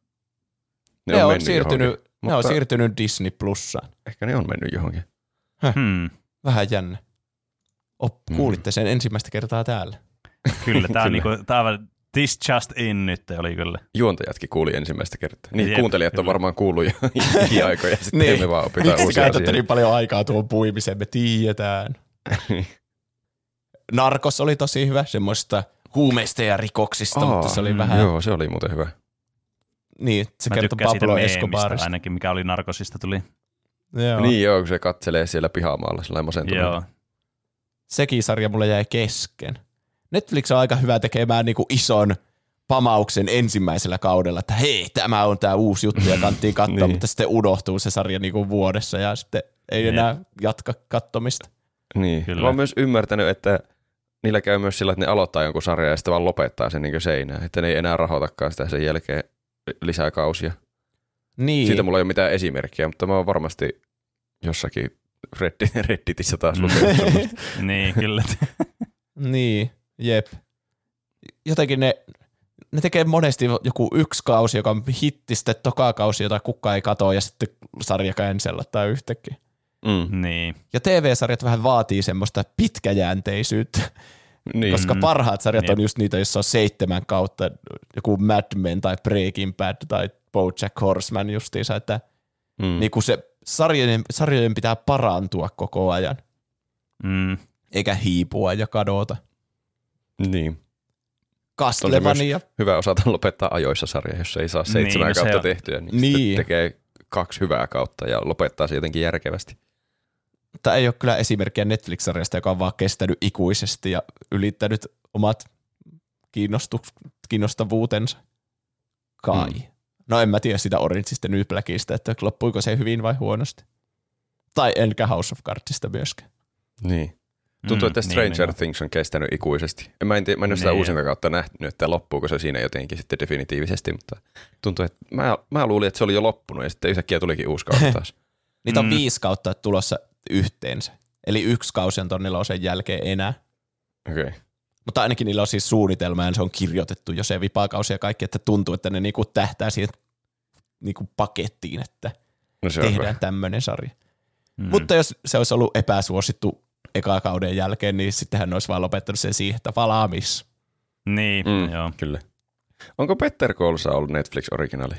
ne, Ne on, on, mennyt siirtynyt, johonkin. ne on Mutta siirtynyt Disney Plussaan. ehkä ne on mennyt johonkin. Hmm. Vähän jännä. Op, Mm. kuulitte sen ensimmäistä kertaa täällä. Kyllä, tää on Kyllä. niinku, tää on this just in nyt oli kyllä. Juontajatkin kuuli ensimmäistä kertaa. Niin Jep, kuuntelijat on kyllä. varmaan kuullut jo ikiaikoja, ja sitten Niin. me vaan opitaan Miksi uusia käytätte asioita. niin paljon aikaa tuon puimiseen, me tiedetään. Narcos oli tosi hyvä, semmoista huumeista ja rikoksista, Aa, mutta se oli vähän, Joo, se oli muuten hyvä. niin, se Mä kertoi tykkään siitä Pablo meemistä Escobarista. ainakin, mikä oli Narcosista tuli. Joo. Niin joo, kun se katselee siellä pihamaalla sellainen masentunut. Joo. Sekin sarja mulle jäi kesken. Netflix on aika hyvä tekemään niinku ison pamauksen ensimmäisellä kaudella, että hei, tämä on tämä uusi juttu ja kanttiin katsoa, Niin. mutta sitten unohtuu se sarja niinku vuodessa ja sitten ei Jep. enää jatka kattomista. Niin. Kyllä. Mä oon myös ymmärtänyt, että niillä käy myös sillä, että ne aloittaa jonkun sarjan ja sitten vaan lopettaa sen niin seinään, että ne ei enää rahoitakaan sitä sen jälkeen lisää kausia. Niin. Siitä mulla ei ole mitään esimerkkiä, mutta mä oon varmasti jossakin Reddit, Redditissä taas lukenut semmoista. Niin, kyllä. Niin, jep. Jotenkin ne, ne tekee monesti joku yksi kausi, joka on hitti, sitten toka kausi, jota kukaan ei katoa, ja sitten sarja cancellattaa yhtäkkiä. Mm. Niin. Ja T V-sarjat vähän vaatii semmoista pitkäjänteisyyttä, Niin. koska parhaat sarjat Jep. on just niitä, joissa on seitsemän kautta, joku Mad Men tai Breaking Bad tai BoJack Horseman justiinsa, että Mm. niin kuin se sarjojen, sarjojen pitää parantua koko ajan, Mm. eikä hiipua ja kadota. Niin. Castlevania. Hyvä osata lopettaa ajoissa sarja, jos ei saa seitsemän Niin, no se kautta on- tehtyä, niin, Niin. niin. tekee kaksi hyvää kautta ja lopettaa se jotenkin järkevästi. Mutta ei ole kyllä esimerkkiä Netflix-sarjasta, joka on vaan kestänyt ikuisesti ja ylittänyt omat kiinnostu- kiinnostavuutensa. Kai. Mm. No en mä tiedä sitä Orange is the New Blackista, että loppuiko se hyvin vai huonosti. Tai enkä House of Cardsista myöskään. Niin. Tuntuu, että Mm, Stranger niin, niin. Things on kestänyt ikuisesti. Mä en, tii, mä en ole sitä Niin. uusinta kautta nähnyt, että loppuuko se siinä jotenkin sitten definitiivisesti, mutta tuntuu, että mä, mä luulin, että se oli jo loppunut ja sitten yhtäkkiä tulikin uusi kautta taas. Niitä on Mm. viisi kautta tulossa yhteensä. Eli yksi kausi on ton nelosen jälkeen enää. Okei. Okay. Mutta ainakin niillä on siis suunnitelma ja se on kirjoitettu jo se vipakausi ja kaikki, että tuntuu, että ne niinku tähtää siihen niinku pakettiin, että No se on tehdään hyvä. tämmöinen sarja. Mm. Mutta jos se olisi ollut epäsuosittu eka kauden jälkeen, niin sittenhän ne olisi vaan lopettanut sen siihen, että valaamis. Niin, Mm, joo. kyllä. Onko Better Call Saul ollut Netflix-originaali?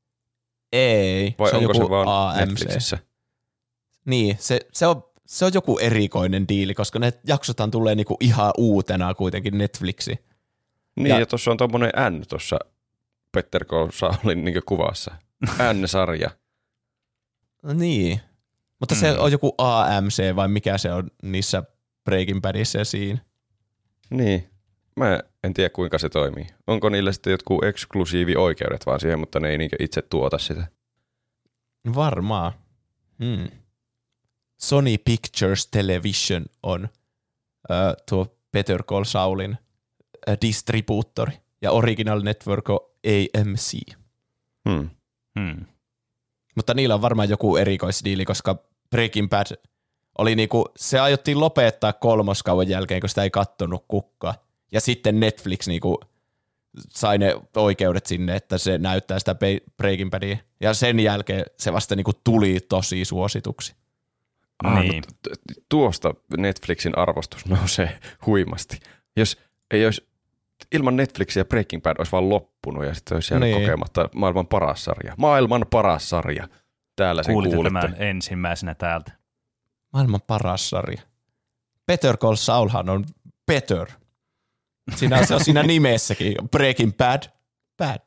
Ei, Vai se on onko joku se vaan A M C. Netflixissä? Niin, se, se, on, se on joku erikoinen diili, koska ne jaksothan tulee niinku ihan uutena kuitenkin Netflixiin. Niin, Ja- ja, tuossa on tommonen N tuossa Better Call Saulin niin kuvassa. N-sarja. No niin, mutta se Mm. on joku A M C vai mikä se on niissä Breaking Badissa ja siinä. Niin. Mä en tiedä, kuinka se toimii. Onko niillä sitten jotkut eksklusiivioikeudet vaan siihen, mutta ne ei niin itse tuota sitä. Varmaan. Hmm. Sony Pictures Television on ö, tuo Better Call Saulin ö, distribuuttori ja Original Network on A M C. Hmm. Hmm. Mutta niillä on varmaan joku erikoisdiili, koska Breaking Bad oli niinku, se aiottiin lopettaa kolmoskauden jälkeen, kun sitä ei kattonut kukaan. Ja sitten Netflix niinku sai ne oikeudet sinne, että se näyttää sitä Breaking Badia. Ja sen jälkeen se vasta niinku tuli tosi suosituksi. Ah, Niin. no, t- t- tuosta Netflixin arvostus nousee huimasti. Jos ei olisi, ilman Netflixiä Breaking Bad olisi vaan loppunut ja sitten olisi jäänyt Niin. kokematta maailman paras sarja. Maailman paras sarja. Täällä sen Kuulitte kuulitte. tämän ensimmäisenä täältä. Maailman paras sarja. Better Call Saulhan on better. Siinä se on siinä nimessäkin. Breaking Bad, bad.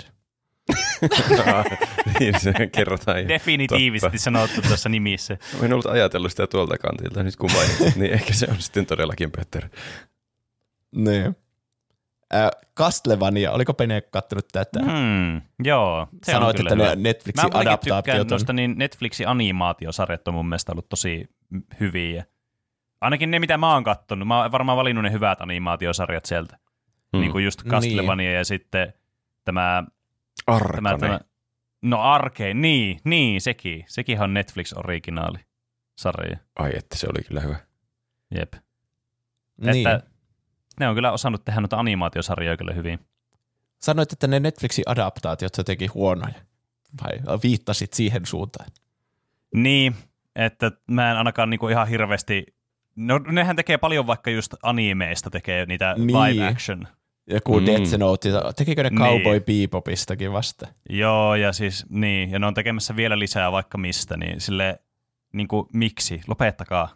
niin se kerrotaan. ihan Definitiivisesti totta. sanottu tuossa nimissä. Mä en ollut ajatellut sitä tuolta kantilta nyt kun mainitsit, niin ehkä se on sitten todellakin Peter. Niin. Äh, Castlevania, oliko Pene kattonut tätä? Hmm, joo, se Sanoit, on kyllä että hyvä. ne Netflixin Mä muutenkin adaptaatiot tykkään on... tuosta, niin Netflixin animaatiosarjat on mun mielestä ollut tosi hyviä. Ainakin ne, mitä mä oon kattonut. Mä oon varmaan valinnut ne hyvät animaatiosarjat sieltä. Hmm. Niin kuin just Castlevania niin. Ja sitten tämä... Arkane. tämä, tämä no Arkane, niin, niin, sekin. Sekin on Netflix-originaali sarja. Ai että se oli kyllä hyvä. Jep. Niin. Että ne on kyllä osannut tehdä noita animaatiosarjoja kyllä hyvin. Sanoit, että ne Netflixin adaptaatiot jotenkin huonoja. Vai viittasit siihen suuntaan? Niin, että mä en ainakaan niinku ihan hirveästi... No nehän tekee paljon vaikka just animeista tekee niitä Niin. live action. Joku Mm. mm. Death Note, tekikö ne Niin. Cowboy Bebopistakin vasta? Joo, ja siis niin, ja ne on tekemässä vielä lisää vaikka mistä, niin sille niinku miksi? Lopettakaa.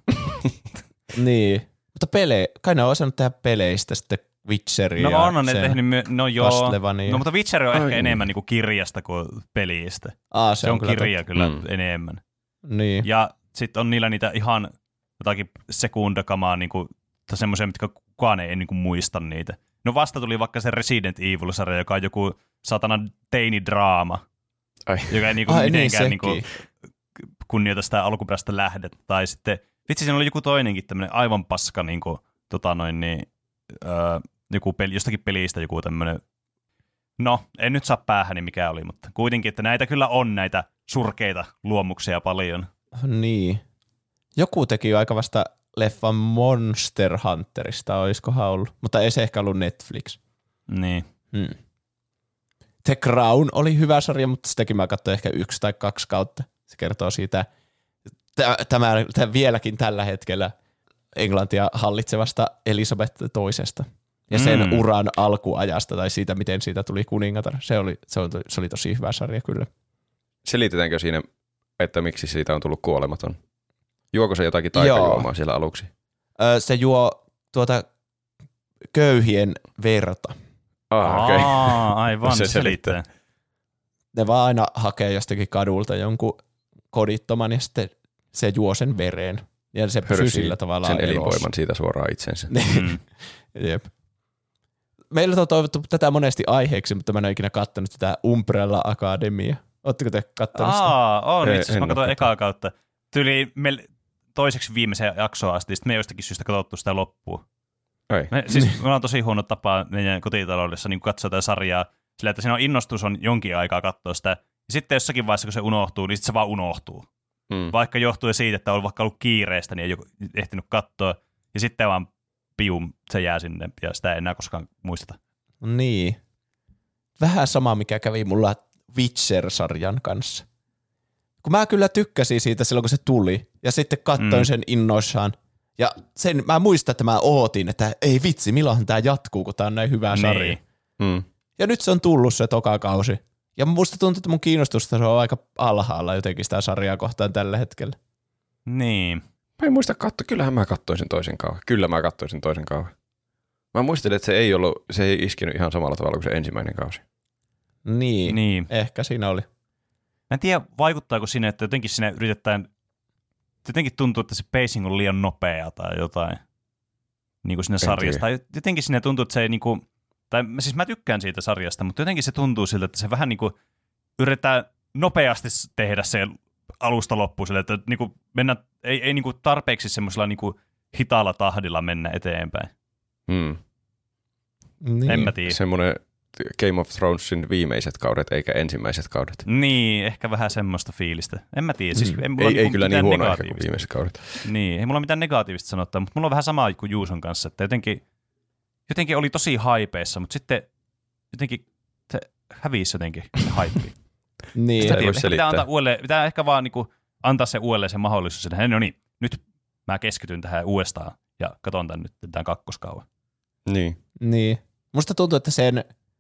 Niin. Mutta pele, kai ne on osannut tehdä peleistä sitten Witcheria. No on, on ne sen tehnyt, my- no joo. Castlevania. No mutta Witcher on Ai ehkä niin. enemmän niinku kirjasta kuin pelistä. Aa, Se, se on, kyllä kirja totta. kyllä Mm. enemmän. Niin. Ja sitten on niillä niitä ihan jotakin sekundakamaa, niinku, tai semmoisia, mitkä kukaan ei niinku muista niitä. No vasta tuli vaikka se Resident Evil-sarja, joka on joku satana teinidraama, Ai. joka ei niinku Ai, niin, mitenkään sekin. niinku kunnioita sitä alkuperäistä lähdettä. Tai sitten, vitsi, siinä oli joku toinenkin tämmöinen aivan paska, niinku, tota noin, niin, öö, joku peli, jostakin pelistä joku tämmöinen, no, en nyt saa päähäni mikä oli, mutta kuitenkin, että näitä kyllä on näitä surkeita luomuksia paljon. Niin. Joku teki jo aika vasta leffan Monster Hunterista, olisikohan ollut. Mutta ei se ehkä ollut Netflix. Niin. Hmm. The Crown oli hyvä sarja, mutta sitäkin mä katsoin ehkä yksi tai kaksi kautta. Se kertoo siitä, tämä, tämä, tämä vieläkin tällä hetkellä Englantia hallitsevasta Elisabeth toisesta. Ja sen Mm. uran alkuajasta tai siitä, miten siitä tuli kuningatar. Se oli, se oli, se oli tosi hyvä sarja kyllä. Selitetäänkö siinä, että miksi siitä on tullut kuolematon? Juoko se jotakin taikajuomaa siellä aluksi? Öö, se juo tuota köyhien verta. Ah, okei. Okay. Aa, aivan, Se se selittää. Ne vaan aina hakee jostakin kadulta jonkun kodittoman ja sitten se juo sen vereen. Ja se pysyy Hörsii sillä tavalla sen elossa. elinvoiman siitä suoraan itsensä. Mm. Jep. Meillä on toivottu tätä monesti aiheeksi, mutta mä en ole ikinä kattonut tätä Umbrella Academia. Ootteko te kattonut sitä? Aa, on Ei, itse asiassa. en Mä oo katsoin kattonut. ekaa kautta. Tyli, me, toiseksi viimeiseen jaksoon asti, sitten me ei jostakin syystä katsottu sitä loppuun. Ei. Me, siis me ollaan tosi huono tapa meidän kotitaloudessa niin katsoa tätä sarjaa sillä, että siinä on innostus on jonkin aikaa katsoa sitä. Ja sitten jossakin vaiheessa, kun se unohtuu, niin sitten se vaan unohtuu. Mm. Vaikka johtuu siitä, että on vaikka ollut kiireestä, niin ei ole ehtinyt katsoa. Ja sitten vaan pium, se jää sinne ja sitä ei enää koskaan muisteta. Niin. Vähän sama, mikä kävi mulla Witcher-sarjan kanssa. Kun mä kyllä tykkäsin siitä silloin, kun se tuli. Ja sitten katsoin mm. sen innoissaan. Ja sen mä muistan, että mä ootin, että ei vitsi, milloinhan tää jatkuu, kun tää on näin hyvä sarja. Niin. Mm. Ja nyt se on tullut se toka kausi. Ja musta tuntuu, että mun kiinnostusta se on aika alhaalla jotenkin sitä sarjaa kohtaan tällä hetkellä. Niin. Mä en muista katsoa, kyllähän mä katsoisin toisen kauan. Kyllä mä katsoisin toisen kauan. Mä muistelin, että se ei ollut, se ei iskenyt ihan samalla tavalla kuin se ensimmäinen kausi. Niin, niin. Ehkä siinä oli. Mä en tiedä, vaikuttaako sinne, että jotenkin sinne yritetään, jotenkin tuntuu, että se pacing on liian nopea tai jotain, niin kuin siinä sarjasta. Tai jotenkin sinne tuntuu, että se ei niin kuin, tai siis mä tykkään siitä sarjasta, mutta jotenkin se tuntuu siltä, että se vähän niin kuin yritetään nopeasti tehdä se alusta loppuun sille, että niin kuin mennä, ei, ei niin kuin tarpeeksi semmoisella niin kuin hitaalla tahdilla mennä eteenpäin. Hmm. Niin. En mä tiedä. Semmoinen Game of Thronesin viimeiset kaudet eikä ensimmäiset kaudet. Niin, ehkä vähän semmoista fiilistä. En mä tiedä. Siis, mm. ei, ei, ei kyllä niin huono ehkä kuin viimeiset kaudet. Niin, ei mulla mitään negatiivista sanottaa, mutta mulla on vähän sama kuin Juuson kanssa, että jotenkin, jotenkin oli tosi haipeissa, mutta sitten jotenkin se hävisi jotenkin se haippi. Niin. Sitä ei voi selittää. Pitää, antaa uudelle, pitää ehkä vaan niinku antaa se uudelleen se mahdollisuus, että no niin, nyt mä keskityn tähän uudestaan ja katson tämän nyt tämän kakkoskauan. Niin. Niin. Musta tuntuu, että sen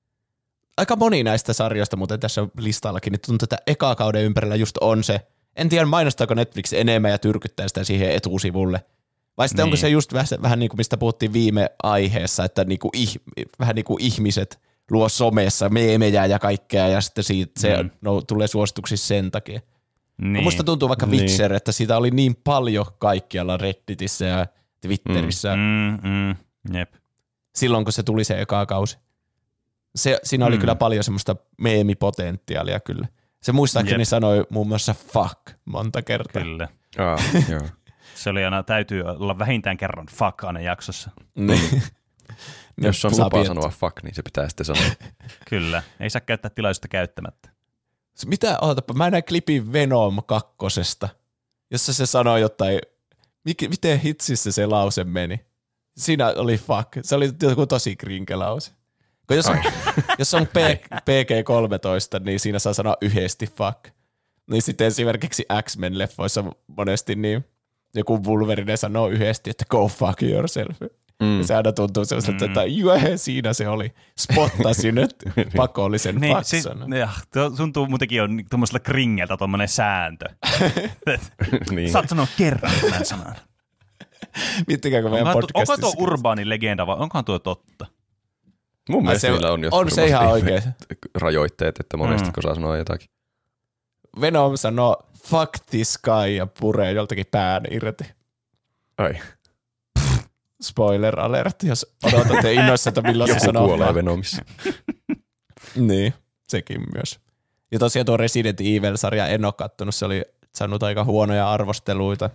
aika moni näistä sarjoista, muuten tässä listallakin, niin tuntuu, että eka kauden ympärillä just on se, en tiedä mainostaako Netflix enemmän ja tyrkyttää sitä siihen etusivulle. Vai sitten niin. Onko se just vähän, vähän niin kuin mistä puhuttiin viime aiheessa, että niin kuin ih, vähän niin kuin ihmiset luo somessa meemejä ja kaikkea ja sitten siitä se mm. no, tulee suosituksissa sen takia. Niin. Musta tuntuu vaikka Witcher, niin. Että siitä oli niin paljon kaikkialla Redditissä ja Twitterissä. Mm, mm, jep. Silloin, kun se tuli se eka kausi. Se, siinä oli mm. kyllä paljon semmoista meemipotentiaalia kyllä. Se muistaakseni Jep. sanoi muun muassa fuck monta kertaa. Kyllä. Ah, joo. Se oli aina, täytyy olla vähintään kerran fuck aina jaksossa. Niin. Jos on lupa sanoa fuck, niin se pitää sitten sanoa. Kyllä. Ei saa käyttää tilaisuutta käyttämättä. Mitä, ootapa, mä näin klipin Venom kakkosesta, jossa se sanoi jotain, miten hitsissä se lause meni. Siinä oli fuck. Se oli joku tosi krinkelause. Jos on, jos on P G kolmetoista, niin siinä saa sanoa yhdesti fuck. Niin sitten esimerkiksi X-Men-leffoissa monesti niin joku Wolverine sanoo yhdesti, että go fuck yourself. Mm. Ja se aina tuntuu sellaiselta, mm. että jue, siinä se oli. Spottasi nyt pakollisen niin, fuck-sanan. Si- tuntuu muutenkin on tuommoisella kringeltä tuommoinen sääntö. niin. Saat sanoa kerran tämän sanan. Miettikääkö meidän podcastissa. Onko tuo urbaani legenda vai onkohan tuo totta? Mun mielestä niillä on on se ihan oikein rajoitteet, että monesti kun saa sanoa jotakin. Venom sanoo fuck this guy ja puree joltakin pään irti. Ai. Spoiler alert, jos odotatte innoissa, että milloin se sanoo. Joku kuolee Venomissa. Niin, sekin myös. Ja tosiaan tuo Resident Evil-sarja en ole kattonut, se oli saanut aika huonoja arvosteluita.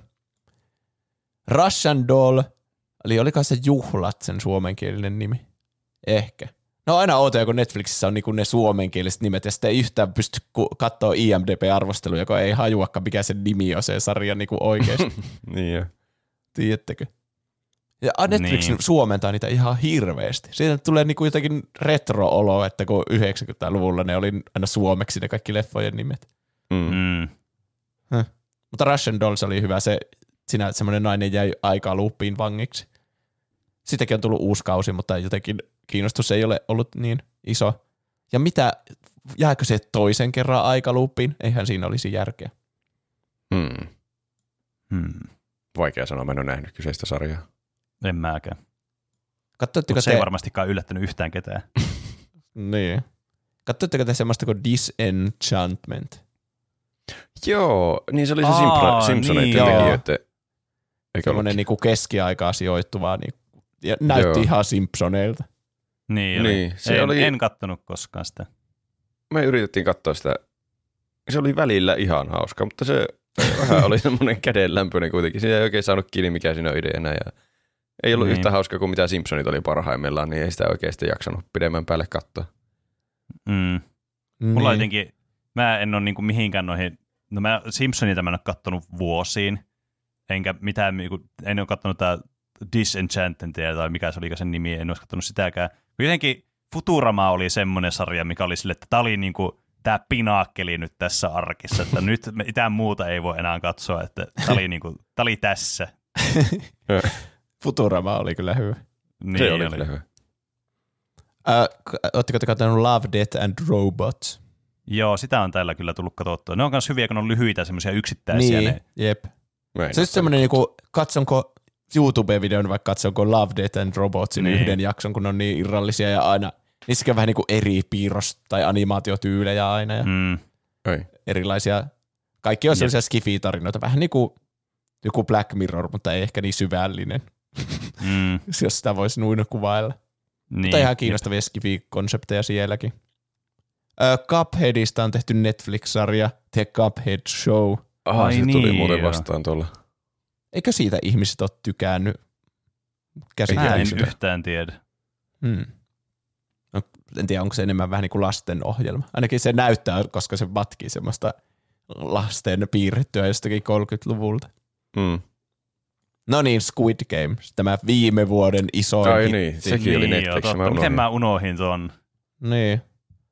Russian Doll, eli olikohan se Juhlat sen suomenkielinen nimi? Ehkä. No aina outoja, kun Netflixissä on niinku ne suomenkieliset nimet, ja sitten ei yhtään pysty katsoa I M D B-arvosteluja, kun ei hajuakaan, mikä sen nimi on se sarja niinku oikeasti. Niin jo. Tiedättekö? Ja Netflix niin. suomentaa niitä ihan hirveästi. Siitä tulee niinku jotenkin retro-olo, että kun yhdeksänkymmentäluvulla ne oli aina suomeksi ne kaikki leffojen nimet. Mm. Huh. Mutta Russian Dolls oli hyvä. Se, siinä semmoinen nainen jäi aikaloopiin vangiksi. Sitäkin on tullut uusi kausi, mutta jotenkin kiinnostus ei ole ollut niin iso. Ja mitä, jääkö se toisen kerran aikaloopiin? Eihän siinä olisi järkeä. Hmm. Hmm. Vaikea sanoa, mä en ole nähnyt kyseistä sarjaa. En mäkään. Katsoitteko se te... ei varmastikaan yllättänyt yhtään ketään. Niin. Katsoitteko te semmoista kuin Disenchantment? Joo, niin se oli se Aa, Simpsoneiden niin, tekijöiden. Semmoinen niinku keskiaikaa sijoittuvaa niin, ja näytti Joo. ihan Simpsoneilta. Niin, niin se en, oli... en kattonut koskaan sitä. Me yritettiin katsoa sitä. Se oli välillä ihan hauska, mutta se Vähän oli semmoinen kädenlämpöinen kuitenkin. Siinä ei oikein saanut kiinni, mikä siinä on ideana. Ja ei ollut niin. yhtä hauska kuin mitä Simpsonit oli parhaimmillaan, niin ei sitä oikeasti jaksanut pidemmän päälle katsoa. Mm. Mulla niin. jotenkin, mä en ole niinku mihinkään noihin, no mä Simpsonita mä en ole kattonut vuosiin, enkä mitään, en ole kattonut tää Disenchanted tai mikä se oli sen nimi, en ole kattonut sitäkään. Jotenkin Futurama oli semmoinen sarja, mikä oli sille, että tää oli niinku tää pinaakkeli nyt tässä arkissa, että nyt mitään muuta ei voi enää katsoa, että tää oli, niinku, tää oli tässä. Futurama oli kyllä hyvä. Niin, se oli, oli kyllä hyvä. Uh, Oletteko te katsonut Love, Death and Robots? Joo, sitä on täällä kyllä tullut katsottua. Ne on myös hyviä, kun on lyhyitä semmoisia yksittäisiä. Niin, ne. jep. Se on semmoinen, niinku, katsonko YouTube-videon, vaikka katsonko Love, Death and Robotsin niin. yhden jakson, kun ne on niin irrallisia ja aina, niissäkin on vähän niinku eri piirros- tai animaatiotyylejä aina ja mm. erilaisia. Kaikki on sellaisia skifi-tarinoita, vähän niin kuin joku Black Mirror, mutta ei ehkä niin syvällinen, mm. jos sitä voisi noin kuvailla. Niin. Mutta ihan kiinnostavia skifi-konsepteja sielläkin. Ö, Cupheadista on tehty Netflix-sarja The Cuphead Show. Aha, Ai se niin, tuli muuten vastaan tuolla. Eikö siitä ihmiset ole tykännyt? Mä en yhtään tiedä. Hmm. No, en tiedä, onko se enemmän vähän niin kuin lasten ohjelma. Ainakin se näyttää, koska se matkii semmoista lasten piirrettyä jostakin kolmekymmentäluvulta. Hmm. No niin, Squid Game, tämä viime vuoden iso Ai hitti. Niin, sekin niin, oli Netflix. Joo, mä Miten mä unohin ton? Niin.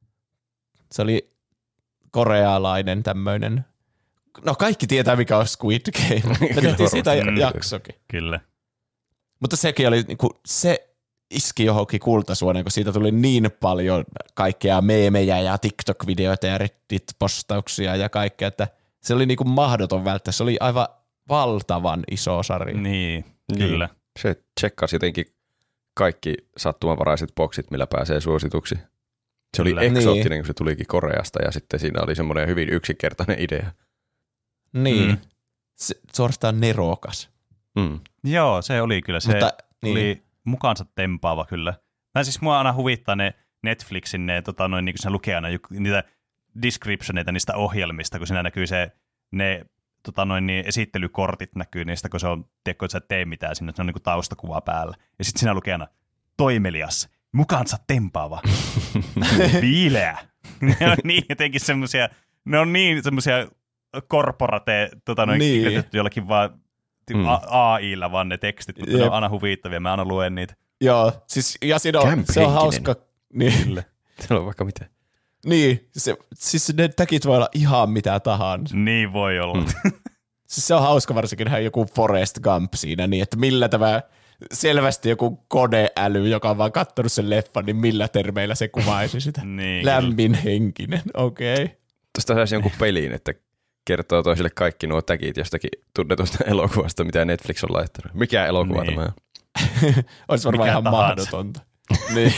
Se oli korealainen tämmöinen. No kaikki tietää, mikä on Squid Game. Me tehtiin siitä jaksokin. Kyllä. Mutta sekin oli, niinku, se iski johonkin kultasuoneen, kun siitä tuli niin paljon kaikkea meemejä ja TikTok-videoita ja Reddit-postauksia ja kaikkea, että se oli niinku mahdoton välttää. Se oli aivan valtavan iso sarja. Niin, kyllä. Niin. Se tsekkasi jotenkin kaikki sattumanvaraiset boksit, millä pääsee suosituksi. Se oli eksoottinen, niin. kun se tulikin Koreasta ja sitten siinä oli semmoinen hyvin yksinkertainen idea. Niin, mm. se, suorastaan nerokas. Mm. Joo, se oli kyllä. Se Mutta, oli niin. mukaansa tempaava kyllä. Mä siis mua aina huvittaa ne Netflixin, ne, tota, noin, niin kuin siinä lukee aina niitä descriptioneita niistä ohjelmista, kun siinä näkyy se, ne tota, noin, niin esittelykortit näkyy niistä, kun se on, tiedätkö, että sä et tee mitään sinne, se on niin kuin taustakuva päällä. Ja sitten siinä lukee aina toimelias, mukaansa tempaava, viileä. Ne on niin jotenkin semmoisia, ne on niin semmoisia korporate, tota, noin niin. kirjoitettu jollakin vaan mm. A I:llä vaan ne tekstit, mutta Jep. ne on aina huvittavia, mä aina luen niitä. Joo, siis ja siinä on, se on hauska. Niin. Se on vaikka mitä. Niin, se, siis ne tagit voi olla ihan mitä tahansa. Niin voi olla. Mm. Siis se on hauska varsinkin joku Forrest Gump siinä, niin että millä tämä selvästi joku koneäly, joka on vaan kattonut sen leffan, niin millä termeillä se kuvaisi sitä. niin, lämminhenkinen, okei. Okay. Tuosta saisi jonkun peliin, että kertoo toisille kaikki nuo tagit jostakin tunnetusta elokuvasta, mitä Netflix on laittanut. Mikä elokuva niin. tämä on? Olisi varmaan Mikä ihan tahansa. mahdotonta. niin.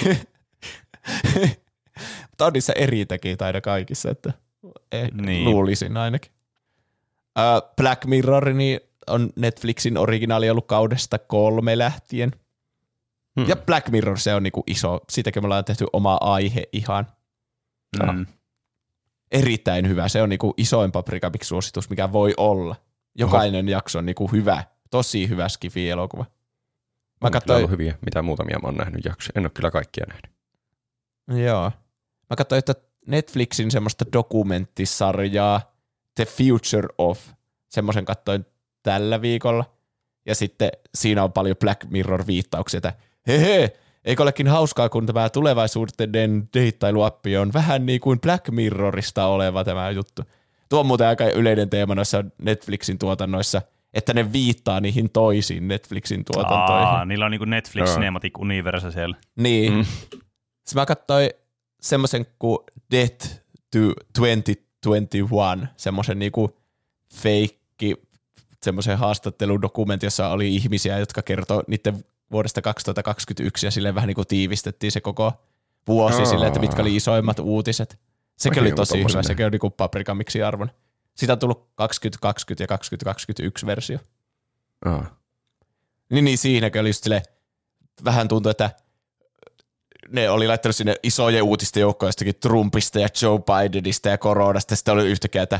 Mutta on niissä eri tagit aina kaikissa, että niin. luulisin ainakin. Uh, Black Mirror niin on Netflixin originaali ollut kaudesta kolme lähtien. Hmm. Ja Black Mirror, se on niinku iso. Siitäkin me ollaan tehty oma aihe ihan. Mm. Erittäin hyvä. Se on niinku isoin Paprika-suositus, mikä voi olla. Jokainen Oho. jakso on niinku hyvä. Tosi hyvä skifi-elokuva. Mä on katsoin... ollut hyviä. Mitä muutamia mä oon nähnyt jaksoja. En ole kyllä kaikkia nähnyt. Joo. Mä katsoin, että Netflixin semmoista dokumenttisarjaa The Future of, semmoisen katsoin tällä viikolla. Ja sitten siinä on paljon Black Mirror-viittauksia, että hehe, eikö olekin hauskaa, kun tämä tulevaisuuden deittailuappi on vähän niin kuin Black Mirrorista oleva tämä juttu. Tuo on muuten aika yleinen teema noissa Netflixin tuotannoissa, että ne viittaa niihin toisiin Netflixin tuotantoihin. Aa, niillä on niin kuin Netflix no. Cinematic Universe siellä. Niin. Mm. Sitten mä katsoin semmoisen kuin Death to kaksituhattakaksikymmentäyksi, semmoisen niinku feikki, semmoisen haastatteludokumentin, jossa oli ihmisiä, jotka kertoi niiden vuodesta kaksituhattakaksikymmentäyksi ja silleen vähän niin kuin tiivistettiin se koko vuosi silleen, että mitkä oli isoimmat uutiset. Sekin oli tosi hyvä, sekin oli niin kuin Paprika miksi arvon. Siitä on tullut kaksituhattakaksikymmentä ja kaksituhattakaksikymmentäyksi versio. Oh. Niin, niin siinäkin oli just silleen, vähän tuntui, että ne oli laittanut sinne isojen uutisten joukkoon jostakin Trumpista ja Joe Bidenista ja koronasta, ja sitten oli yhtäkkiä, että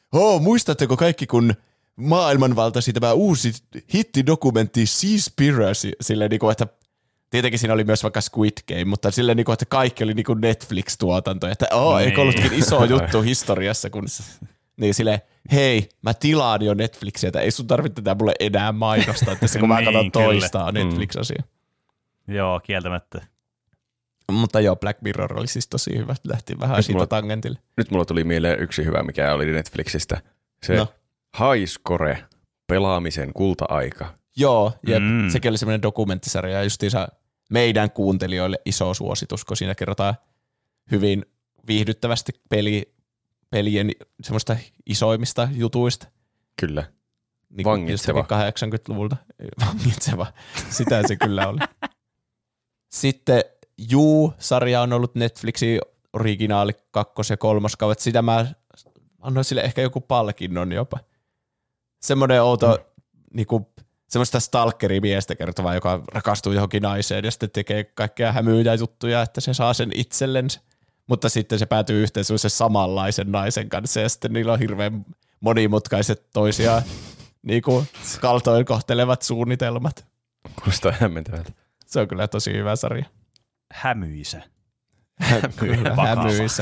oh, muistatteko kaikki, kun maailman valtasi tämä uusi hittidokumentti Seaspiracy, silleen niin kuin, että tietenkin siinä oli myös vaikka Squid Game, mutta silleen, niin kuin, että kaikki oli niin kuin Netflix-tuotanto, että oh, niin. eikö ollutkin iso juttu historiassa, kun niin silleen, hei, mä tilaan jo Netflixiä, että ei sun tarvitse tätä mulle enää mainostaa, että se kun mä Niin, katson kyllä. toistaa Netflix-asia. Joo, kieltämättä. Mutta joo, Black Mirror oli siis tosi hyvä, lähti vähän Nyt siitä mulla- tangentille. Nyt mulla tuli mieleen yksi hyvä, mikä oli Netflixistä. Se No. High Score, pelaamisen kulta-aika. Joo, jep, Mm. sekin oli semmoinen dokumenttisarja, ja justiinsa meidän kuuntelijoille iso suositus, kun siinä kerrotaan hyvin viihdyttävästi peli, pelien semmoista isoimmista jutuista. Kyllä. Niin Vangitseva. kahdeksankymmentäluvulta. Vangitseva. Sitä se kyllä oli. Sitten Juu-sarja on ollut Netflixin originaali kakkos- ja kolmoskaudet. Sitä mä annoin sille ehkä joku palkinnon jopa. Semmoinen outo, mm. niinku, semmoista stalkerimiestä kertovaa, joka rakastuu johonkin naiseen ja sitten tekee kaikkea hämyyjä juttuja, että se saa sen itsellensä. Mutta sitten se päätyy yhteen semmoisen samanlaisen naisen kanssa ja sitten niillä on hirveän monimutkaiset toisiaan niinku kaltoin kohtelevat suunnitelmat. Kuulostaa hämmentävältä. Se on kyllä tosi hyvä sarja. Hämyisä. Kyllä, Vakava. hämyissä.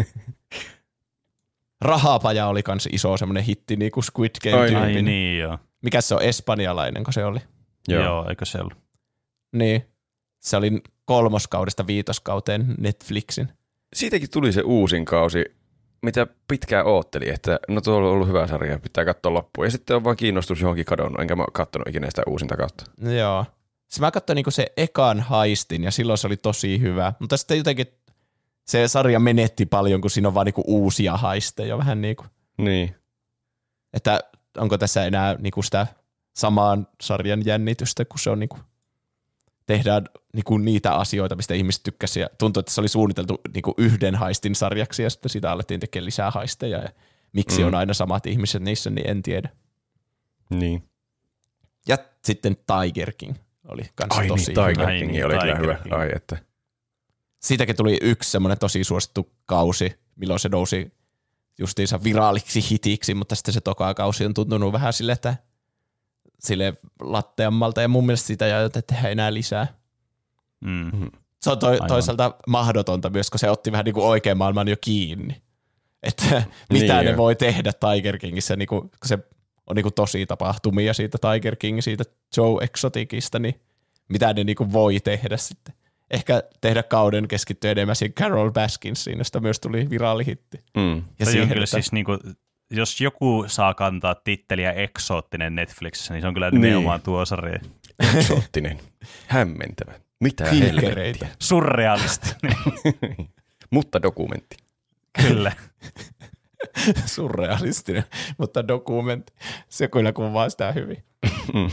Rahapaja oli kans iso semmoinen hitti, niin kuin Squid Ai Game Ai tyyppinen. niin, joo. Mikä se on, espanjalainen, kun se oli? Joo. Joo. joo, eikö se ollut? Niin. Se oli kolmoskaudesta viitoskauteen Netflixin. Siitäkin tuli se uusin kausi, mitä pitkään ootteli, että no tuo on ollut hyvä sarja, pitää katsoa loppuun. Ja sitten on vaan kiinnostus johonkin kadonnut, enkä mä ole kattonut ikinä sitä uusinta kautta. Joo. Se mä katsoin niinku se ekan haistin ja silloin se oli tosi hyvä. Mutta sitten jotenkin se sarja menetti paljon, kun siinä on vaan niinku uusia haisteja vähän niinku. Niin. Että onko tässä enää niinku sitä samaan sarjan jännitystä, kun se on niinku, tehdään niinku niitä asioita, mistä ihmiset tykkäsivät. Ja tuntuu, että se oli suunniteltu niinku yhden haistin sarjaksi ja sitten sitä alettiin tekemään lisää haisteja. Ja miksi Mm. on aina samat ihmiset niissä, niin en tiedä. Niin. Ja sitten Tiger King oli kans Ai tosi niin, Tiger Ai King niin, oli kyllä Tiger hyvä. King. Ai että. Siitäkin tuli yksi semmoinen tosi suosittu kausi, milloin se nousi justiinsa viraaliksi hitiksi, mutta sitten se toka kausi on tuntunut vähän sille, että sille latteammalta, ja mun mielestä sitä ei aiota tehdä enää lisää. Mm. Se on to- toisaalta mahdotonta myös, kun se otti vähän niin kuin oikean maailman jo kiinni. Että mitä Niin ne jo. voi tehdä Tiger Kingissä, niin kuin, kun se on niin kuin tosi tapahtumia siitä Tiger King, siitä Joe Exoticista, niin mitä ne niin kuin voi tehdä sitten. Ehkä tehdä kauden keskittyä enemmän siihen Carol Baskinsiin, josta myös tuli viraalihitti. Mm. Ja Toi on siihen, kyllä että, siis niinku, jos joku saa kantaa titteliä eksoottinen Netflixissä, niin se on kyllä Niin. nimenomaan tuo sarja. Eksoottinen. Hämmentävä. Mitä Kiikereitä. helvettiä. Surrealistinen. Mutta dokumentti. Kyllä. surrealistinen, mutta dokumentti, se kyllä kuvaa sitä hyvin. Mm.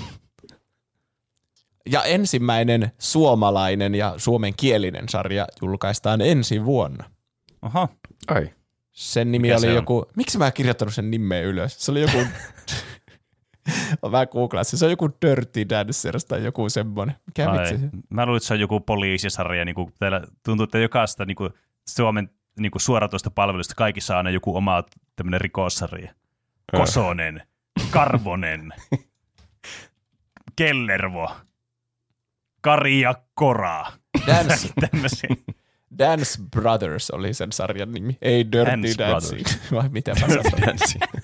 Ja ensimmäinen suomalainen ja suomenkielinen sarja julkaistaan ensi vuonna. Oho. Ai. Sen nimi Mikä oli se on? joku, miksi mä en kirjoittanut sen nimeä ylös? Se oli joku, mä googlasin, se on joku Dirty Dancers tai joku semmoinen. Mikä Ai. vitsi? Mä luulen, että se on joku poliisisarja. Niin kuin täällä tuntuu, että jokaista niin kuin Suomen niin kuin suoratoista palvelusta kaikissa on aina joku oma tämmöinen rikossarja. Kosonen, Karvonen, Kellervo, Kari ja Kora. Dance, Tämmöisiä. Dance Brothers oli sen sarjan nimi. Ei Dirty Dance Dancing, Brothers. vai mitä mä sanoin.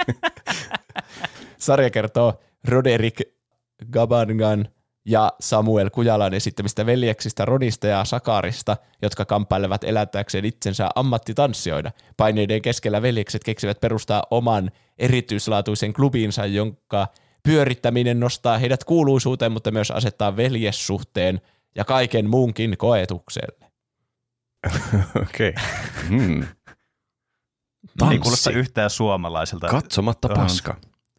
Sarja kertoo Roderick Gabangan ja Samuel Kujalan esittämistä veljeksistä Ronista ja Sakarista, jotka kamppailevat elättääkseen itsensä ammattitanssijoina. Paineiden keskellä veljekset keksivät perustaa oman erityislaatuisen klubinsa, jonka pyörittäminen nostaa heidät kuuluisuuteen, mutta myös asettaa veljessuhteen ja kaiken muunkin koetukselle. Okei. Okay. Mm. Ei Tanssi. kuulosta yhtään suomalaiselta. Katsomatta Öö. paska.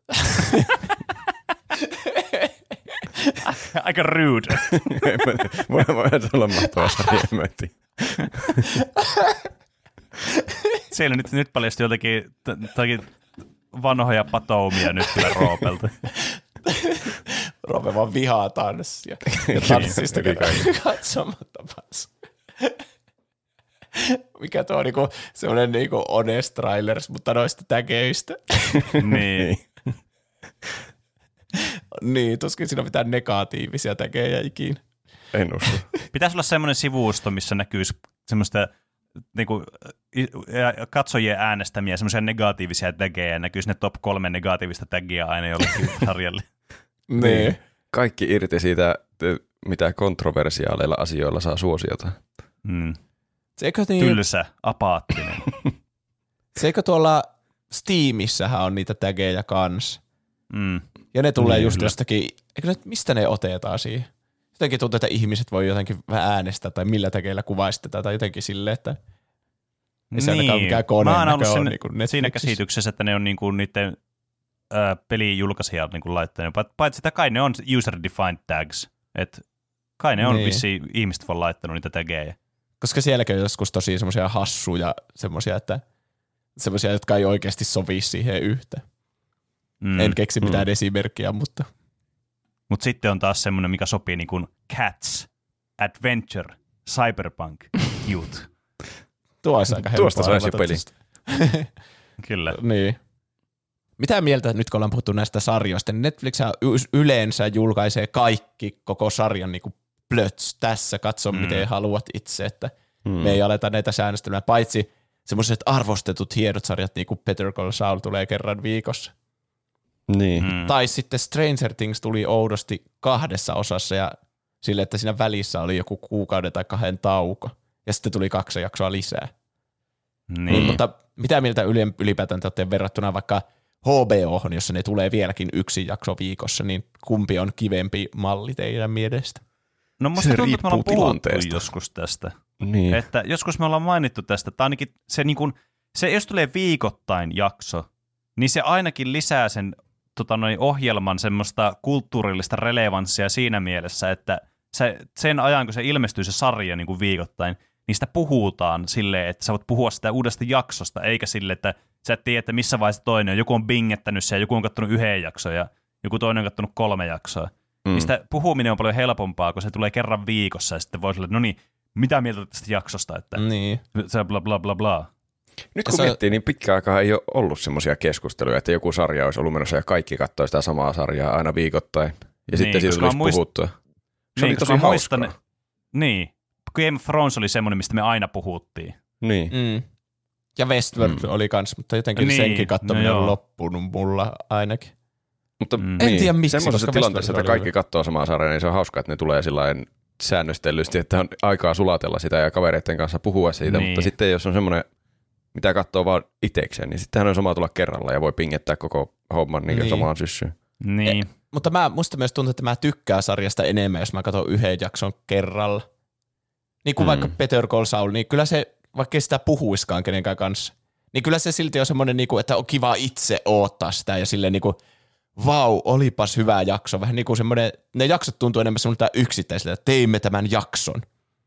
Aika rude. Voi voi olla mahtava sarja, en mä tiedä. Siellä nyt, nyt paljastui jotakin, jotakin vanhoja patoumia nyt kyllä Roopelta. Roope vaan vihaa tanssia. Ja tanssista kyllä katsomatta paska. Mikä tuo on niinku semmoinen niinku honest trailers, mutta noista tägeistä. Niin. Niin, tuskin siinä on mitään negatiivisia tägejä ikinä. En usko. Pitäisi olla semmoinen sivusto, missä näkyisi semmoista niinku, katsojien äänestämiä semmoisia negatiivisia tägejä, näkyisi ne top kolme negatiivista tägiä aina jollekin sarjalle. Niin. Kaikki irti siitä, mitä kontroversiaaleilla asioilla saa suosiota. Mm. Seikö niin, Tylsä, apaattinen. seikö tuolla Steamissähän on niitä tägejä kanssa? Mm. Ja ne tulee Niin, just kyllä. jostakin, eikö ne, mistä ne otetaan siihen? Jotenkin tuntuu, että ihmiset voi jotenkin vähän äänestää tai millä tägeillä kuvaista tai jotenkin silleen, että ei se ainakaan mikään koneen Mä oon ollut näkö sen, on niin siinä käsityksessä, että ne on niinku niiden äh, pelijulkaisijat niinku laittanut. Paitsi että kai ne on user-defined tags. Et kai ne on Niin. vissiin ihmiset vaan laittanut niitä tagejä. Koska sielläkin on joskus tosi semmoisia hassuja, semmoisia, että semmoisia, jotka ei oikeasti sovi siihen yhtä. Mm. En keksi mitään mm. esimerkkiä, mutta Mutta sitten on taas semmoinen, mikä sopii niin kuin Cats, Adventure, Cyberpunk, Youth. tuo olisi aika helppoa. Tuosta saisi arvata peli. tästä. Kyllä. Niin. Mitä mieltä nyt, kun ollaan puhuttu näistä sarjoista, niin Netflix yleensä julkaisee kaikki koko sarjan niin kuin plöts tässä, katso mm. miten haluat itse, että mm. me ei aleta näitä säännöstelemään, paitsi semmoiset arvostetut hienot sarjat, niin kuin Better Call Saul tulee kerran viikossa. Niin. Mm. Tai sitten Stranger Things tuli oudosti kahdessa osassa ja sille, että siinä välissä oli joku kuukauden tai kahden tauko. Ja sitten tuli kaksi jaksoa lisää. Niin. Niin, mutta mitä mieltä ylipäätään te olette verrattuna vaikka H B O:hon, jossa ne tulee vieläkin yksi jakso viikossa, niin kumpi on kivempi malli teidän mielestä? No musta Se tuntuu, että me ollaan riippuu puhuttu tilanteesta. joskus tästä. Niin. Että joskus me ollaan mainittu tästä, että ainakin se, niin kuin, se jos tulee viikoittain jakso, niin se ainakin lisää sen tota, noin, ohjelman semmoista kulttuurillista relevanssia siinä mielessä, että se, sen ajan, kun se ilmestyy se sarja niin kuin viikoittain, niin sitä puhutaan silleen, että sä voit puhua sitä uudesta jaksosta, eikä silleen, että sä et tiedä, että missä vaiheessa toinen on. Joku on bingettänyt sen ja joku on kattonut yhden jakson ja joku toinen on kattonut kolme jaksoa. Mm. Niin sitä puhuminen on paljon helpompaa, kun se tulee kerran viikossa ja sitten voi sanoa, että no niin, mitä mieltä tästä jaksosta, että Niin. se bla bla bla bla. Nyt kun se- miettii, niin pitkään aikaa ei ole ollut semmoisia keskusteluja, että joku sarja olisi ollut menossa ja kaikki katsoo sitä samaa sarjaa aina viikoittain. Ja Niin, sitten siitä koska olisi mä muist- puhuttua. Se niin, oli koska tosi mä muistan, hauskaa. niin, Game of Thrones oli semmoinen, mistä me aina puhuttiin. Niin. Mm. Ja Westworld mm. oli kans, mutta jotenkin Niin, senkin katsominen no on joo. loppunut mulla ainakin. Mutta Mm. niin, En tiedä miksi, semmoisessa koska tilanteessa, Westworld että oli kaikki hyvä. katsoo samaa sarjaa, niin se on hauskaa, että ne tulee sillain säännöstellysti, että on aikaa sulatella sitä ja kavereiden kanssa puhua siitä, Niin. mutta sitten jos on semmoinen, mitä katsoo vaan itsekseen, niin sittenhän on sama tulla kerralla ja voi pingettää koko homman niin Niin. samaan syssyyn. Niin. Mutta mä, musta myös tuntuu, että mä tykkään sarjasta enemmän, jos mä katson yhden jakson kerralla. Niin kuin Mm. mm. vaikka Better Call Saul, niin kyllä se, vaikka ei sitä puhuiskaan kenenkään kanssa, niin kyllä se silti on semmoinen, niin kuin, että on kiva itse odottaa sitä ja silleen niin kuin, vau, olipas hyvä jakso. Vähän niin kuin semmoinen, ne jaksot tuntuu enemmän semmoilta yksittäisiltä, että teimme tämän jakson.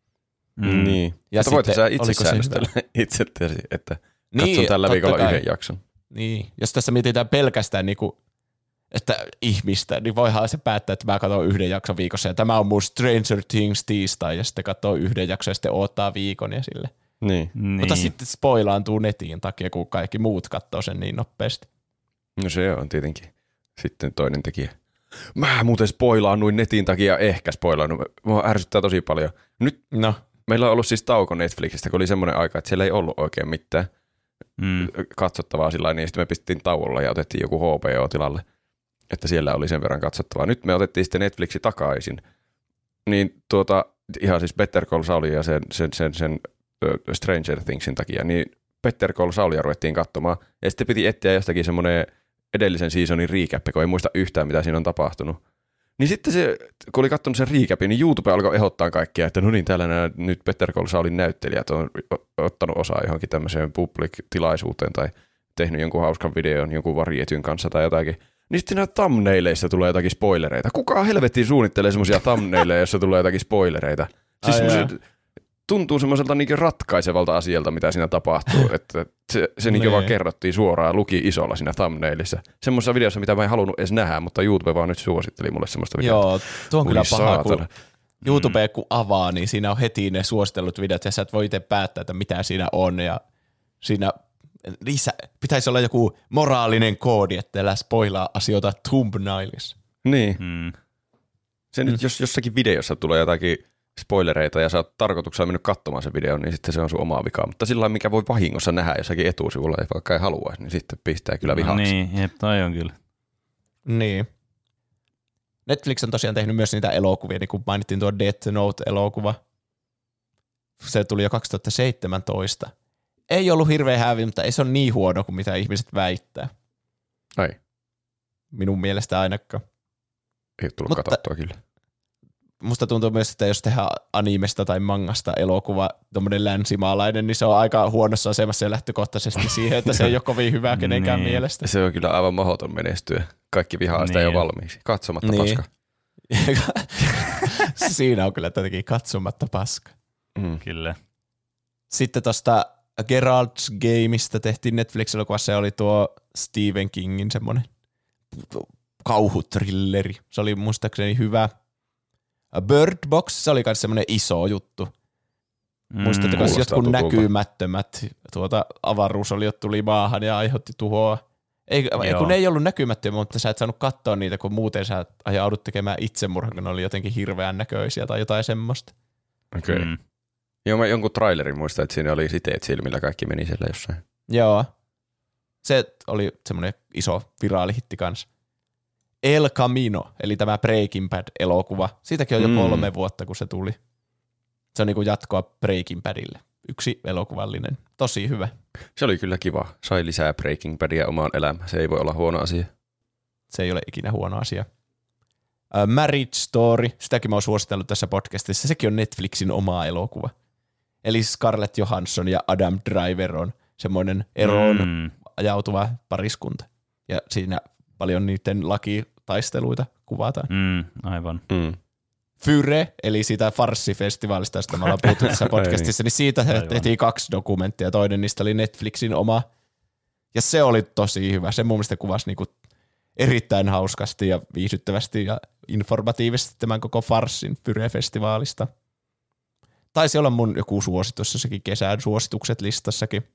Mm. Niin. Ja Mutta voitko sitten, sä itse oliko se säännöstellä itsettäsi, että katson Niin, tällä totta viikolla kai. yhden jakson. Niin, jos tässä mietitään pelkästään niinku, että ihmistä, niin voihan se päättää, että mä katson yhden jakson viikossa ja tämä on mun Stranger Things tiistai ja sitten katsoo yhden jakson ja sitten odottaa viikon ja sille. Niin. Niin. Mutta sitten spoilaantuu netin takia, kun kaikki muut katsoo sen niin nopeasti. No se on tietenkin sitten toinen tekijä. Mä muuten spoilaannuin netin takia, ehkä spoilaannut. Mua ärsyttää tosi paljon. Nyt No, meillä on ollut siis tauko Netflixistä, kun oli semmoinen aika, että siellä ei ollut oikein mitään Mm. katsottavaa sillä niin sitten me pistettiin tauolla ja otettiin joku H B O tilalle, että siellä oli sen verran katsottavaa. Nyt me otettiin sitten Netflixi takaisin. Niin tuota, ihan siis Better Call Saulin ja sen, sen, sen, sen ö, Stranger Thingsin takia, niin Better Call Saulia ruvettiin katsomaan. Ja sitten piti etsiä jostakin semmoinen edellisen seasonin recap, kun ei muista yhtään, mitä siinä on tapahtunut. Niin sitten se, kun oli katsonut sen recapin, niin YouTube alkoi ehdottaa kaikkia, että no niin, täällä nämä nyt Better Call Saulin näyttelijät on ottanut osaa johonkin tämmöiseen public-tilaisuuteen tai tehnyt jonkun hauskan videon jonkun varietyn kanssa tai jotakin. Niin sitten siinä thumbnaileissa tulee jotakin spoilereita. Kuka helvettiin suunnittelee semmoisia thumbnaileja, jossa tulee jotakin spoilereita? Siis Ai semmoset, tuntuu semmoiselta niinku ratkaisevalta asialta, mitä siinä tapahtuu. Että se se niinku Nee. vaan kerrottiin suoraan, luki isolla siinä thumbnailissa. Semmoisessa videossa, mitä mä en halunnut edes nähdä, mutta YouTube vaan nyt suositteli mulle semmoista videota. joo, tuo on kyllä Ui paha, kun saatana. YouTube kun avaa, niin siinä on heti ne suositellut videot, ja sä et voi itse päättää, että mitä siinä on, ja siinä lisä, pitäisi olla joku moraalinen koodi, että älä spoilaa asioita thumbnailissa. Niin. Mm. Se nyt, jos jossakin videossa tulee jotakin spoilereita ja sä oot tarkoituksella mennyt katsomaan sen videon, niin sitten se on sun oma vika. Mutta sillä mikä voi vahingossa nähdä jossakin etusivulla, vaikka ei haluaisi, niin sitten pistää kyllä vihaksi. No niin, jep, toi on kyllä. Niin. Netflix on tosiaan tehnyt myös niitä elokuvia, niin kuin mainittiin tuo Death Note-elokuva. Se tuli jo kaksituhattaseitsemäntoista. Ei ollut hirveän hävi, mutta ei se ole niin huono kuin mitä ihmiset väittää. Ai. Minun mielestä ainakaan. Ei tullut Mutta katsottua kyllä. Musta tuntuu myös, että jos tehdään animesta tai mangasta elokuva, tommonen länsimaalainen, niin se on aika huonossa asemassa ja lähtökohtaisesti siihen, että se ei ole kovin hyvä kenenkään Niin. mielestä. Se on kyllä aivan mahdoton menestyä. Kaikki vihaa sitä Niin. jo valmiiksi. Katsomatta Niin. paska. Siinä on kyllä jotenkin katsomatta paska. Mm. Kyllä. Sitten tosta Geralt's Gameista tehtiin Netflix-elokuvassa, se oli tuo Stephen Kingin semmoinen kauhutrilleri. Se oli muistaakseni hyvä. Bird Box, se oli myös semmoinen iso juttu. Mm. Muistatteko, jos Kuulostaa jotkut tutulta. näkymättömät tuota avaruusoliot tuli maahan ja aiheutti tuhoa. Ei, ei, kun ne ei ollut näkymättömiä, mutta sä et saanut katsoa niitä, kun muuten sä ajaudut tekemään itsemurhan, kun ne oli jotenkin hirveän näköisiä tai jotain semmoista. Okei. Okay. Mm. Joo, mä jonkun trailerin muistan, että siinä oli siteet silmillä, kaikki meni siellä jossain. Joo. Se oli semmoinen iso viraalihitti kanssa. El Camino, eli tämä Breaking Bad-elokuva. Siitäkin on jo Mm. kolme vuotta, kun se tuli. Se on niin kuin jatkoa Breaking Badille. Yksi elokuvallinen. Tosi hyvä. Se oli kyllä kiva. Sai lisää Breaking Badia omaan elämään. Se ei voi olla huono asia. Se ei ole ikinä huono asia. Uh, Marriage Story, sitäkin mä oon suositellut tässä podcastissa. Sekin on Netflixin oma elokuva. Eli Scarlett Johansson ja Adam Driver on semmoinen eroon Mm. ajautuva pariskunta. Ja siinä paljon niiden lakitaisteluita kuvataan. Mm, aivan. Mm. Fyre, eli siitä farssifestivaalista, josta me ollaan puhuttu tässä podcastissa, niin siitä Aivan. tehtiin kaksi dokumenttia. Toinen niistä oli Netflixin oma. Ja se oli tosi hyvä. Se mun mielestä kuvasi niinku erittäin hauskasti ja viihdyttävästi ja informatiivisesti tämän koko farssin Fyre-festivaalista. Taisi olla mun joku suositus jossakin kesän suositukset listassakin.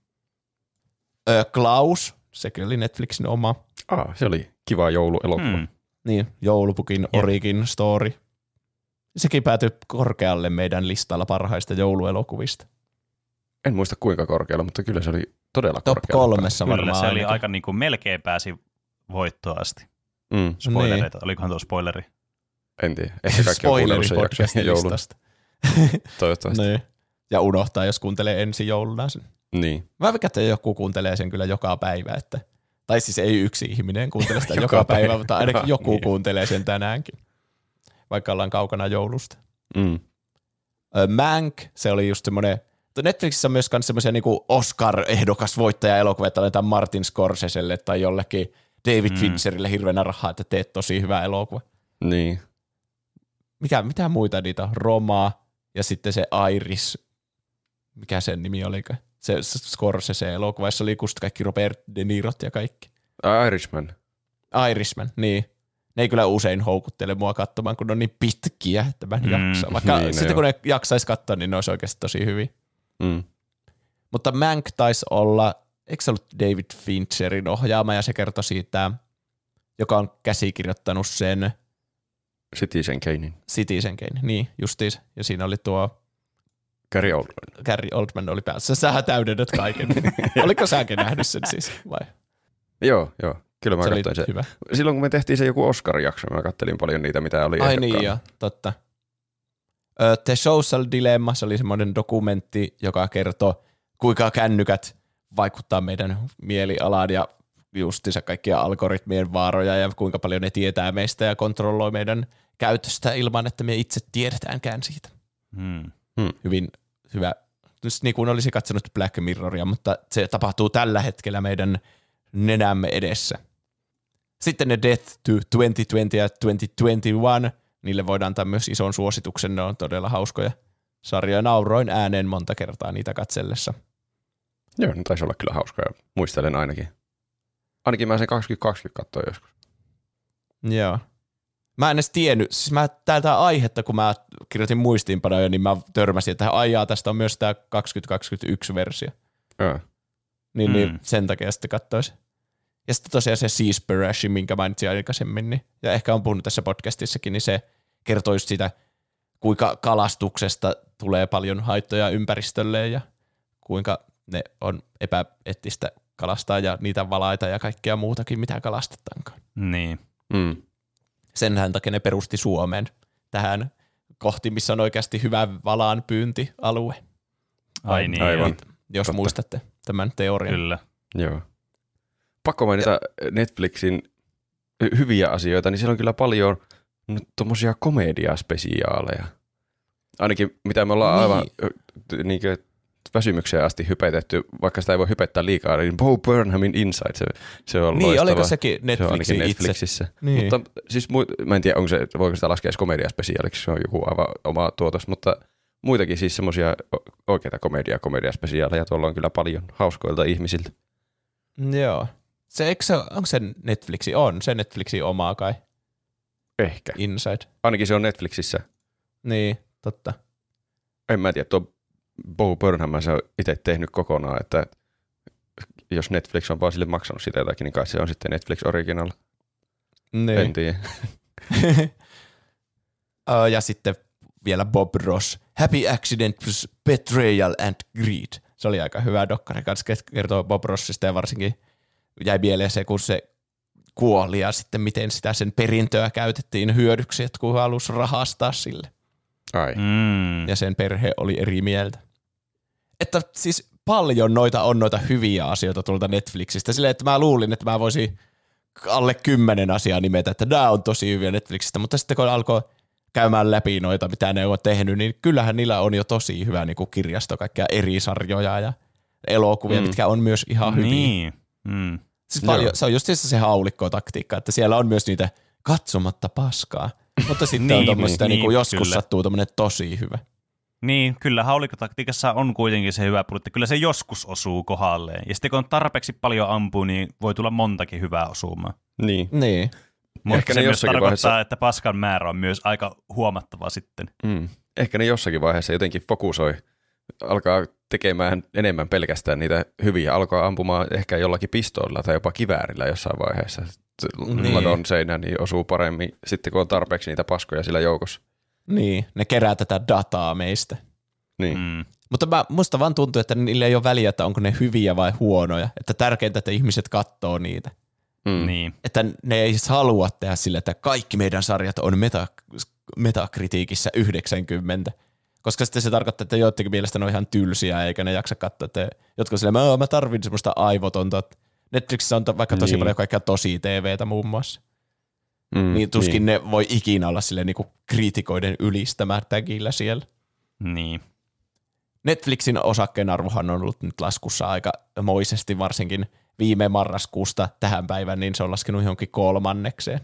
Ö, Klaus, sekin oli Netflixin oma. Ah, se oli kiva jouluelokuva. Mm. Niin, joulupukin origin story. Sekin päätyi korkealle meidän listalla parhaista jouluelokuvista. En muista kuinka korkealla, mutta kyllä se oli todella Top korkealla. kolmessa Kyllä, varmaan. se oli ainakin. aika niin kuin melkein pääsi voittoon asti. Mm, Spoilereita. Olikohan tuo spoileri? en tiedä. Ehkä kaikki on Spoileri kuunnellut sen jakson podcastin joulun. listasta. Toivottavasti. Niin. Ja unohtaa, jos kuuntelee ensi jouluna sen. Niin. Mä veikkaan, että joku kuuntelee sen kyllä joka päivä. Että, tai siis ei yksi ihminen kuuntele sitä Joka joka päivä, päivä. mutta ainakin joku Niin. kuuntelee sen tänäänkin. Vaikka ollaan kaukana joulusta. Mm. Ö, Mank, se oli just semmoinen, Netflixissä on myös semmoisia niinku Oscar-ehdokas voittaja-elokuvia, että laitetaan Martin Scorseselle tai jollekin David Mm. Fincherille hirveänä rahaa, että teet tosi hyvä elokuva. Niin. Mikä, mitä muita niitä on? Roma ja sitten se Iris, mikä sen nimi olikaan? Se Scorsese-elokuva, jossa oli just kaikki Robert De Nirot ja kaikki. Irishman. Irishman, niin. Ne ei kyllä usein houkuttele mua katsomaan, kun ne on niin pitkiä, että mä en Mm, jaksa. Vaikka niin, ne sitten on. kun ne jaksaisi katsoa, niin ne olisi oikeasti tosi hyviä. Mm. Mutta Mank taisi olla, eikö se ollut David Fincherin ohjaama, ja se kertoi siitä, joka on käsikirjoittanut sen Citizen Kanein. Citizen Kane, niin justiis. Ja siinä oli tuo Gary Oldman. Gary Oldman oli päässä. Sähän täydennät kaiken. Oliko säkin nähnyt sen siis? Vai? Joo, joo. Kyllä mä Se oli katsoin sen. hyvä. Silloin kun me tehtiin se joku Oscar-jakso, mä kattelin paljon niitä, mitä oli Ai ehdokkaana. niin, joo, totta. Ö, The Social Dilemma, se oli semmoinen dokumentti, joka kertoo, kuinka kännykät vaikuttaa meidän mielialaan ja justiinsa kaikkia algoritmien vaaroja ja kuinka paljon ne tietää meistä ja kontrolloi meidän käytöstä ilman, että me itse tiedetäänkään siitä. Hmm. Hyvin hyvä. Just niin kuin olisi katsonut Black Mirroria, mutta se tapahtuu tällä hetkellä meidän nenämme edessä. Sitten ne Death to kaksituhattakaksikymmentä ja kaksituhattakaksikymmentäyksi, niille voidaan antaa myös ison suosituksen, ne on todella hauskoja sarjoja. Nauroin ääneen monta kertaa niitä katsellessa. Joo, ne taisi olla kyllä hauskaa. Muistelen ainakin. Ainakin mä sen kaksituhattakaksikymmentä katsoin joskus. Joo. Mä en edes tiennyt, siis mä täältä aihetta, kun mä kirjoitin muistiinpanoja, niin mä törmäsin, että aijaa, tästä on myös tämä kaksituhattakaksikymmentäyksi-versio. Ja. Niin, Mm. niin sen takia sitten katsoisin. Ja sitten tosiaan se Seaspirashi, minkä mainitsin aikaisemmin, niin, ja ehkä on puhunut tässä podcastissakin, niin se kertoo just sitä, kuinka kalastuksesta tulee paljon haittoja ympäristölle ja kuinka ne on epäeettistä kalastaa ja niitä valaita ja kaikkea muutakin, mitä kalastetaankaan. Niin. Mm. Senhän takia ne perusti Suomeen tähän kohti, missä on oikeasti hyvä valaan pyyntialue. Ai niin. Aivan. Jos Totta. muistatte tämän teorian. Kyllä. Joo. Pakko mainita Netflixin hy- hyviä asioita, niin siellä on kyllä paljon tuommoisia komediaspesiaaleja. Ainakin mitä me ollaan Niin. aivan ö, niinkö väsymykseen asti hypetetty, vaikka sitä ei voi hypettää liikaa, niin Bo Burnhamin Inside, se, se on Niin, loistava. oliko sekin Se on ainakin Netflixin itse? Netflixissä. Niin. Mutta siis mu- mä en tiedä, onko se, voiko sitä laskea edes komediaspesiaaliksi, se on joku aivan oma tuotos, mutta muitakin siis semmoisia oikeita komedia komediaspesiaaleja tuolla on kyllä paljon hauskoilta ihmisiltä. Joo. Se, eikö se, onko se Netflixi? On, se Netflixi omaa kai, Ehkä. Inside. Ainakin se on Netflixissä. Niin, totta. En mä tiedä, tuo Bo Burnham se on itse tehnyt kokonaan, että jos Netflix on vaan sille maksanut sitä jotakin, niin kai se on sitten Netflix Original. Niin. En tiedä. Uh, ja sitten vielä Bob Ross. Happy Accident plus Betrayal and Greed. Se oli aika hyvä dokkari kanssa kertoo Bob Rossista ja varsinkin jäi mieleen se, kun se kuoli ja sitten miten sitä sen perintöä käytettiin hyödyksi, että kun halusi rahastaa sille. Ai. Mm. Ja sen perhe oli eri mieltä. Että siis paljon noita on noita hyviä asioita tuolta Netflixistä. Silleen, että mä luulin, että mä voisin alle kymmenen asiaa nimetä, että nämä on tosi hyviä Netflixistä, mutta sitten kun alkoi käymään läpi noita, mitä ne on tehnyt, niin kyllähän niillä on jo tosi hyvä niin kuin kirjasto, kaikkia eri sarjoja ja elokuvia, mm. mitkä on myös ihan hyviä. Niin. Mm. Siis paljon, se on just se haulikko-taktiikka, että siellä on myös niitä katsomatta paskaa, mutta sitten Niin, on tommoista, niin, niin, niin joskus kyllä. sattuu tommoinen tosi hyvä. Niin, kyllä haulikkotaktiikassa on kuitenkin se hyvä puoli, että kyllä se joskus osuu kohdalleen. Ja sitten kun on tarpeeksi paljon ampuu, niin voi tulla montakin hyvää osumaa. Niin. Niin. Mutta Ehkä se ne myös jossakin tarkoittaa, vaiheessa- että paskan määrä on myös aika huomattava sitten. Mm. Ehkä ne jossakin vaiheessa jotenkin fokusoi, alkaa tekemään enemmän pelkästään niitä hyviä, alkaa ampumaan ehkä jollakin pistoolilla tai jopa kiväärillä jossain vaiheessa. Niin. Ladon seinä niin osuu paremmin sitten, kun on tarpeeksi niitä paskoja sillä joukossa. Niin, ne kerää tätä dataa meistä. Niin. Mm. Mutta mä, musta vaan tuntuu, että niillä ei ole väliä, että onko ne hyviä vai huonoja. Että tärkeintä, että ihmiset katsoo niitä. Mm. Niin. Että ne ei halua tehdä sille, että kaikki meidän sarjat on meta, metakritiikissä yhdeksänkymmentä. Koska sitten se tarkoittaa, että joidenkin mielestä ne on ihan tylsiä, eikä ne jaksa katsoa, että jotkut silleen, mä, mä tarvin semmoista aivotonta. Netflixissä on to, vaikka tosi Niin. paljon kaikkea tosi T V:tä muun muassa. Mm. Niin tuskin ne voi ikinä olla silleen niinku kriitikoiden ylistämä tagillä siellä. Niin. Netflixin osakkeen arvohan on ollut nyt laskussa aika moisesti, varsinkin viime marraskuusta tähän päivään, niin se on laskenut johonkin kolmannekseen.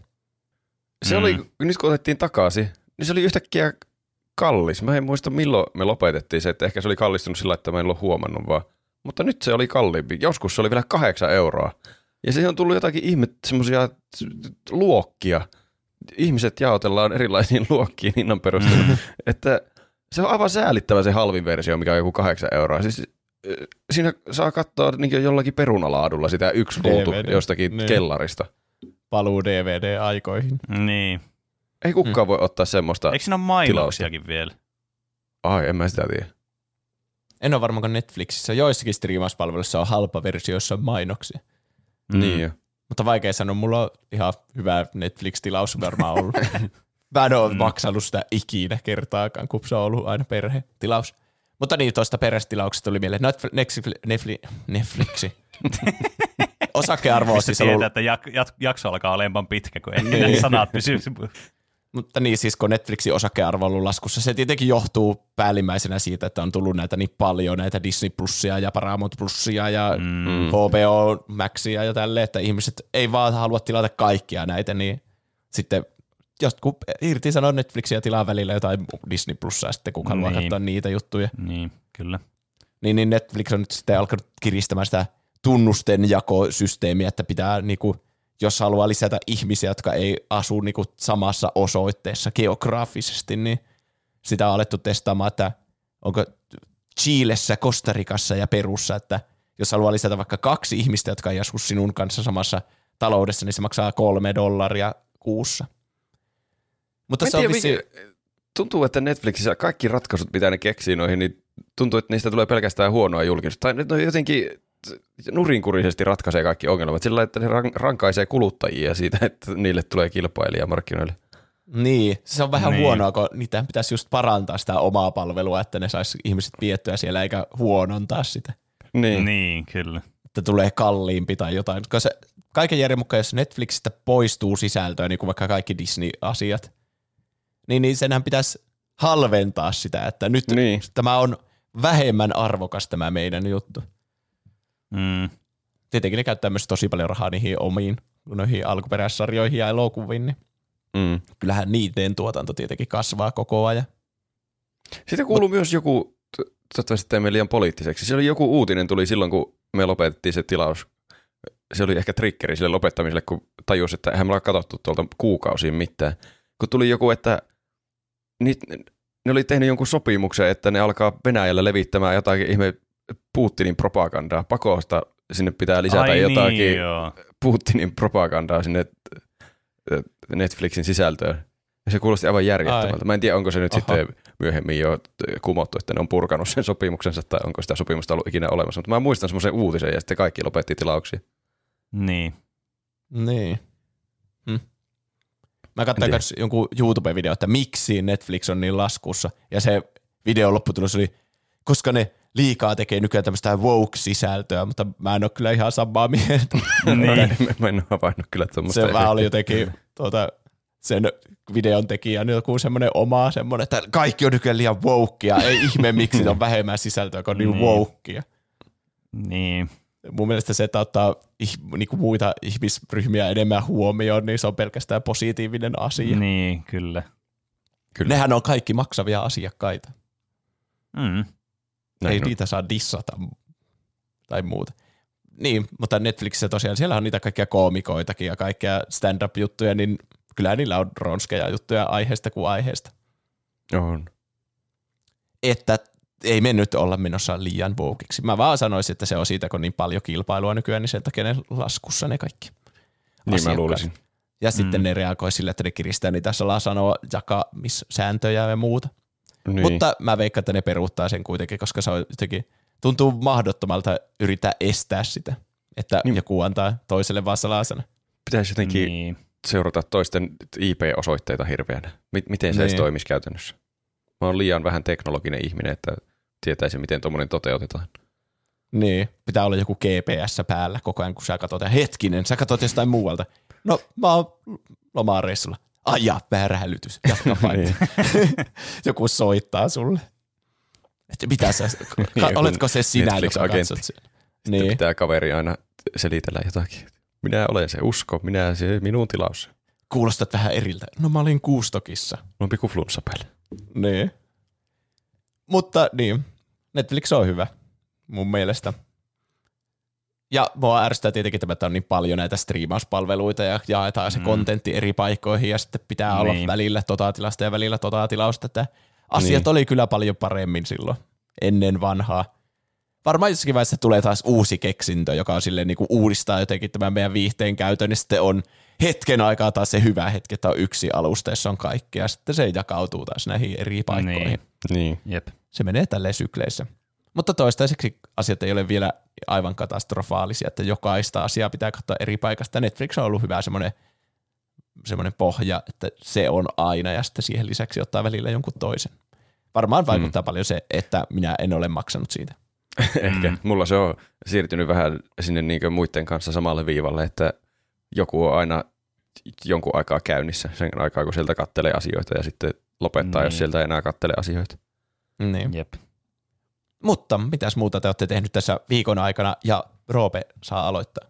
Se Mm. oli, nyt kun otettiin takaisin, niin se oli yhtäkkiä kallis. Mä en muista milloin me lopetettiin se, että ehkä se oli kallistunut sillä, että mä en ole huomannut vaan. Mutta nyt se oli kalliimpi. Joskus se oli vielä kahdeksan euroa. Ja siihen on tullut jotakin ihme, semmoisia luokkia. Ihmiset jaotellaan erilaisiin luokkiin hinnan perusteella. Että se on aivan säälittävä se halvin versio, mikä on joku kahdeksan euroa. Siis äh, siinä saa katsoa niin jollakin perunalaadulla sitä yksi ruutu D V D. jostakin Niin. kellarista. Paluu D V D-aikoihin. Niin. Ei kukaan voi ottaa semmoista. Eikö siinä ole mainoksiakin vielä? Ai, en mä sitä tiedä. En ole varmaan Netflixissä. Joissakin striimauspalveluissa on halpa versio, jossa on mainoksia. Mm. Niin jo. Mutta vaikea sanoa, mulla on ihan hyvä Netflix-tilaus varmaan ollut. Mä en ole Mm. maksanut sitä ikinä kertaakaan, kun se on ollut aina perhetilaus. Mutta niin, tuosta perhetilauksesta tuli mieleen. Netflix, Netflix, Netflixi. Osakearvo on Mistä siis tietää, ollut. että jak- jak- jakso alkaa olemaan pitkä, kun ei Niin. ne sanat pysy. Mutta niin, siis kun Netflixin osakearvo on ollut laskussa, se tietenkin johtuu päällimmäisenä siitä, että on tullut näitä niin paljon, näitä Disney Plusia ja Paramount Plusia ja Mm. H B O Maxia ja tälleen, että ihmiset ei vaan halua tilata kaikkia näitä, niin sitten jotkut irtisanoo Netflixia ja tilaa välillä jotain Disney Plusaa sitten, kun haluaa Niin. katsoa niitä juttuja. Niin, kyllä. Niin, niin Netflix on nyt sitten alkanut kiristämään sitä tunnusten jakosysteemiä, että pitää niinku jos haluaa lisätä ihmisiä, jotka ei asu niinku samassa osoitteessa geograafisesti, niin sitä on alettu testaamaan, että onko Chilessä, Kostarikassa ja Perussa, että jos haluaa lisätä vaikka kaksi ihmistä, jotka ei asu sinun kanssa samassa taloudessa, niin se maksaa kolme dollaria kuussa. Mutta Mä se on tiedä, vissi... tuntuu, että Netflixissä kaikki ratkaisut, mitä ne keksii noihin, niin tuntuu, että niistä tulee pelkästään huonoa julkisuutta. Tai ne jotenkin nurinkurisesti ratkaisee kaikki ongelmat sillä, että ne rankaisee kuluttajia siitä, että niille tulee kilpailija markkinoille. Niin, se on vähän niin. huonoa, kun niitä pitäisi just parantaa sitä omaa palvelua, että ne saisi ihmiset piettyä siellä eikä huonontaa sitä. Niin. Niin, kyllä. Että tulee kalliimpi tai jotain. Koska se, kaiken järjen mukaan, jos Netflixistä poistuu sisältöä, niin kuin vaikka kaikki Disney-asiat, niin, niin senhän pitäisi halventaa sitä, että nyt Niin. tämä on vähemmän arvokas tämä meidän juttu. Mm. Tietenkin ne käyttää myös tosi paljon rahaa niihin omiin, noihin alkuperäissarjoihin ja elokuviin, niin Mm. kyllähän niiden tuotanto tietenkin kasvaa koko ajan. Sitten kuuluu myös joku, toivottavasti teemme liian poliittiseksi, se oli joku uutinen tuli silloin, kun me lopetettiin se tilaus. Se oli ehkä triggeri sille lopettamiselle, kun tajusi, että eihän me olla katsottu tuolta kuukausiin mitään. Kun tuli joku, että niit, ne oli tehnyt jonkun sopimuksen, että ne alkaa Venäjällä levittämään jotakin ihme Putinin propagandaa. Pakosta sinne pitää lisätä Ai jotakin niin, joo. Putinin propagandaa sinne Netflixin sisältöön. Ja se kuulosti aivan järjettömältä. Ai. Mä en tiedä, onko se nyt Aha. sitten myöhemmin jo kumottu, että ne on purkanut sen sopimuksensa, tai onko sitä sopimusta ollut ikinä olemassa. Mutta mä muistan semmoisen uutisen, ja sitten kaikki lopetti tilauksia. Niin. Niin. Hm. Mä katsoin tiedä. kanssa jonkun YouTube-video, että miksi Netflix on niin laskussa. Ja se videon lopputulos oli, koska ne liikaa tekee nykyään tämmöistä woke-sisältöä, mutta mä en ole kyllä ihan samaa mieltä. Niin. Mä en ole havainnut kyllä tuommoista. Se vaan oli jotenkin tuota, sen videon tekijän joku semmoinen oma semmoinen, että kaikki on nykyään liian wokea. Ei ihme, miksi on vähemmän sisältöä, kun on niin Niin. wokea. Niin. Mun mielestä se, että ottaa niinku muita ihmisryhmiä enemmän huomioon, niin se on pelkästään positiivinen asia. Niin, kyllä. Kyllä. Nehän on kaikki maksavia asiakkaita. Mm. Näin ei on. niitä saa dissata tai muuta. Niin, mutta Netflixissä tosiaan, siellä on niitä kaikkia koomikoitakin ja kaikkia stand-up-juttuja, niin kyllä niillä on ronskeja juttuja aiheesta kuin aiheesta. On. Että ei me nyt olla menossa liian wokeiksi. Mä vaan sanoisin, että se on siitä, kun on niin paljon kilpailua nykyään, niin sen takia ne laskussa ne kaikki Niin mä asiakkaat. luulisin. Ja sitten Mm. ne reagoi sille, että ne kiristää niitä salasanoa, jakamissääntöjä ja muuta. Niin. Mutta mä veikkaan, että ne peruuttaa sen kuitenkin, koska se on jotenkin, tuntuu mahdottomalta yrittää estää sitä, että Niin. joku antaa toiselle vaan salasana. Pitäisi jotenkin Niin. seurata toisten I P-osoitteita hirveänä. M- miten se Niin. edes toimisi käytännössä? Mä oon liian vähän teknologinen ihminen, että tietäisi, miten tuommoinen toteutetaan. Niin, pitää olla joku G P S päällä koko ajan, kun sä katsot. Ja hetkinen, sä katsot jostain muualta. No, mä oon lomareissulla. Ai ja, väärä hälytys. Jatka vain. Niin. Joku soittaa sulle. Että mitä sä, ka- joku oletko se sinä, joka Netflix-agentti. katsot sen? Sitten Niin. pitää kaveri aina selitellä jotakin. Minä olen se usko, minä se minun tilaus. Kuulostat vähän eriltä. No mä olin Kuustokissa. Mulla on pikku flunssa päällä. Niin. Mutta niin, Netflix on hyvä mun mielestä. Ja mua ärsyttää tietenkin tämä, että on niin paljon näitä striimauspalveluita ja jaetaan se Mm. kontentti eri paikkoihin ja sitten pitää Niin. olla välillä totatilasta ja välillä totatilausta. Että asiat Niin. oli kyllä paljon paremmin silloin ennen vanhaa. Varmaan jossakin vaiheessa tulee taas uusi keksintö, joka on silleen niin kuin uudistaa jotenkin tämän meidän viihteen käytön, ja sitten on hetken aikaa taas se hyvä hetki, että on yksi alusta, jossa on kaikkea, ja sitten se jakautuu taas näihin eri paikkoihin. Niin. Niin. Jep. Se menee tälleen sykleissä. Mutta toistaiseksi asiat ei ole vielä aivan katastrofaalisia, että jokaista asiaa pitää katsoa eri paikasta. Netflix on ollut hyvä semmoinen, semmoinen pohja, että se on aina, ja sitten siihen lisäksi ottaa välillä jonkun toisen. Varmaan vaikuttaa mm. paljon se, että minä en ole maksanut siitä. Ehkä. Mm. Mulla se on siirtynyt vähän sinne niin muiden kanssa samalle viivalle, että joku on aina jonkun aikaa käynnissä sen aikaa, kun sieltä kattelee asioita ja sitten lopettaa, niin. jos Niin. sieltä ei enää kattele asioita. Niin. Jep. Mutta mitäs muuta te olette tehnyt tässä viikon aikana, ja Roope saa aloittaa.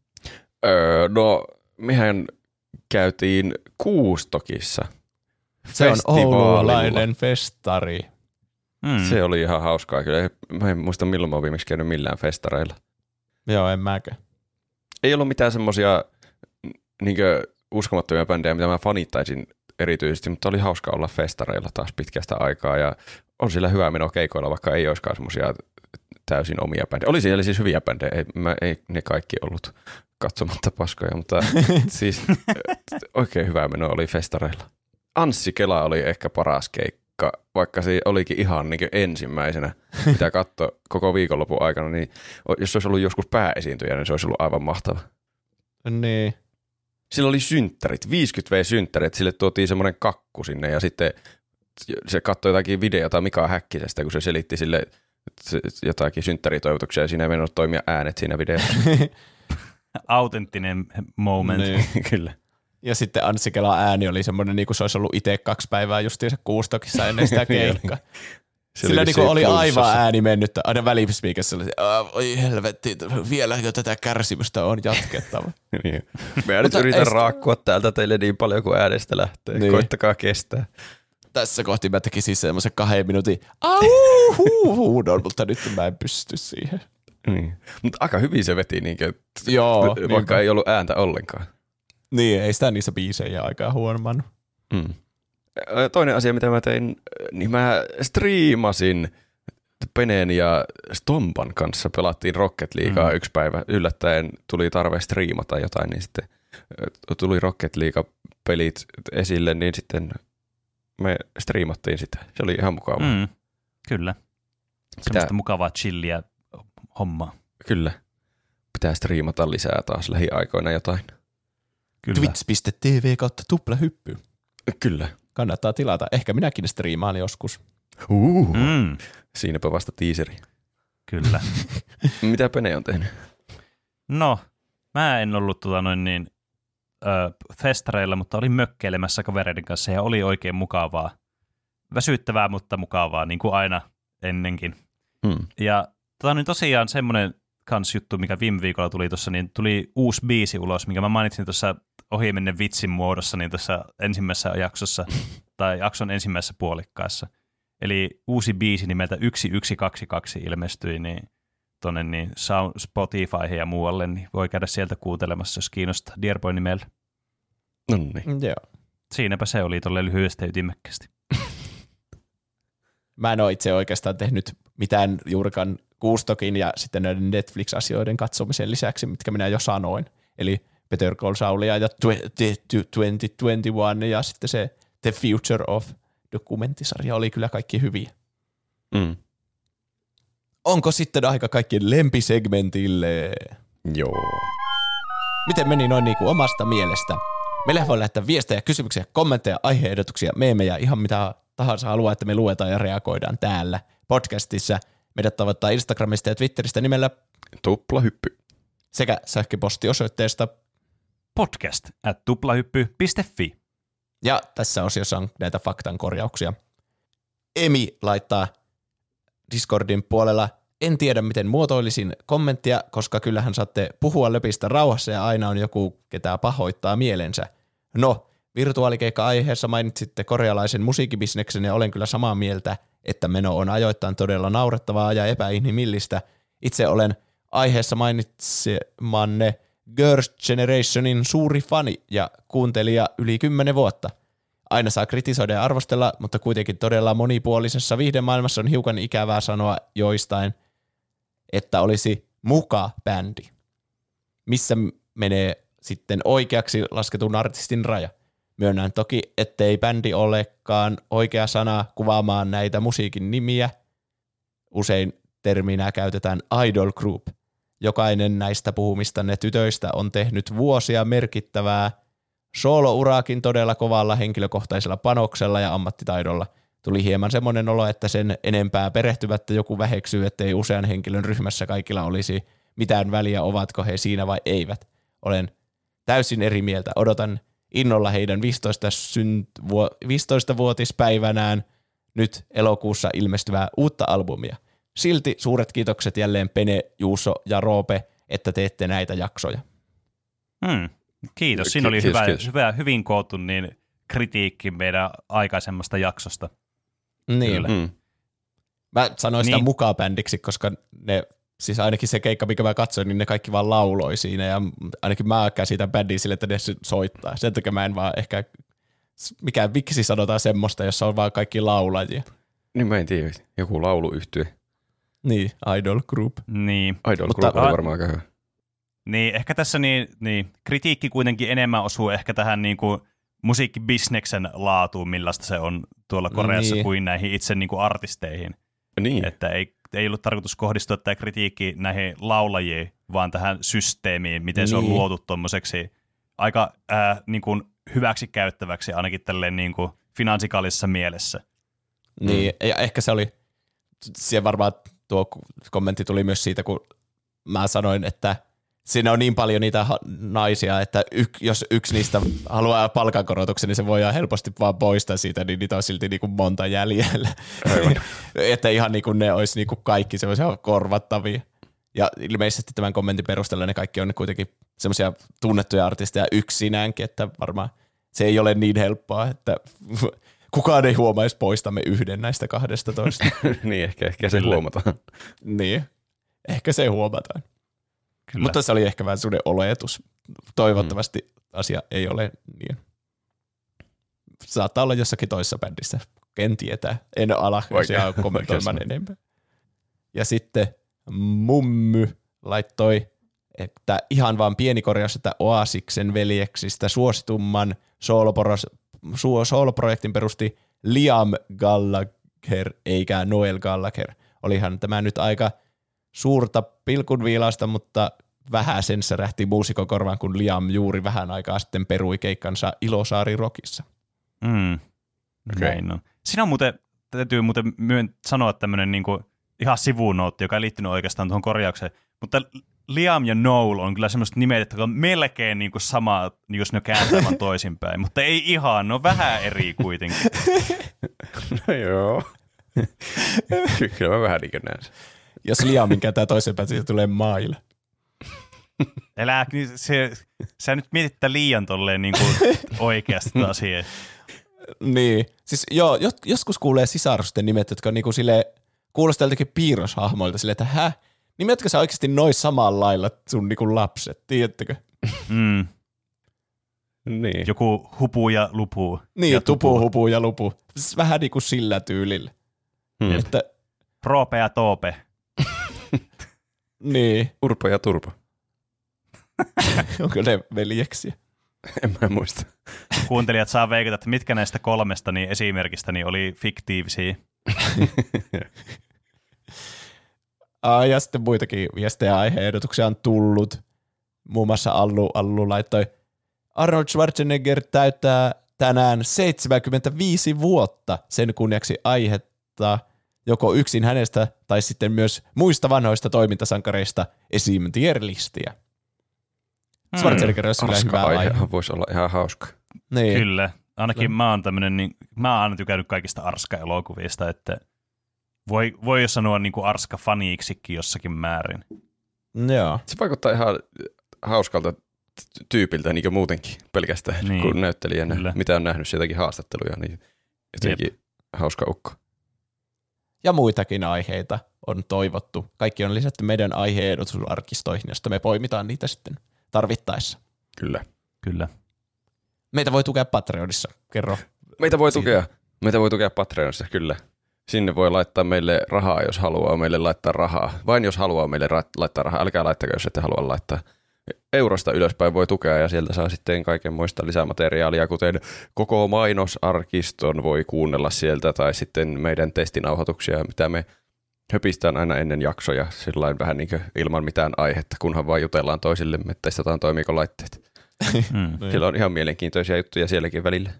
Öö, no, mehän käytiin Kuustokissa. Se on festivaalilla. oululainen festari. Mm. Se oli ihan hauskaa kyllä. Mä en muista milloin mä oon viimeksi käynyt millään festareilla. Joo, en mäkään. Ei ollut mitään semmosia niinkö uskomattomia bändejä, mitä mä fanittaisin erityisesti, mutta oli hauska olla festareilla taas pitkästä aikaa ja on sillä hyvä meno keikoilla, vaikka ei olisikaan semmoisia täysin omia bändejä. Oli siellä siis hyviä bändejä, ei, mä, ei ne kaikki ollut katsomatta paskoja, mutta siis oikein hyvä meno oli festareilla. Anssi Kela oli ehkä paras keikka, vaikka se olikin ihan niin ensimmäisenä, mitä katsoi koko viikonlopun aikana, niin jos se olisi ollut joskus pääesiintyjä, niin se olisi ollut aivan mahtava. Niin. Sillä oli synttärit, viisikymmentä vuotias-synttärit, sille tuotiin semmoinen kakku sinne ja sitten se katsoi jotakin videota Mika Häkkisestä, kun se selitti sille jotakin synttäritoivotuksia ja siinä ei mennyt toimia äänet siinä videossa. Autenttinen moment. Niin. Kyllä. Ja sitten Anssi Kelan ääni oli semmoinen, niin kuin se olisi ollut itse kaksi päivää justiinsa Kuustokissa ennen sitä keikkaa. Sillä niin oli aivan ääni mennyt, aina välispiikässä oli, oi helvetti, vieläkö tätä kärsimystä on jatkettava. Niin. Mä nyt yritän est... raakkua täältä teille niin paljon kuin äänestä lähtee. Niin. Koittakaa kestää. Tässä kohti mä tekisin semmoisen kahden minuutin auhuudon, mutta nyt mä en pysty siihen. Niin. Mutta aika hyvin se veti, niin kuin, Joo, vaikka niin. ei ollut ääntä ollenkaan. Niin, ei sitä niissä biisejä aikaa huomannut. Mm. Toinen asia, mitä mä tein, niin mä striimasin Peneen ja Stompan kanssa. Pelattiin Rocket Leaguea mm. yksi päivä. Yllättäen tuli tarve striimata jotain, niin sitten tuli Rocket League-pelit esille, niin sitten me striimattiin sitä. Se oli ihan mukavaa. Mm. Kyllä. Semmoista mukavaa chilliä hommaa. Kyllä. Pitää striimata lisää taas lähiaikoina jotain. Twitch piste tv kautta tuplahyppy. Kyllä. Kannattaa tilata. Ehkä minäkin striimaan joskus. Uh, mm. Siinäpä vasta tiiseri. Kyllä. Mitä Pene on tehnyt? No, mä en ollut tota noin niin, ö, festareilla, mutta olin mökkeilemässä kavereiden kanssa ja oli oikein mukavaa. Väsyttävää, mutta mukavaa, niin kuin aina ennenkin. Mm. Ja tota niin tosiaan semmoinen kans juttu, mikä viime viikolla tuli tuossa, niin tuli uusi biisi ulos, mikä mä mainitsin tuossa ohimennen vitsin muodossa niin tuossa ensimmäisessä jaksossa, tai jakson ensimmäisessä puolikkaassa. Eli uusi biisi nimeltä yksi yksi kaksi kaksi ilmestyi niin tuonne niin Spotifyhin ja muualle, niin voi käydä sieltä kuuntelemassa, jos kiinnostaa Dearboy nimellä. No niin. Joo. Siinäpä se oli tolleen lyhyesti ja ytimekkästi. Mä en ole itse oikeastaan tehnyt mitään juurikaan Kuustokin ja sitten näiden Netflix-asioiden katsomisen lisäksi, mitkä minä jo sanoin. Eli Better Call Saulia ja kaksituhattakaksikymmentäyksi ja sitten se The Future of -dokumenttisarja oli kyllä kaikki hyviä. Mm. Onko sitten aika kaikkien lempisegmentille? Joo. Miten meni noin niin kuin omasta mielestä? Meillä voi lähettää viestejä, kysymyksiä, kommentteja, aihe-ehdotuksia, meemejä, ihan mitä tahansa haluaa, että me luetaan ja reagoidaan täällä podcastissa. Meidät tavoittaa Instagramista ja Twitteristä nimellä Tuplahyppy. Sekä sähköpostiosoitteesta podcast at tuplahyppy piste fi. Ja tässä osiossa on näitä faktan korjauksia. Emi laittaa Discordin puolella, en tiedä miten muotoilisin kommenttia, koska kyllähän saatte puhua löpistä rauhassa ja aina on joku, ketä pahoittaa mielensä. No, virtuaalikeikka-aiheessa mainitsitte korealaisen musiikkibisneksen ja olen kyllä samaa mieltä, että meno on ajoittain todella naurettavaa ja epäinhimillistä. Itse olen aiheessa mainitsemanne Girls' Generationin suuri fani ja kuuntelija yli kymmenen vuotta. Aina saa kritisoida ja arvostella, mutta kuitenkin todella monipuolisessa viihdemaailmassa on hiukan ikävää sanoa joistain, että olisi muka-bändi. Missä menee sitten oikeaksi lasketun artistin raja? Myönnän toki, ettei bändi olekaan oikea sana kuvaamaan näitä musiikin nimiä. Usein terminä käytetään idol group. Jokainen näistä puhumistanne tytöistä on tehnyt vuosia merkittävää soolouraakin todella kovalla henkilökohtaisella panoksella ja ammattitaidolla. Tuli hieman semmoinen olo, että sen enempää perehtymättä joku väheksyy, ettei usean henkilön ryhmässä kaikilla olisi mitään väliä, ovatko he siinä vai eivät. Olen täysin eri mieltä. Odotan innolla heidän viisitoistavuotispäivänään nyt elokuussa ilmestyvää uutta albumia. Silti suuret kiitokset jälleen Pene, Juuso ja Roope, että teette näitä jaksoja. Hmm. Kiitos. Siinä oli hyvä, hyvä, hyvin koottu niin kritiikki meidän aikaisemmasta jaksosta. Niin. Mm. Mä sanoin sitä niin. mukaan bändiksi, koska ne siis ainakin se keikka, mikä mä katsoin, niin ne kaikki vaan lauloi siinä, ja ainakin mä käsitän bändiä sille, että ne soittaa. Sen takia mä en vaan ehkä, mikä miksi sanotaan semmoista, jossa on vaan kaikki laulajia. Niin mä en tiedä, joku lauluyhtye. Niin, Idol Group. Niin. Idol Mutta- Group oli varmaan aika hyvä. Niin, ehkä tässä niin, niin, kritiikki kuitenkin enemmän osuu ehkä tähän niin kuin musiikkibisneksen laatuun, millaista se on tuolla Koreassa, Niin. kuin näihin itse niin kuin artisteihin. Niin, Että ei, ei ollut tarkoitus kohdistua tämä kritiikki näihin laulajiin, vaan tähän systeemiin, miten se on Niin. luotu tuommoiseksi aika äh, niin kuin hyväksikäyttäväksi ainakin tälleen niin kuin finansikaalisessa mielessä. Niin, ja ehkä se oli, siihen varmaan tuo kommentti tuli myös siitä, kun mä sanoin, että siinä on niin paljon niitä ha- naisia, että yk, jos yksi niistä haluaa palkankorotuksen, niin se voidaan helposti vaan poistaa siitä, niin niitä on silti niin kuin monta jäljellä. Että ihan niin kuin ne olisi niin kuin kaikki semmoisia korvattavia. Ja ilmeisesti tämän kommentin perusteella ne kaikki on kuitenkin semmoisia tunnettuja artisteja yksinäänkin, että varmaan se ei ole niin helppoa, että kukaan ei huomaisi poistamme yhden näistä kahdesta toista. niin ehkä, ehkä se Kyllä. huomataan. Niin, ehkä se huomataan. Kyllä. Mutta se oli ehkä vähän sellainen oletus. Toivottavasti mm. asia ei ole niin. Saattaa olla jossakin toisessa bändissä. Ken tietää. En ala asiaa kommentoimaan enempää. Ja sitten Mummy laittoi, että ihan vaan pieni korjaus, että Oasiksen veljeksistä suositumman sooloprojektin perusti Liam Gallagher eikä Noel Gallagher. Olihan tämä nyt aika suurta pilkunviilausta, mutta vähän sen särähti muusikon korvaan, kun Liam juuri vähän aikaa sitten perui keikkansa Ilosaari Rockissa. Mm. Okei. Näin on. Siinä on muuten, täytyy muuten myön sanoa tämmöinen niinku ihan sivunootti, joka ei liittynyt oikeastaan tuohon korjaukseen, mutta Liam ja Noel on kyllä semmoista nimet, jotka on melkein niinku sama, jos ne kääntää vaan toisinpäin, mutta ei ihan, ne on vähän eri kuitenkin. No joo. Kyllä mä vähän niin kuin näen sen. Jos Liamin kääntää toisenpäin, siitä tulee Mail. Elää, niin se, sä nyt mietit tätä liian tolleen niinku oikeasti tätä asiaa. Niin, siis joo, jos, joskus kuulee sisarusten nimet, jotka on niinku silleen, kuulostaa joltakin piirroshahmoilta silleen, että hä? Nimetkö sä oikeasti noin samalla lailla sun niinku lapset, tiedättekö? Mm. Niin. Joku hupu ja lupu. Niin, ja tupu, hupu ja lupu. Siis vähän niinku sillä tyylillä. Hmm. Että, Roope ja Toope. niin, Urpo ja Turpo. onko ne veljeksiä? En mä muista. Kuuntelijat saa veikata, että mitkä näistä kolmesta niin esimerkistä niin oli fiktiivisiä. Ah, ja sitten muitakin viestejä ja aihe-ehdotuksia on tullut. Muun muassa Allu, Allu laittoi, Arnold Schwarzenegger täyttää tänään seitsemänkymmentäviisi vuotta. Sen kunniaksi aihetta joko yksin hänestä tai sitten myös muista vanhoista toimintasankareista esim. Tier-listiä. Schwarzenegger olisi kyllä Arska hyvä aihe. aihe voisi olla ihan hauska. Niin. Kyllä. Ainakin Kyllä. mä oon tämmönen, niin, mä oon aina tykännyt kaikista Arska-elokuvista, että voi, voi jo sanoa niin kuin Arska-faniiksikin jossakin määrin. Joo. Se vaikuttaa ihan hauskalta tyypiltä niin kuin muutenkin pelkästään Niin, niin, kuin näyttelijänä. kyllä. Mitä on nähnyt sieltäkin haastatteluja, niin jotenkin hauska ukko. Ja muitakin aiheita on toivottu. Kaikki on lisätty meidän aihe-ehdotusarkistoihin, josta me poimitaan niitä sitten tarvittaessa. Kyllä. Kyllä. Meitä voi tukea Patreonissa. Kerro. Meitä voi Siitä. tukea. Meitä voi tukea Patreonissa, kyllä. Sinne voi laittaa meille rahaa, jos haluaa meille laittaa rahaa. Vain jos haluaa meille ra- laittaa rahaa. Älkää laittako, jos ette halua laittaa. Eurosta ylöspäin voi tukea ja sieltä saa sitten kaikenmoista lisämateriaalia, kuten koko mainosarkiston voi kuunnella sieltä tai sitten meidän testinauhoituksia, mitä me höpistään aina ennen jaksoja sillain vähän niin kuin ilman mitään aihetta, kunhan vaan jutellaan toisillemme, testataan toimiiko laitteet. Mm. Siellä on ihan mielenkiintoisia juttuja sielläkin välillä.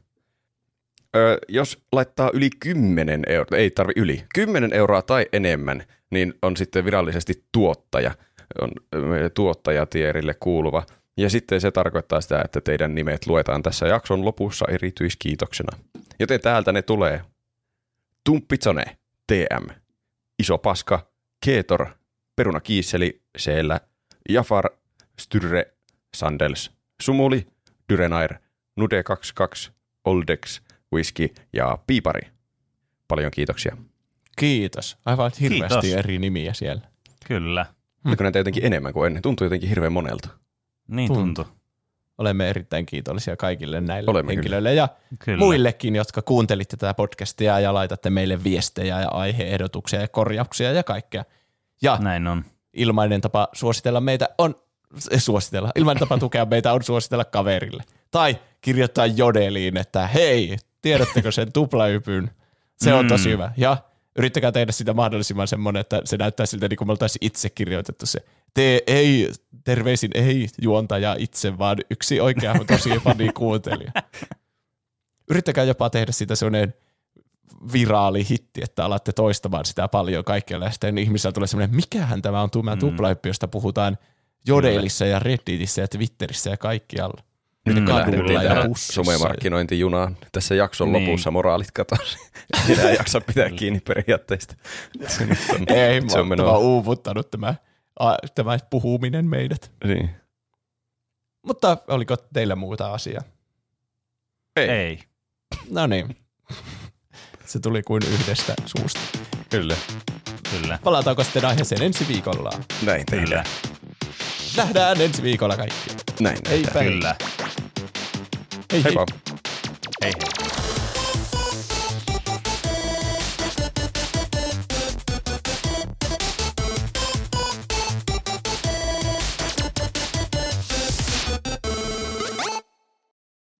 Öö, jos laittaa yli kymmenen euroa, ei tarvi yli, kymmenen euroa tai enemmän, niin on sitten virallisesti tuottaja, on ö, tuottajatierille kuuluva. Ja sitten se tarkoittaa sitä, että teidän nimet luetaan tässä jakson lopussa erityiskiitoksena. Joten täältä ne tulee. Tumppitsone, T M, Iso Paska, Keetor, Peruna Kiisseli, Seellä, Jafar, Styrre, Sandels, Sumuli, Dyrenair, Nude kaksikymmentäkaksi, Oldex, Whisky ja Piipari. Paljon kiitoksia. Kiitos. Aivan hirveästi Kiitos. eri nimiä siellä. Kyllä. Oliko näitä jotenkin enemmän kuin ennen? Tuntuu jotenkin hirveän monelta. Niin tuntuu. Olemme erittäin kiitollisia kaikille näille Olemme henkilöille kyllä. ja Kyllä. muillekin, jotka kuuntelitte tätä podcastia ja laitatte meille viestejä ja aihe-ehdotuksia ja korjauksia ja kaikkea. Ja Näin on. ilmainen tapa suositella meitä on, suositella, ilmainen tapa tukea meitä on suositella kaverille. Tai kirjoittaa Jodeliin, että hei, tiedättekö sen tuplaypyn? Se on tosi hyvä. Ja yrittäkää tehdä sitä mahdollisimman semmoinen, että se näyttää siltä, niin kuin me oltaisiin itse kirjoitettu se. Te ei, terveisin ei juontaja itse, vaan yksi oikea tosi fani kuuntelija. Yrittäkää jopa tehdä sitä semmoinen viraali hitti, että alatte toistamaan sitä paljon kaikkialla. Ja sitten ihmisillä tulee semmoinen, mikähän tämä on tämä mm. tuplahyppy, josta puhutaan Jodelissa ja Redditissä ja Twitterissä ja kaikkialla. Nyt me kadulla lähdettiin ja tähän bussissa. somemarkkinointijunaan. Tässä jakson Niin. lopussa moraalit katosi. Enää jaksa pitää kiinni periaatteista. Se nyt on, Ei, se on mä oon uuvuttanut tämä, a, tämä puhuminen meidät. Niin. Mutta oliko teillä muuta asiaa? Ei. Ei. No niin. Se tuli kuin yhdestä suusta. Kyllä. Kyllä. Palataanko sitten aiheeseen ensi viikolla? Näin Kyllä. tehdään. Nähdään ensi viikolla kaikki. Näin Ei tehdään. Kyllä. Hei, hei. Heippa.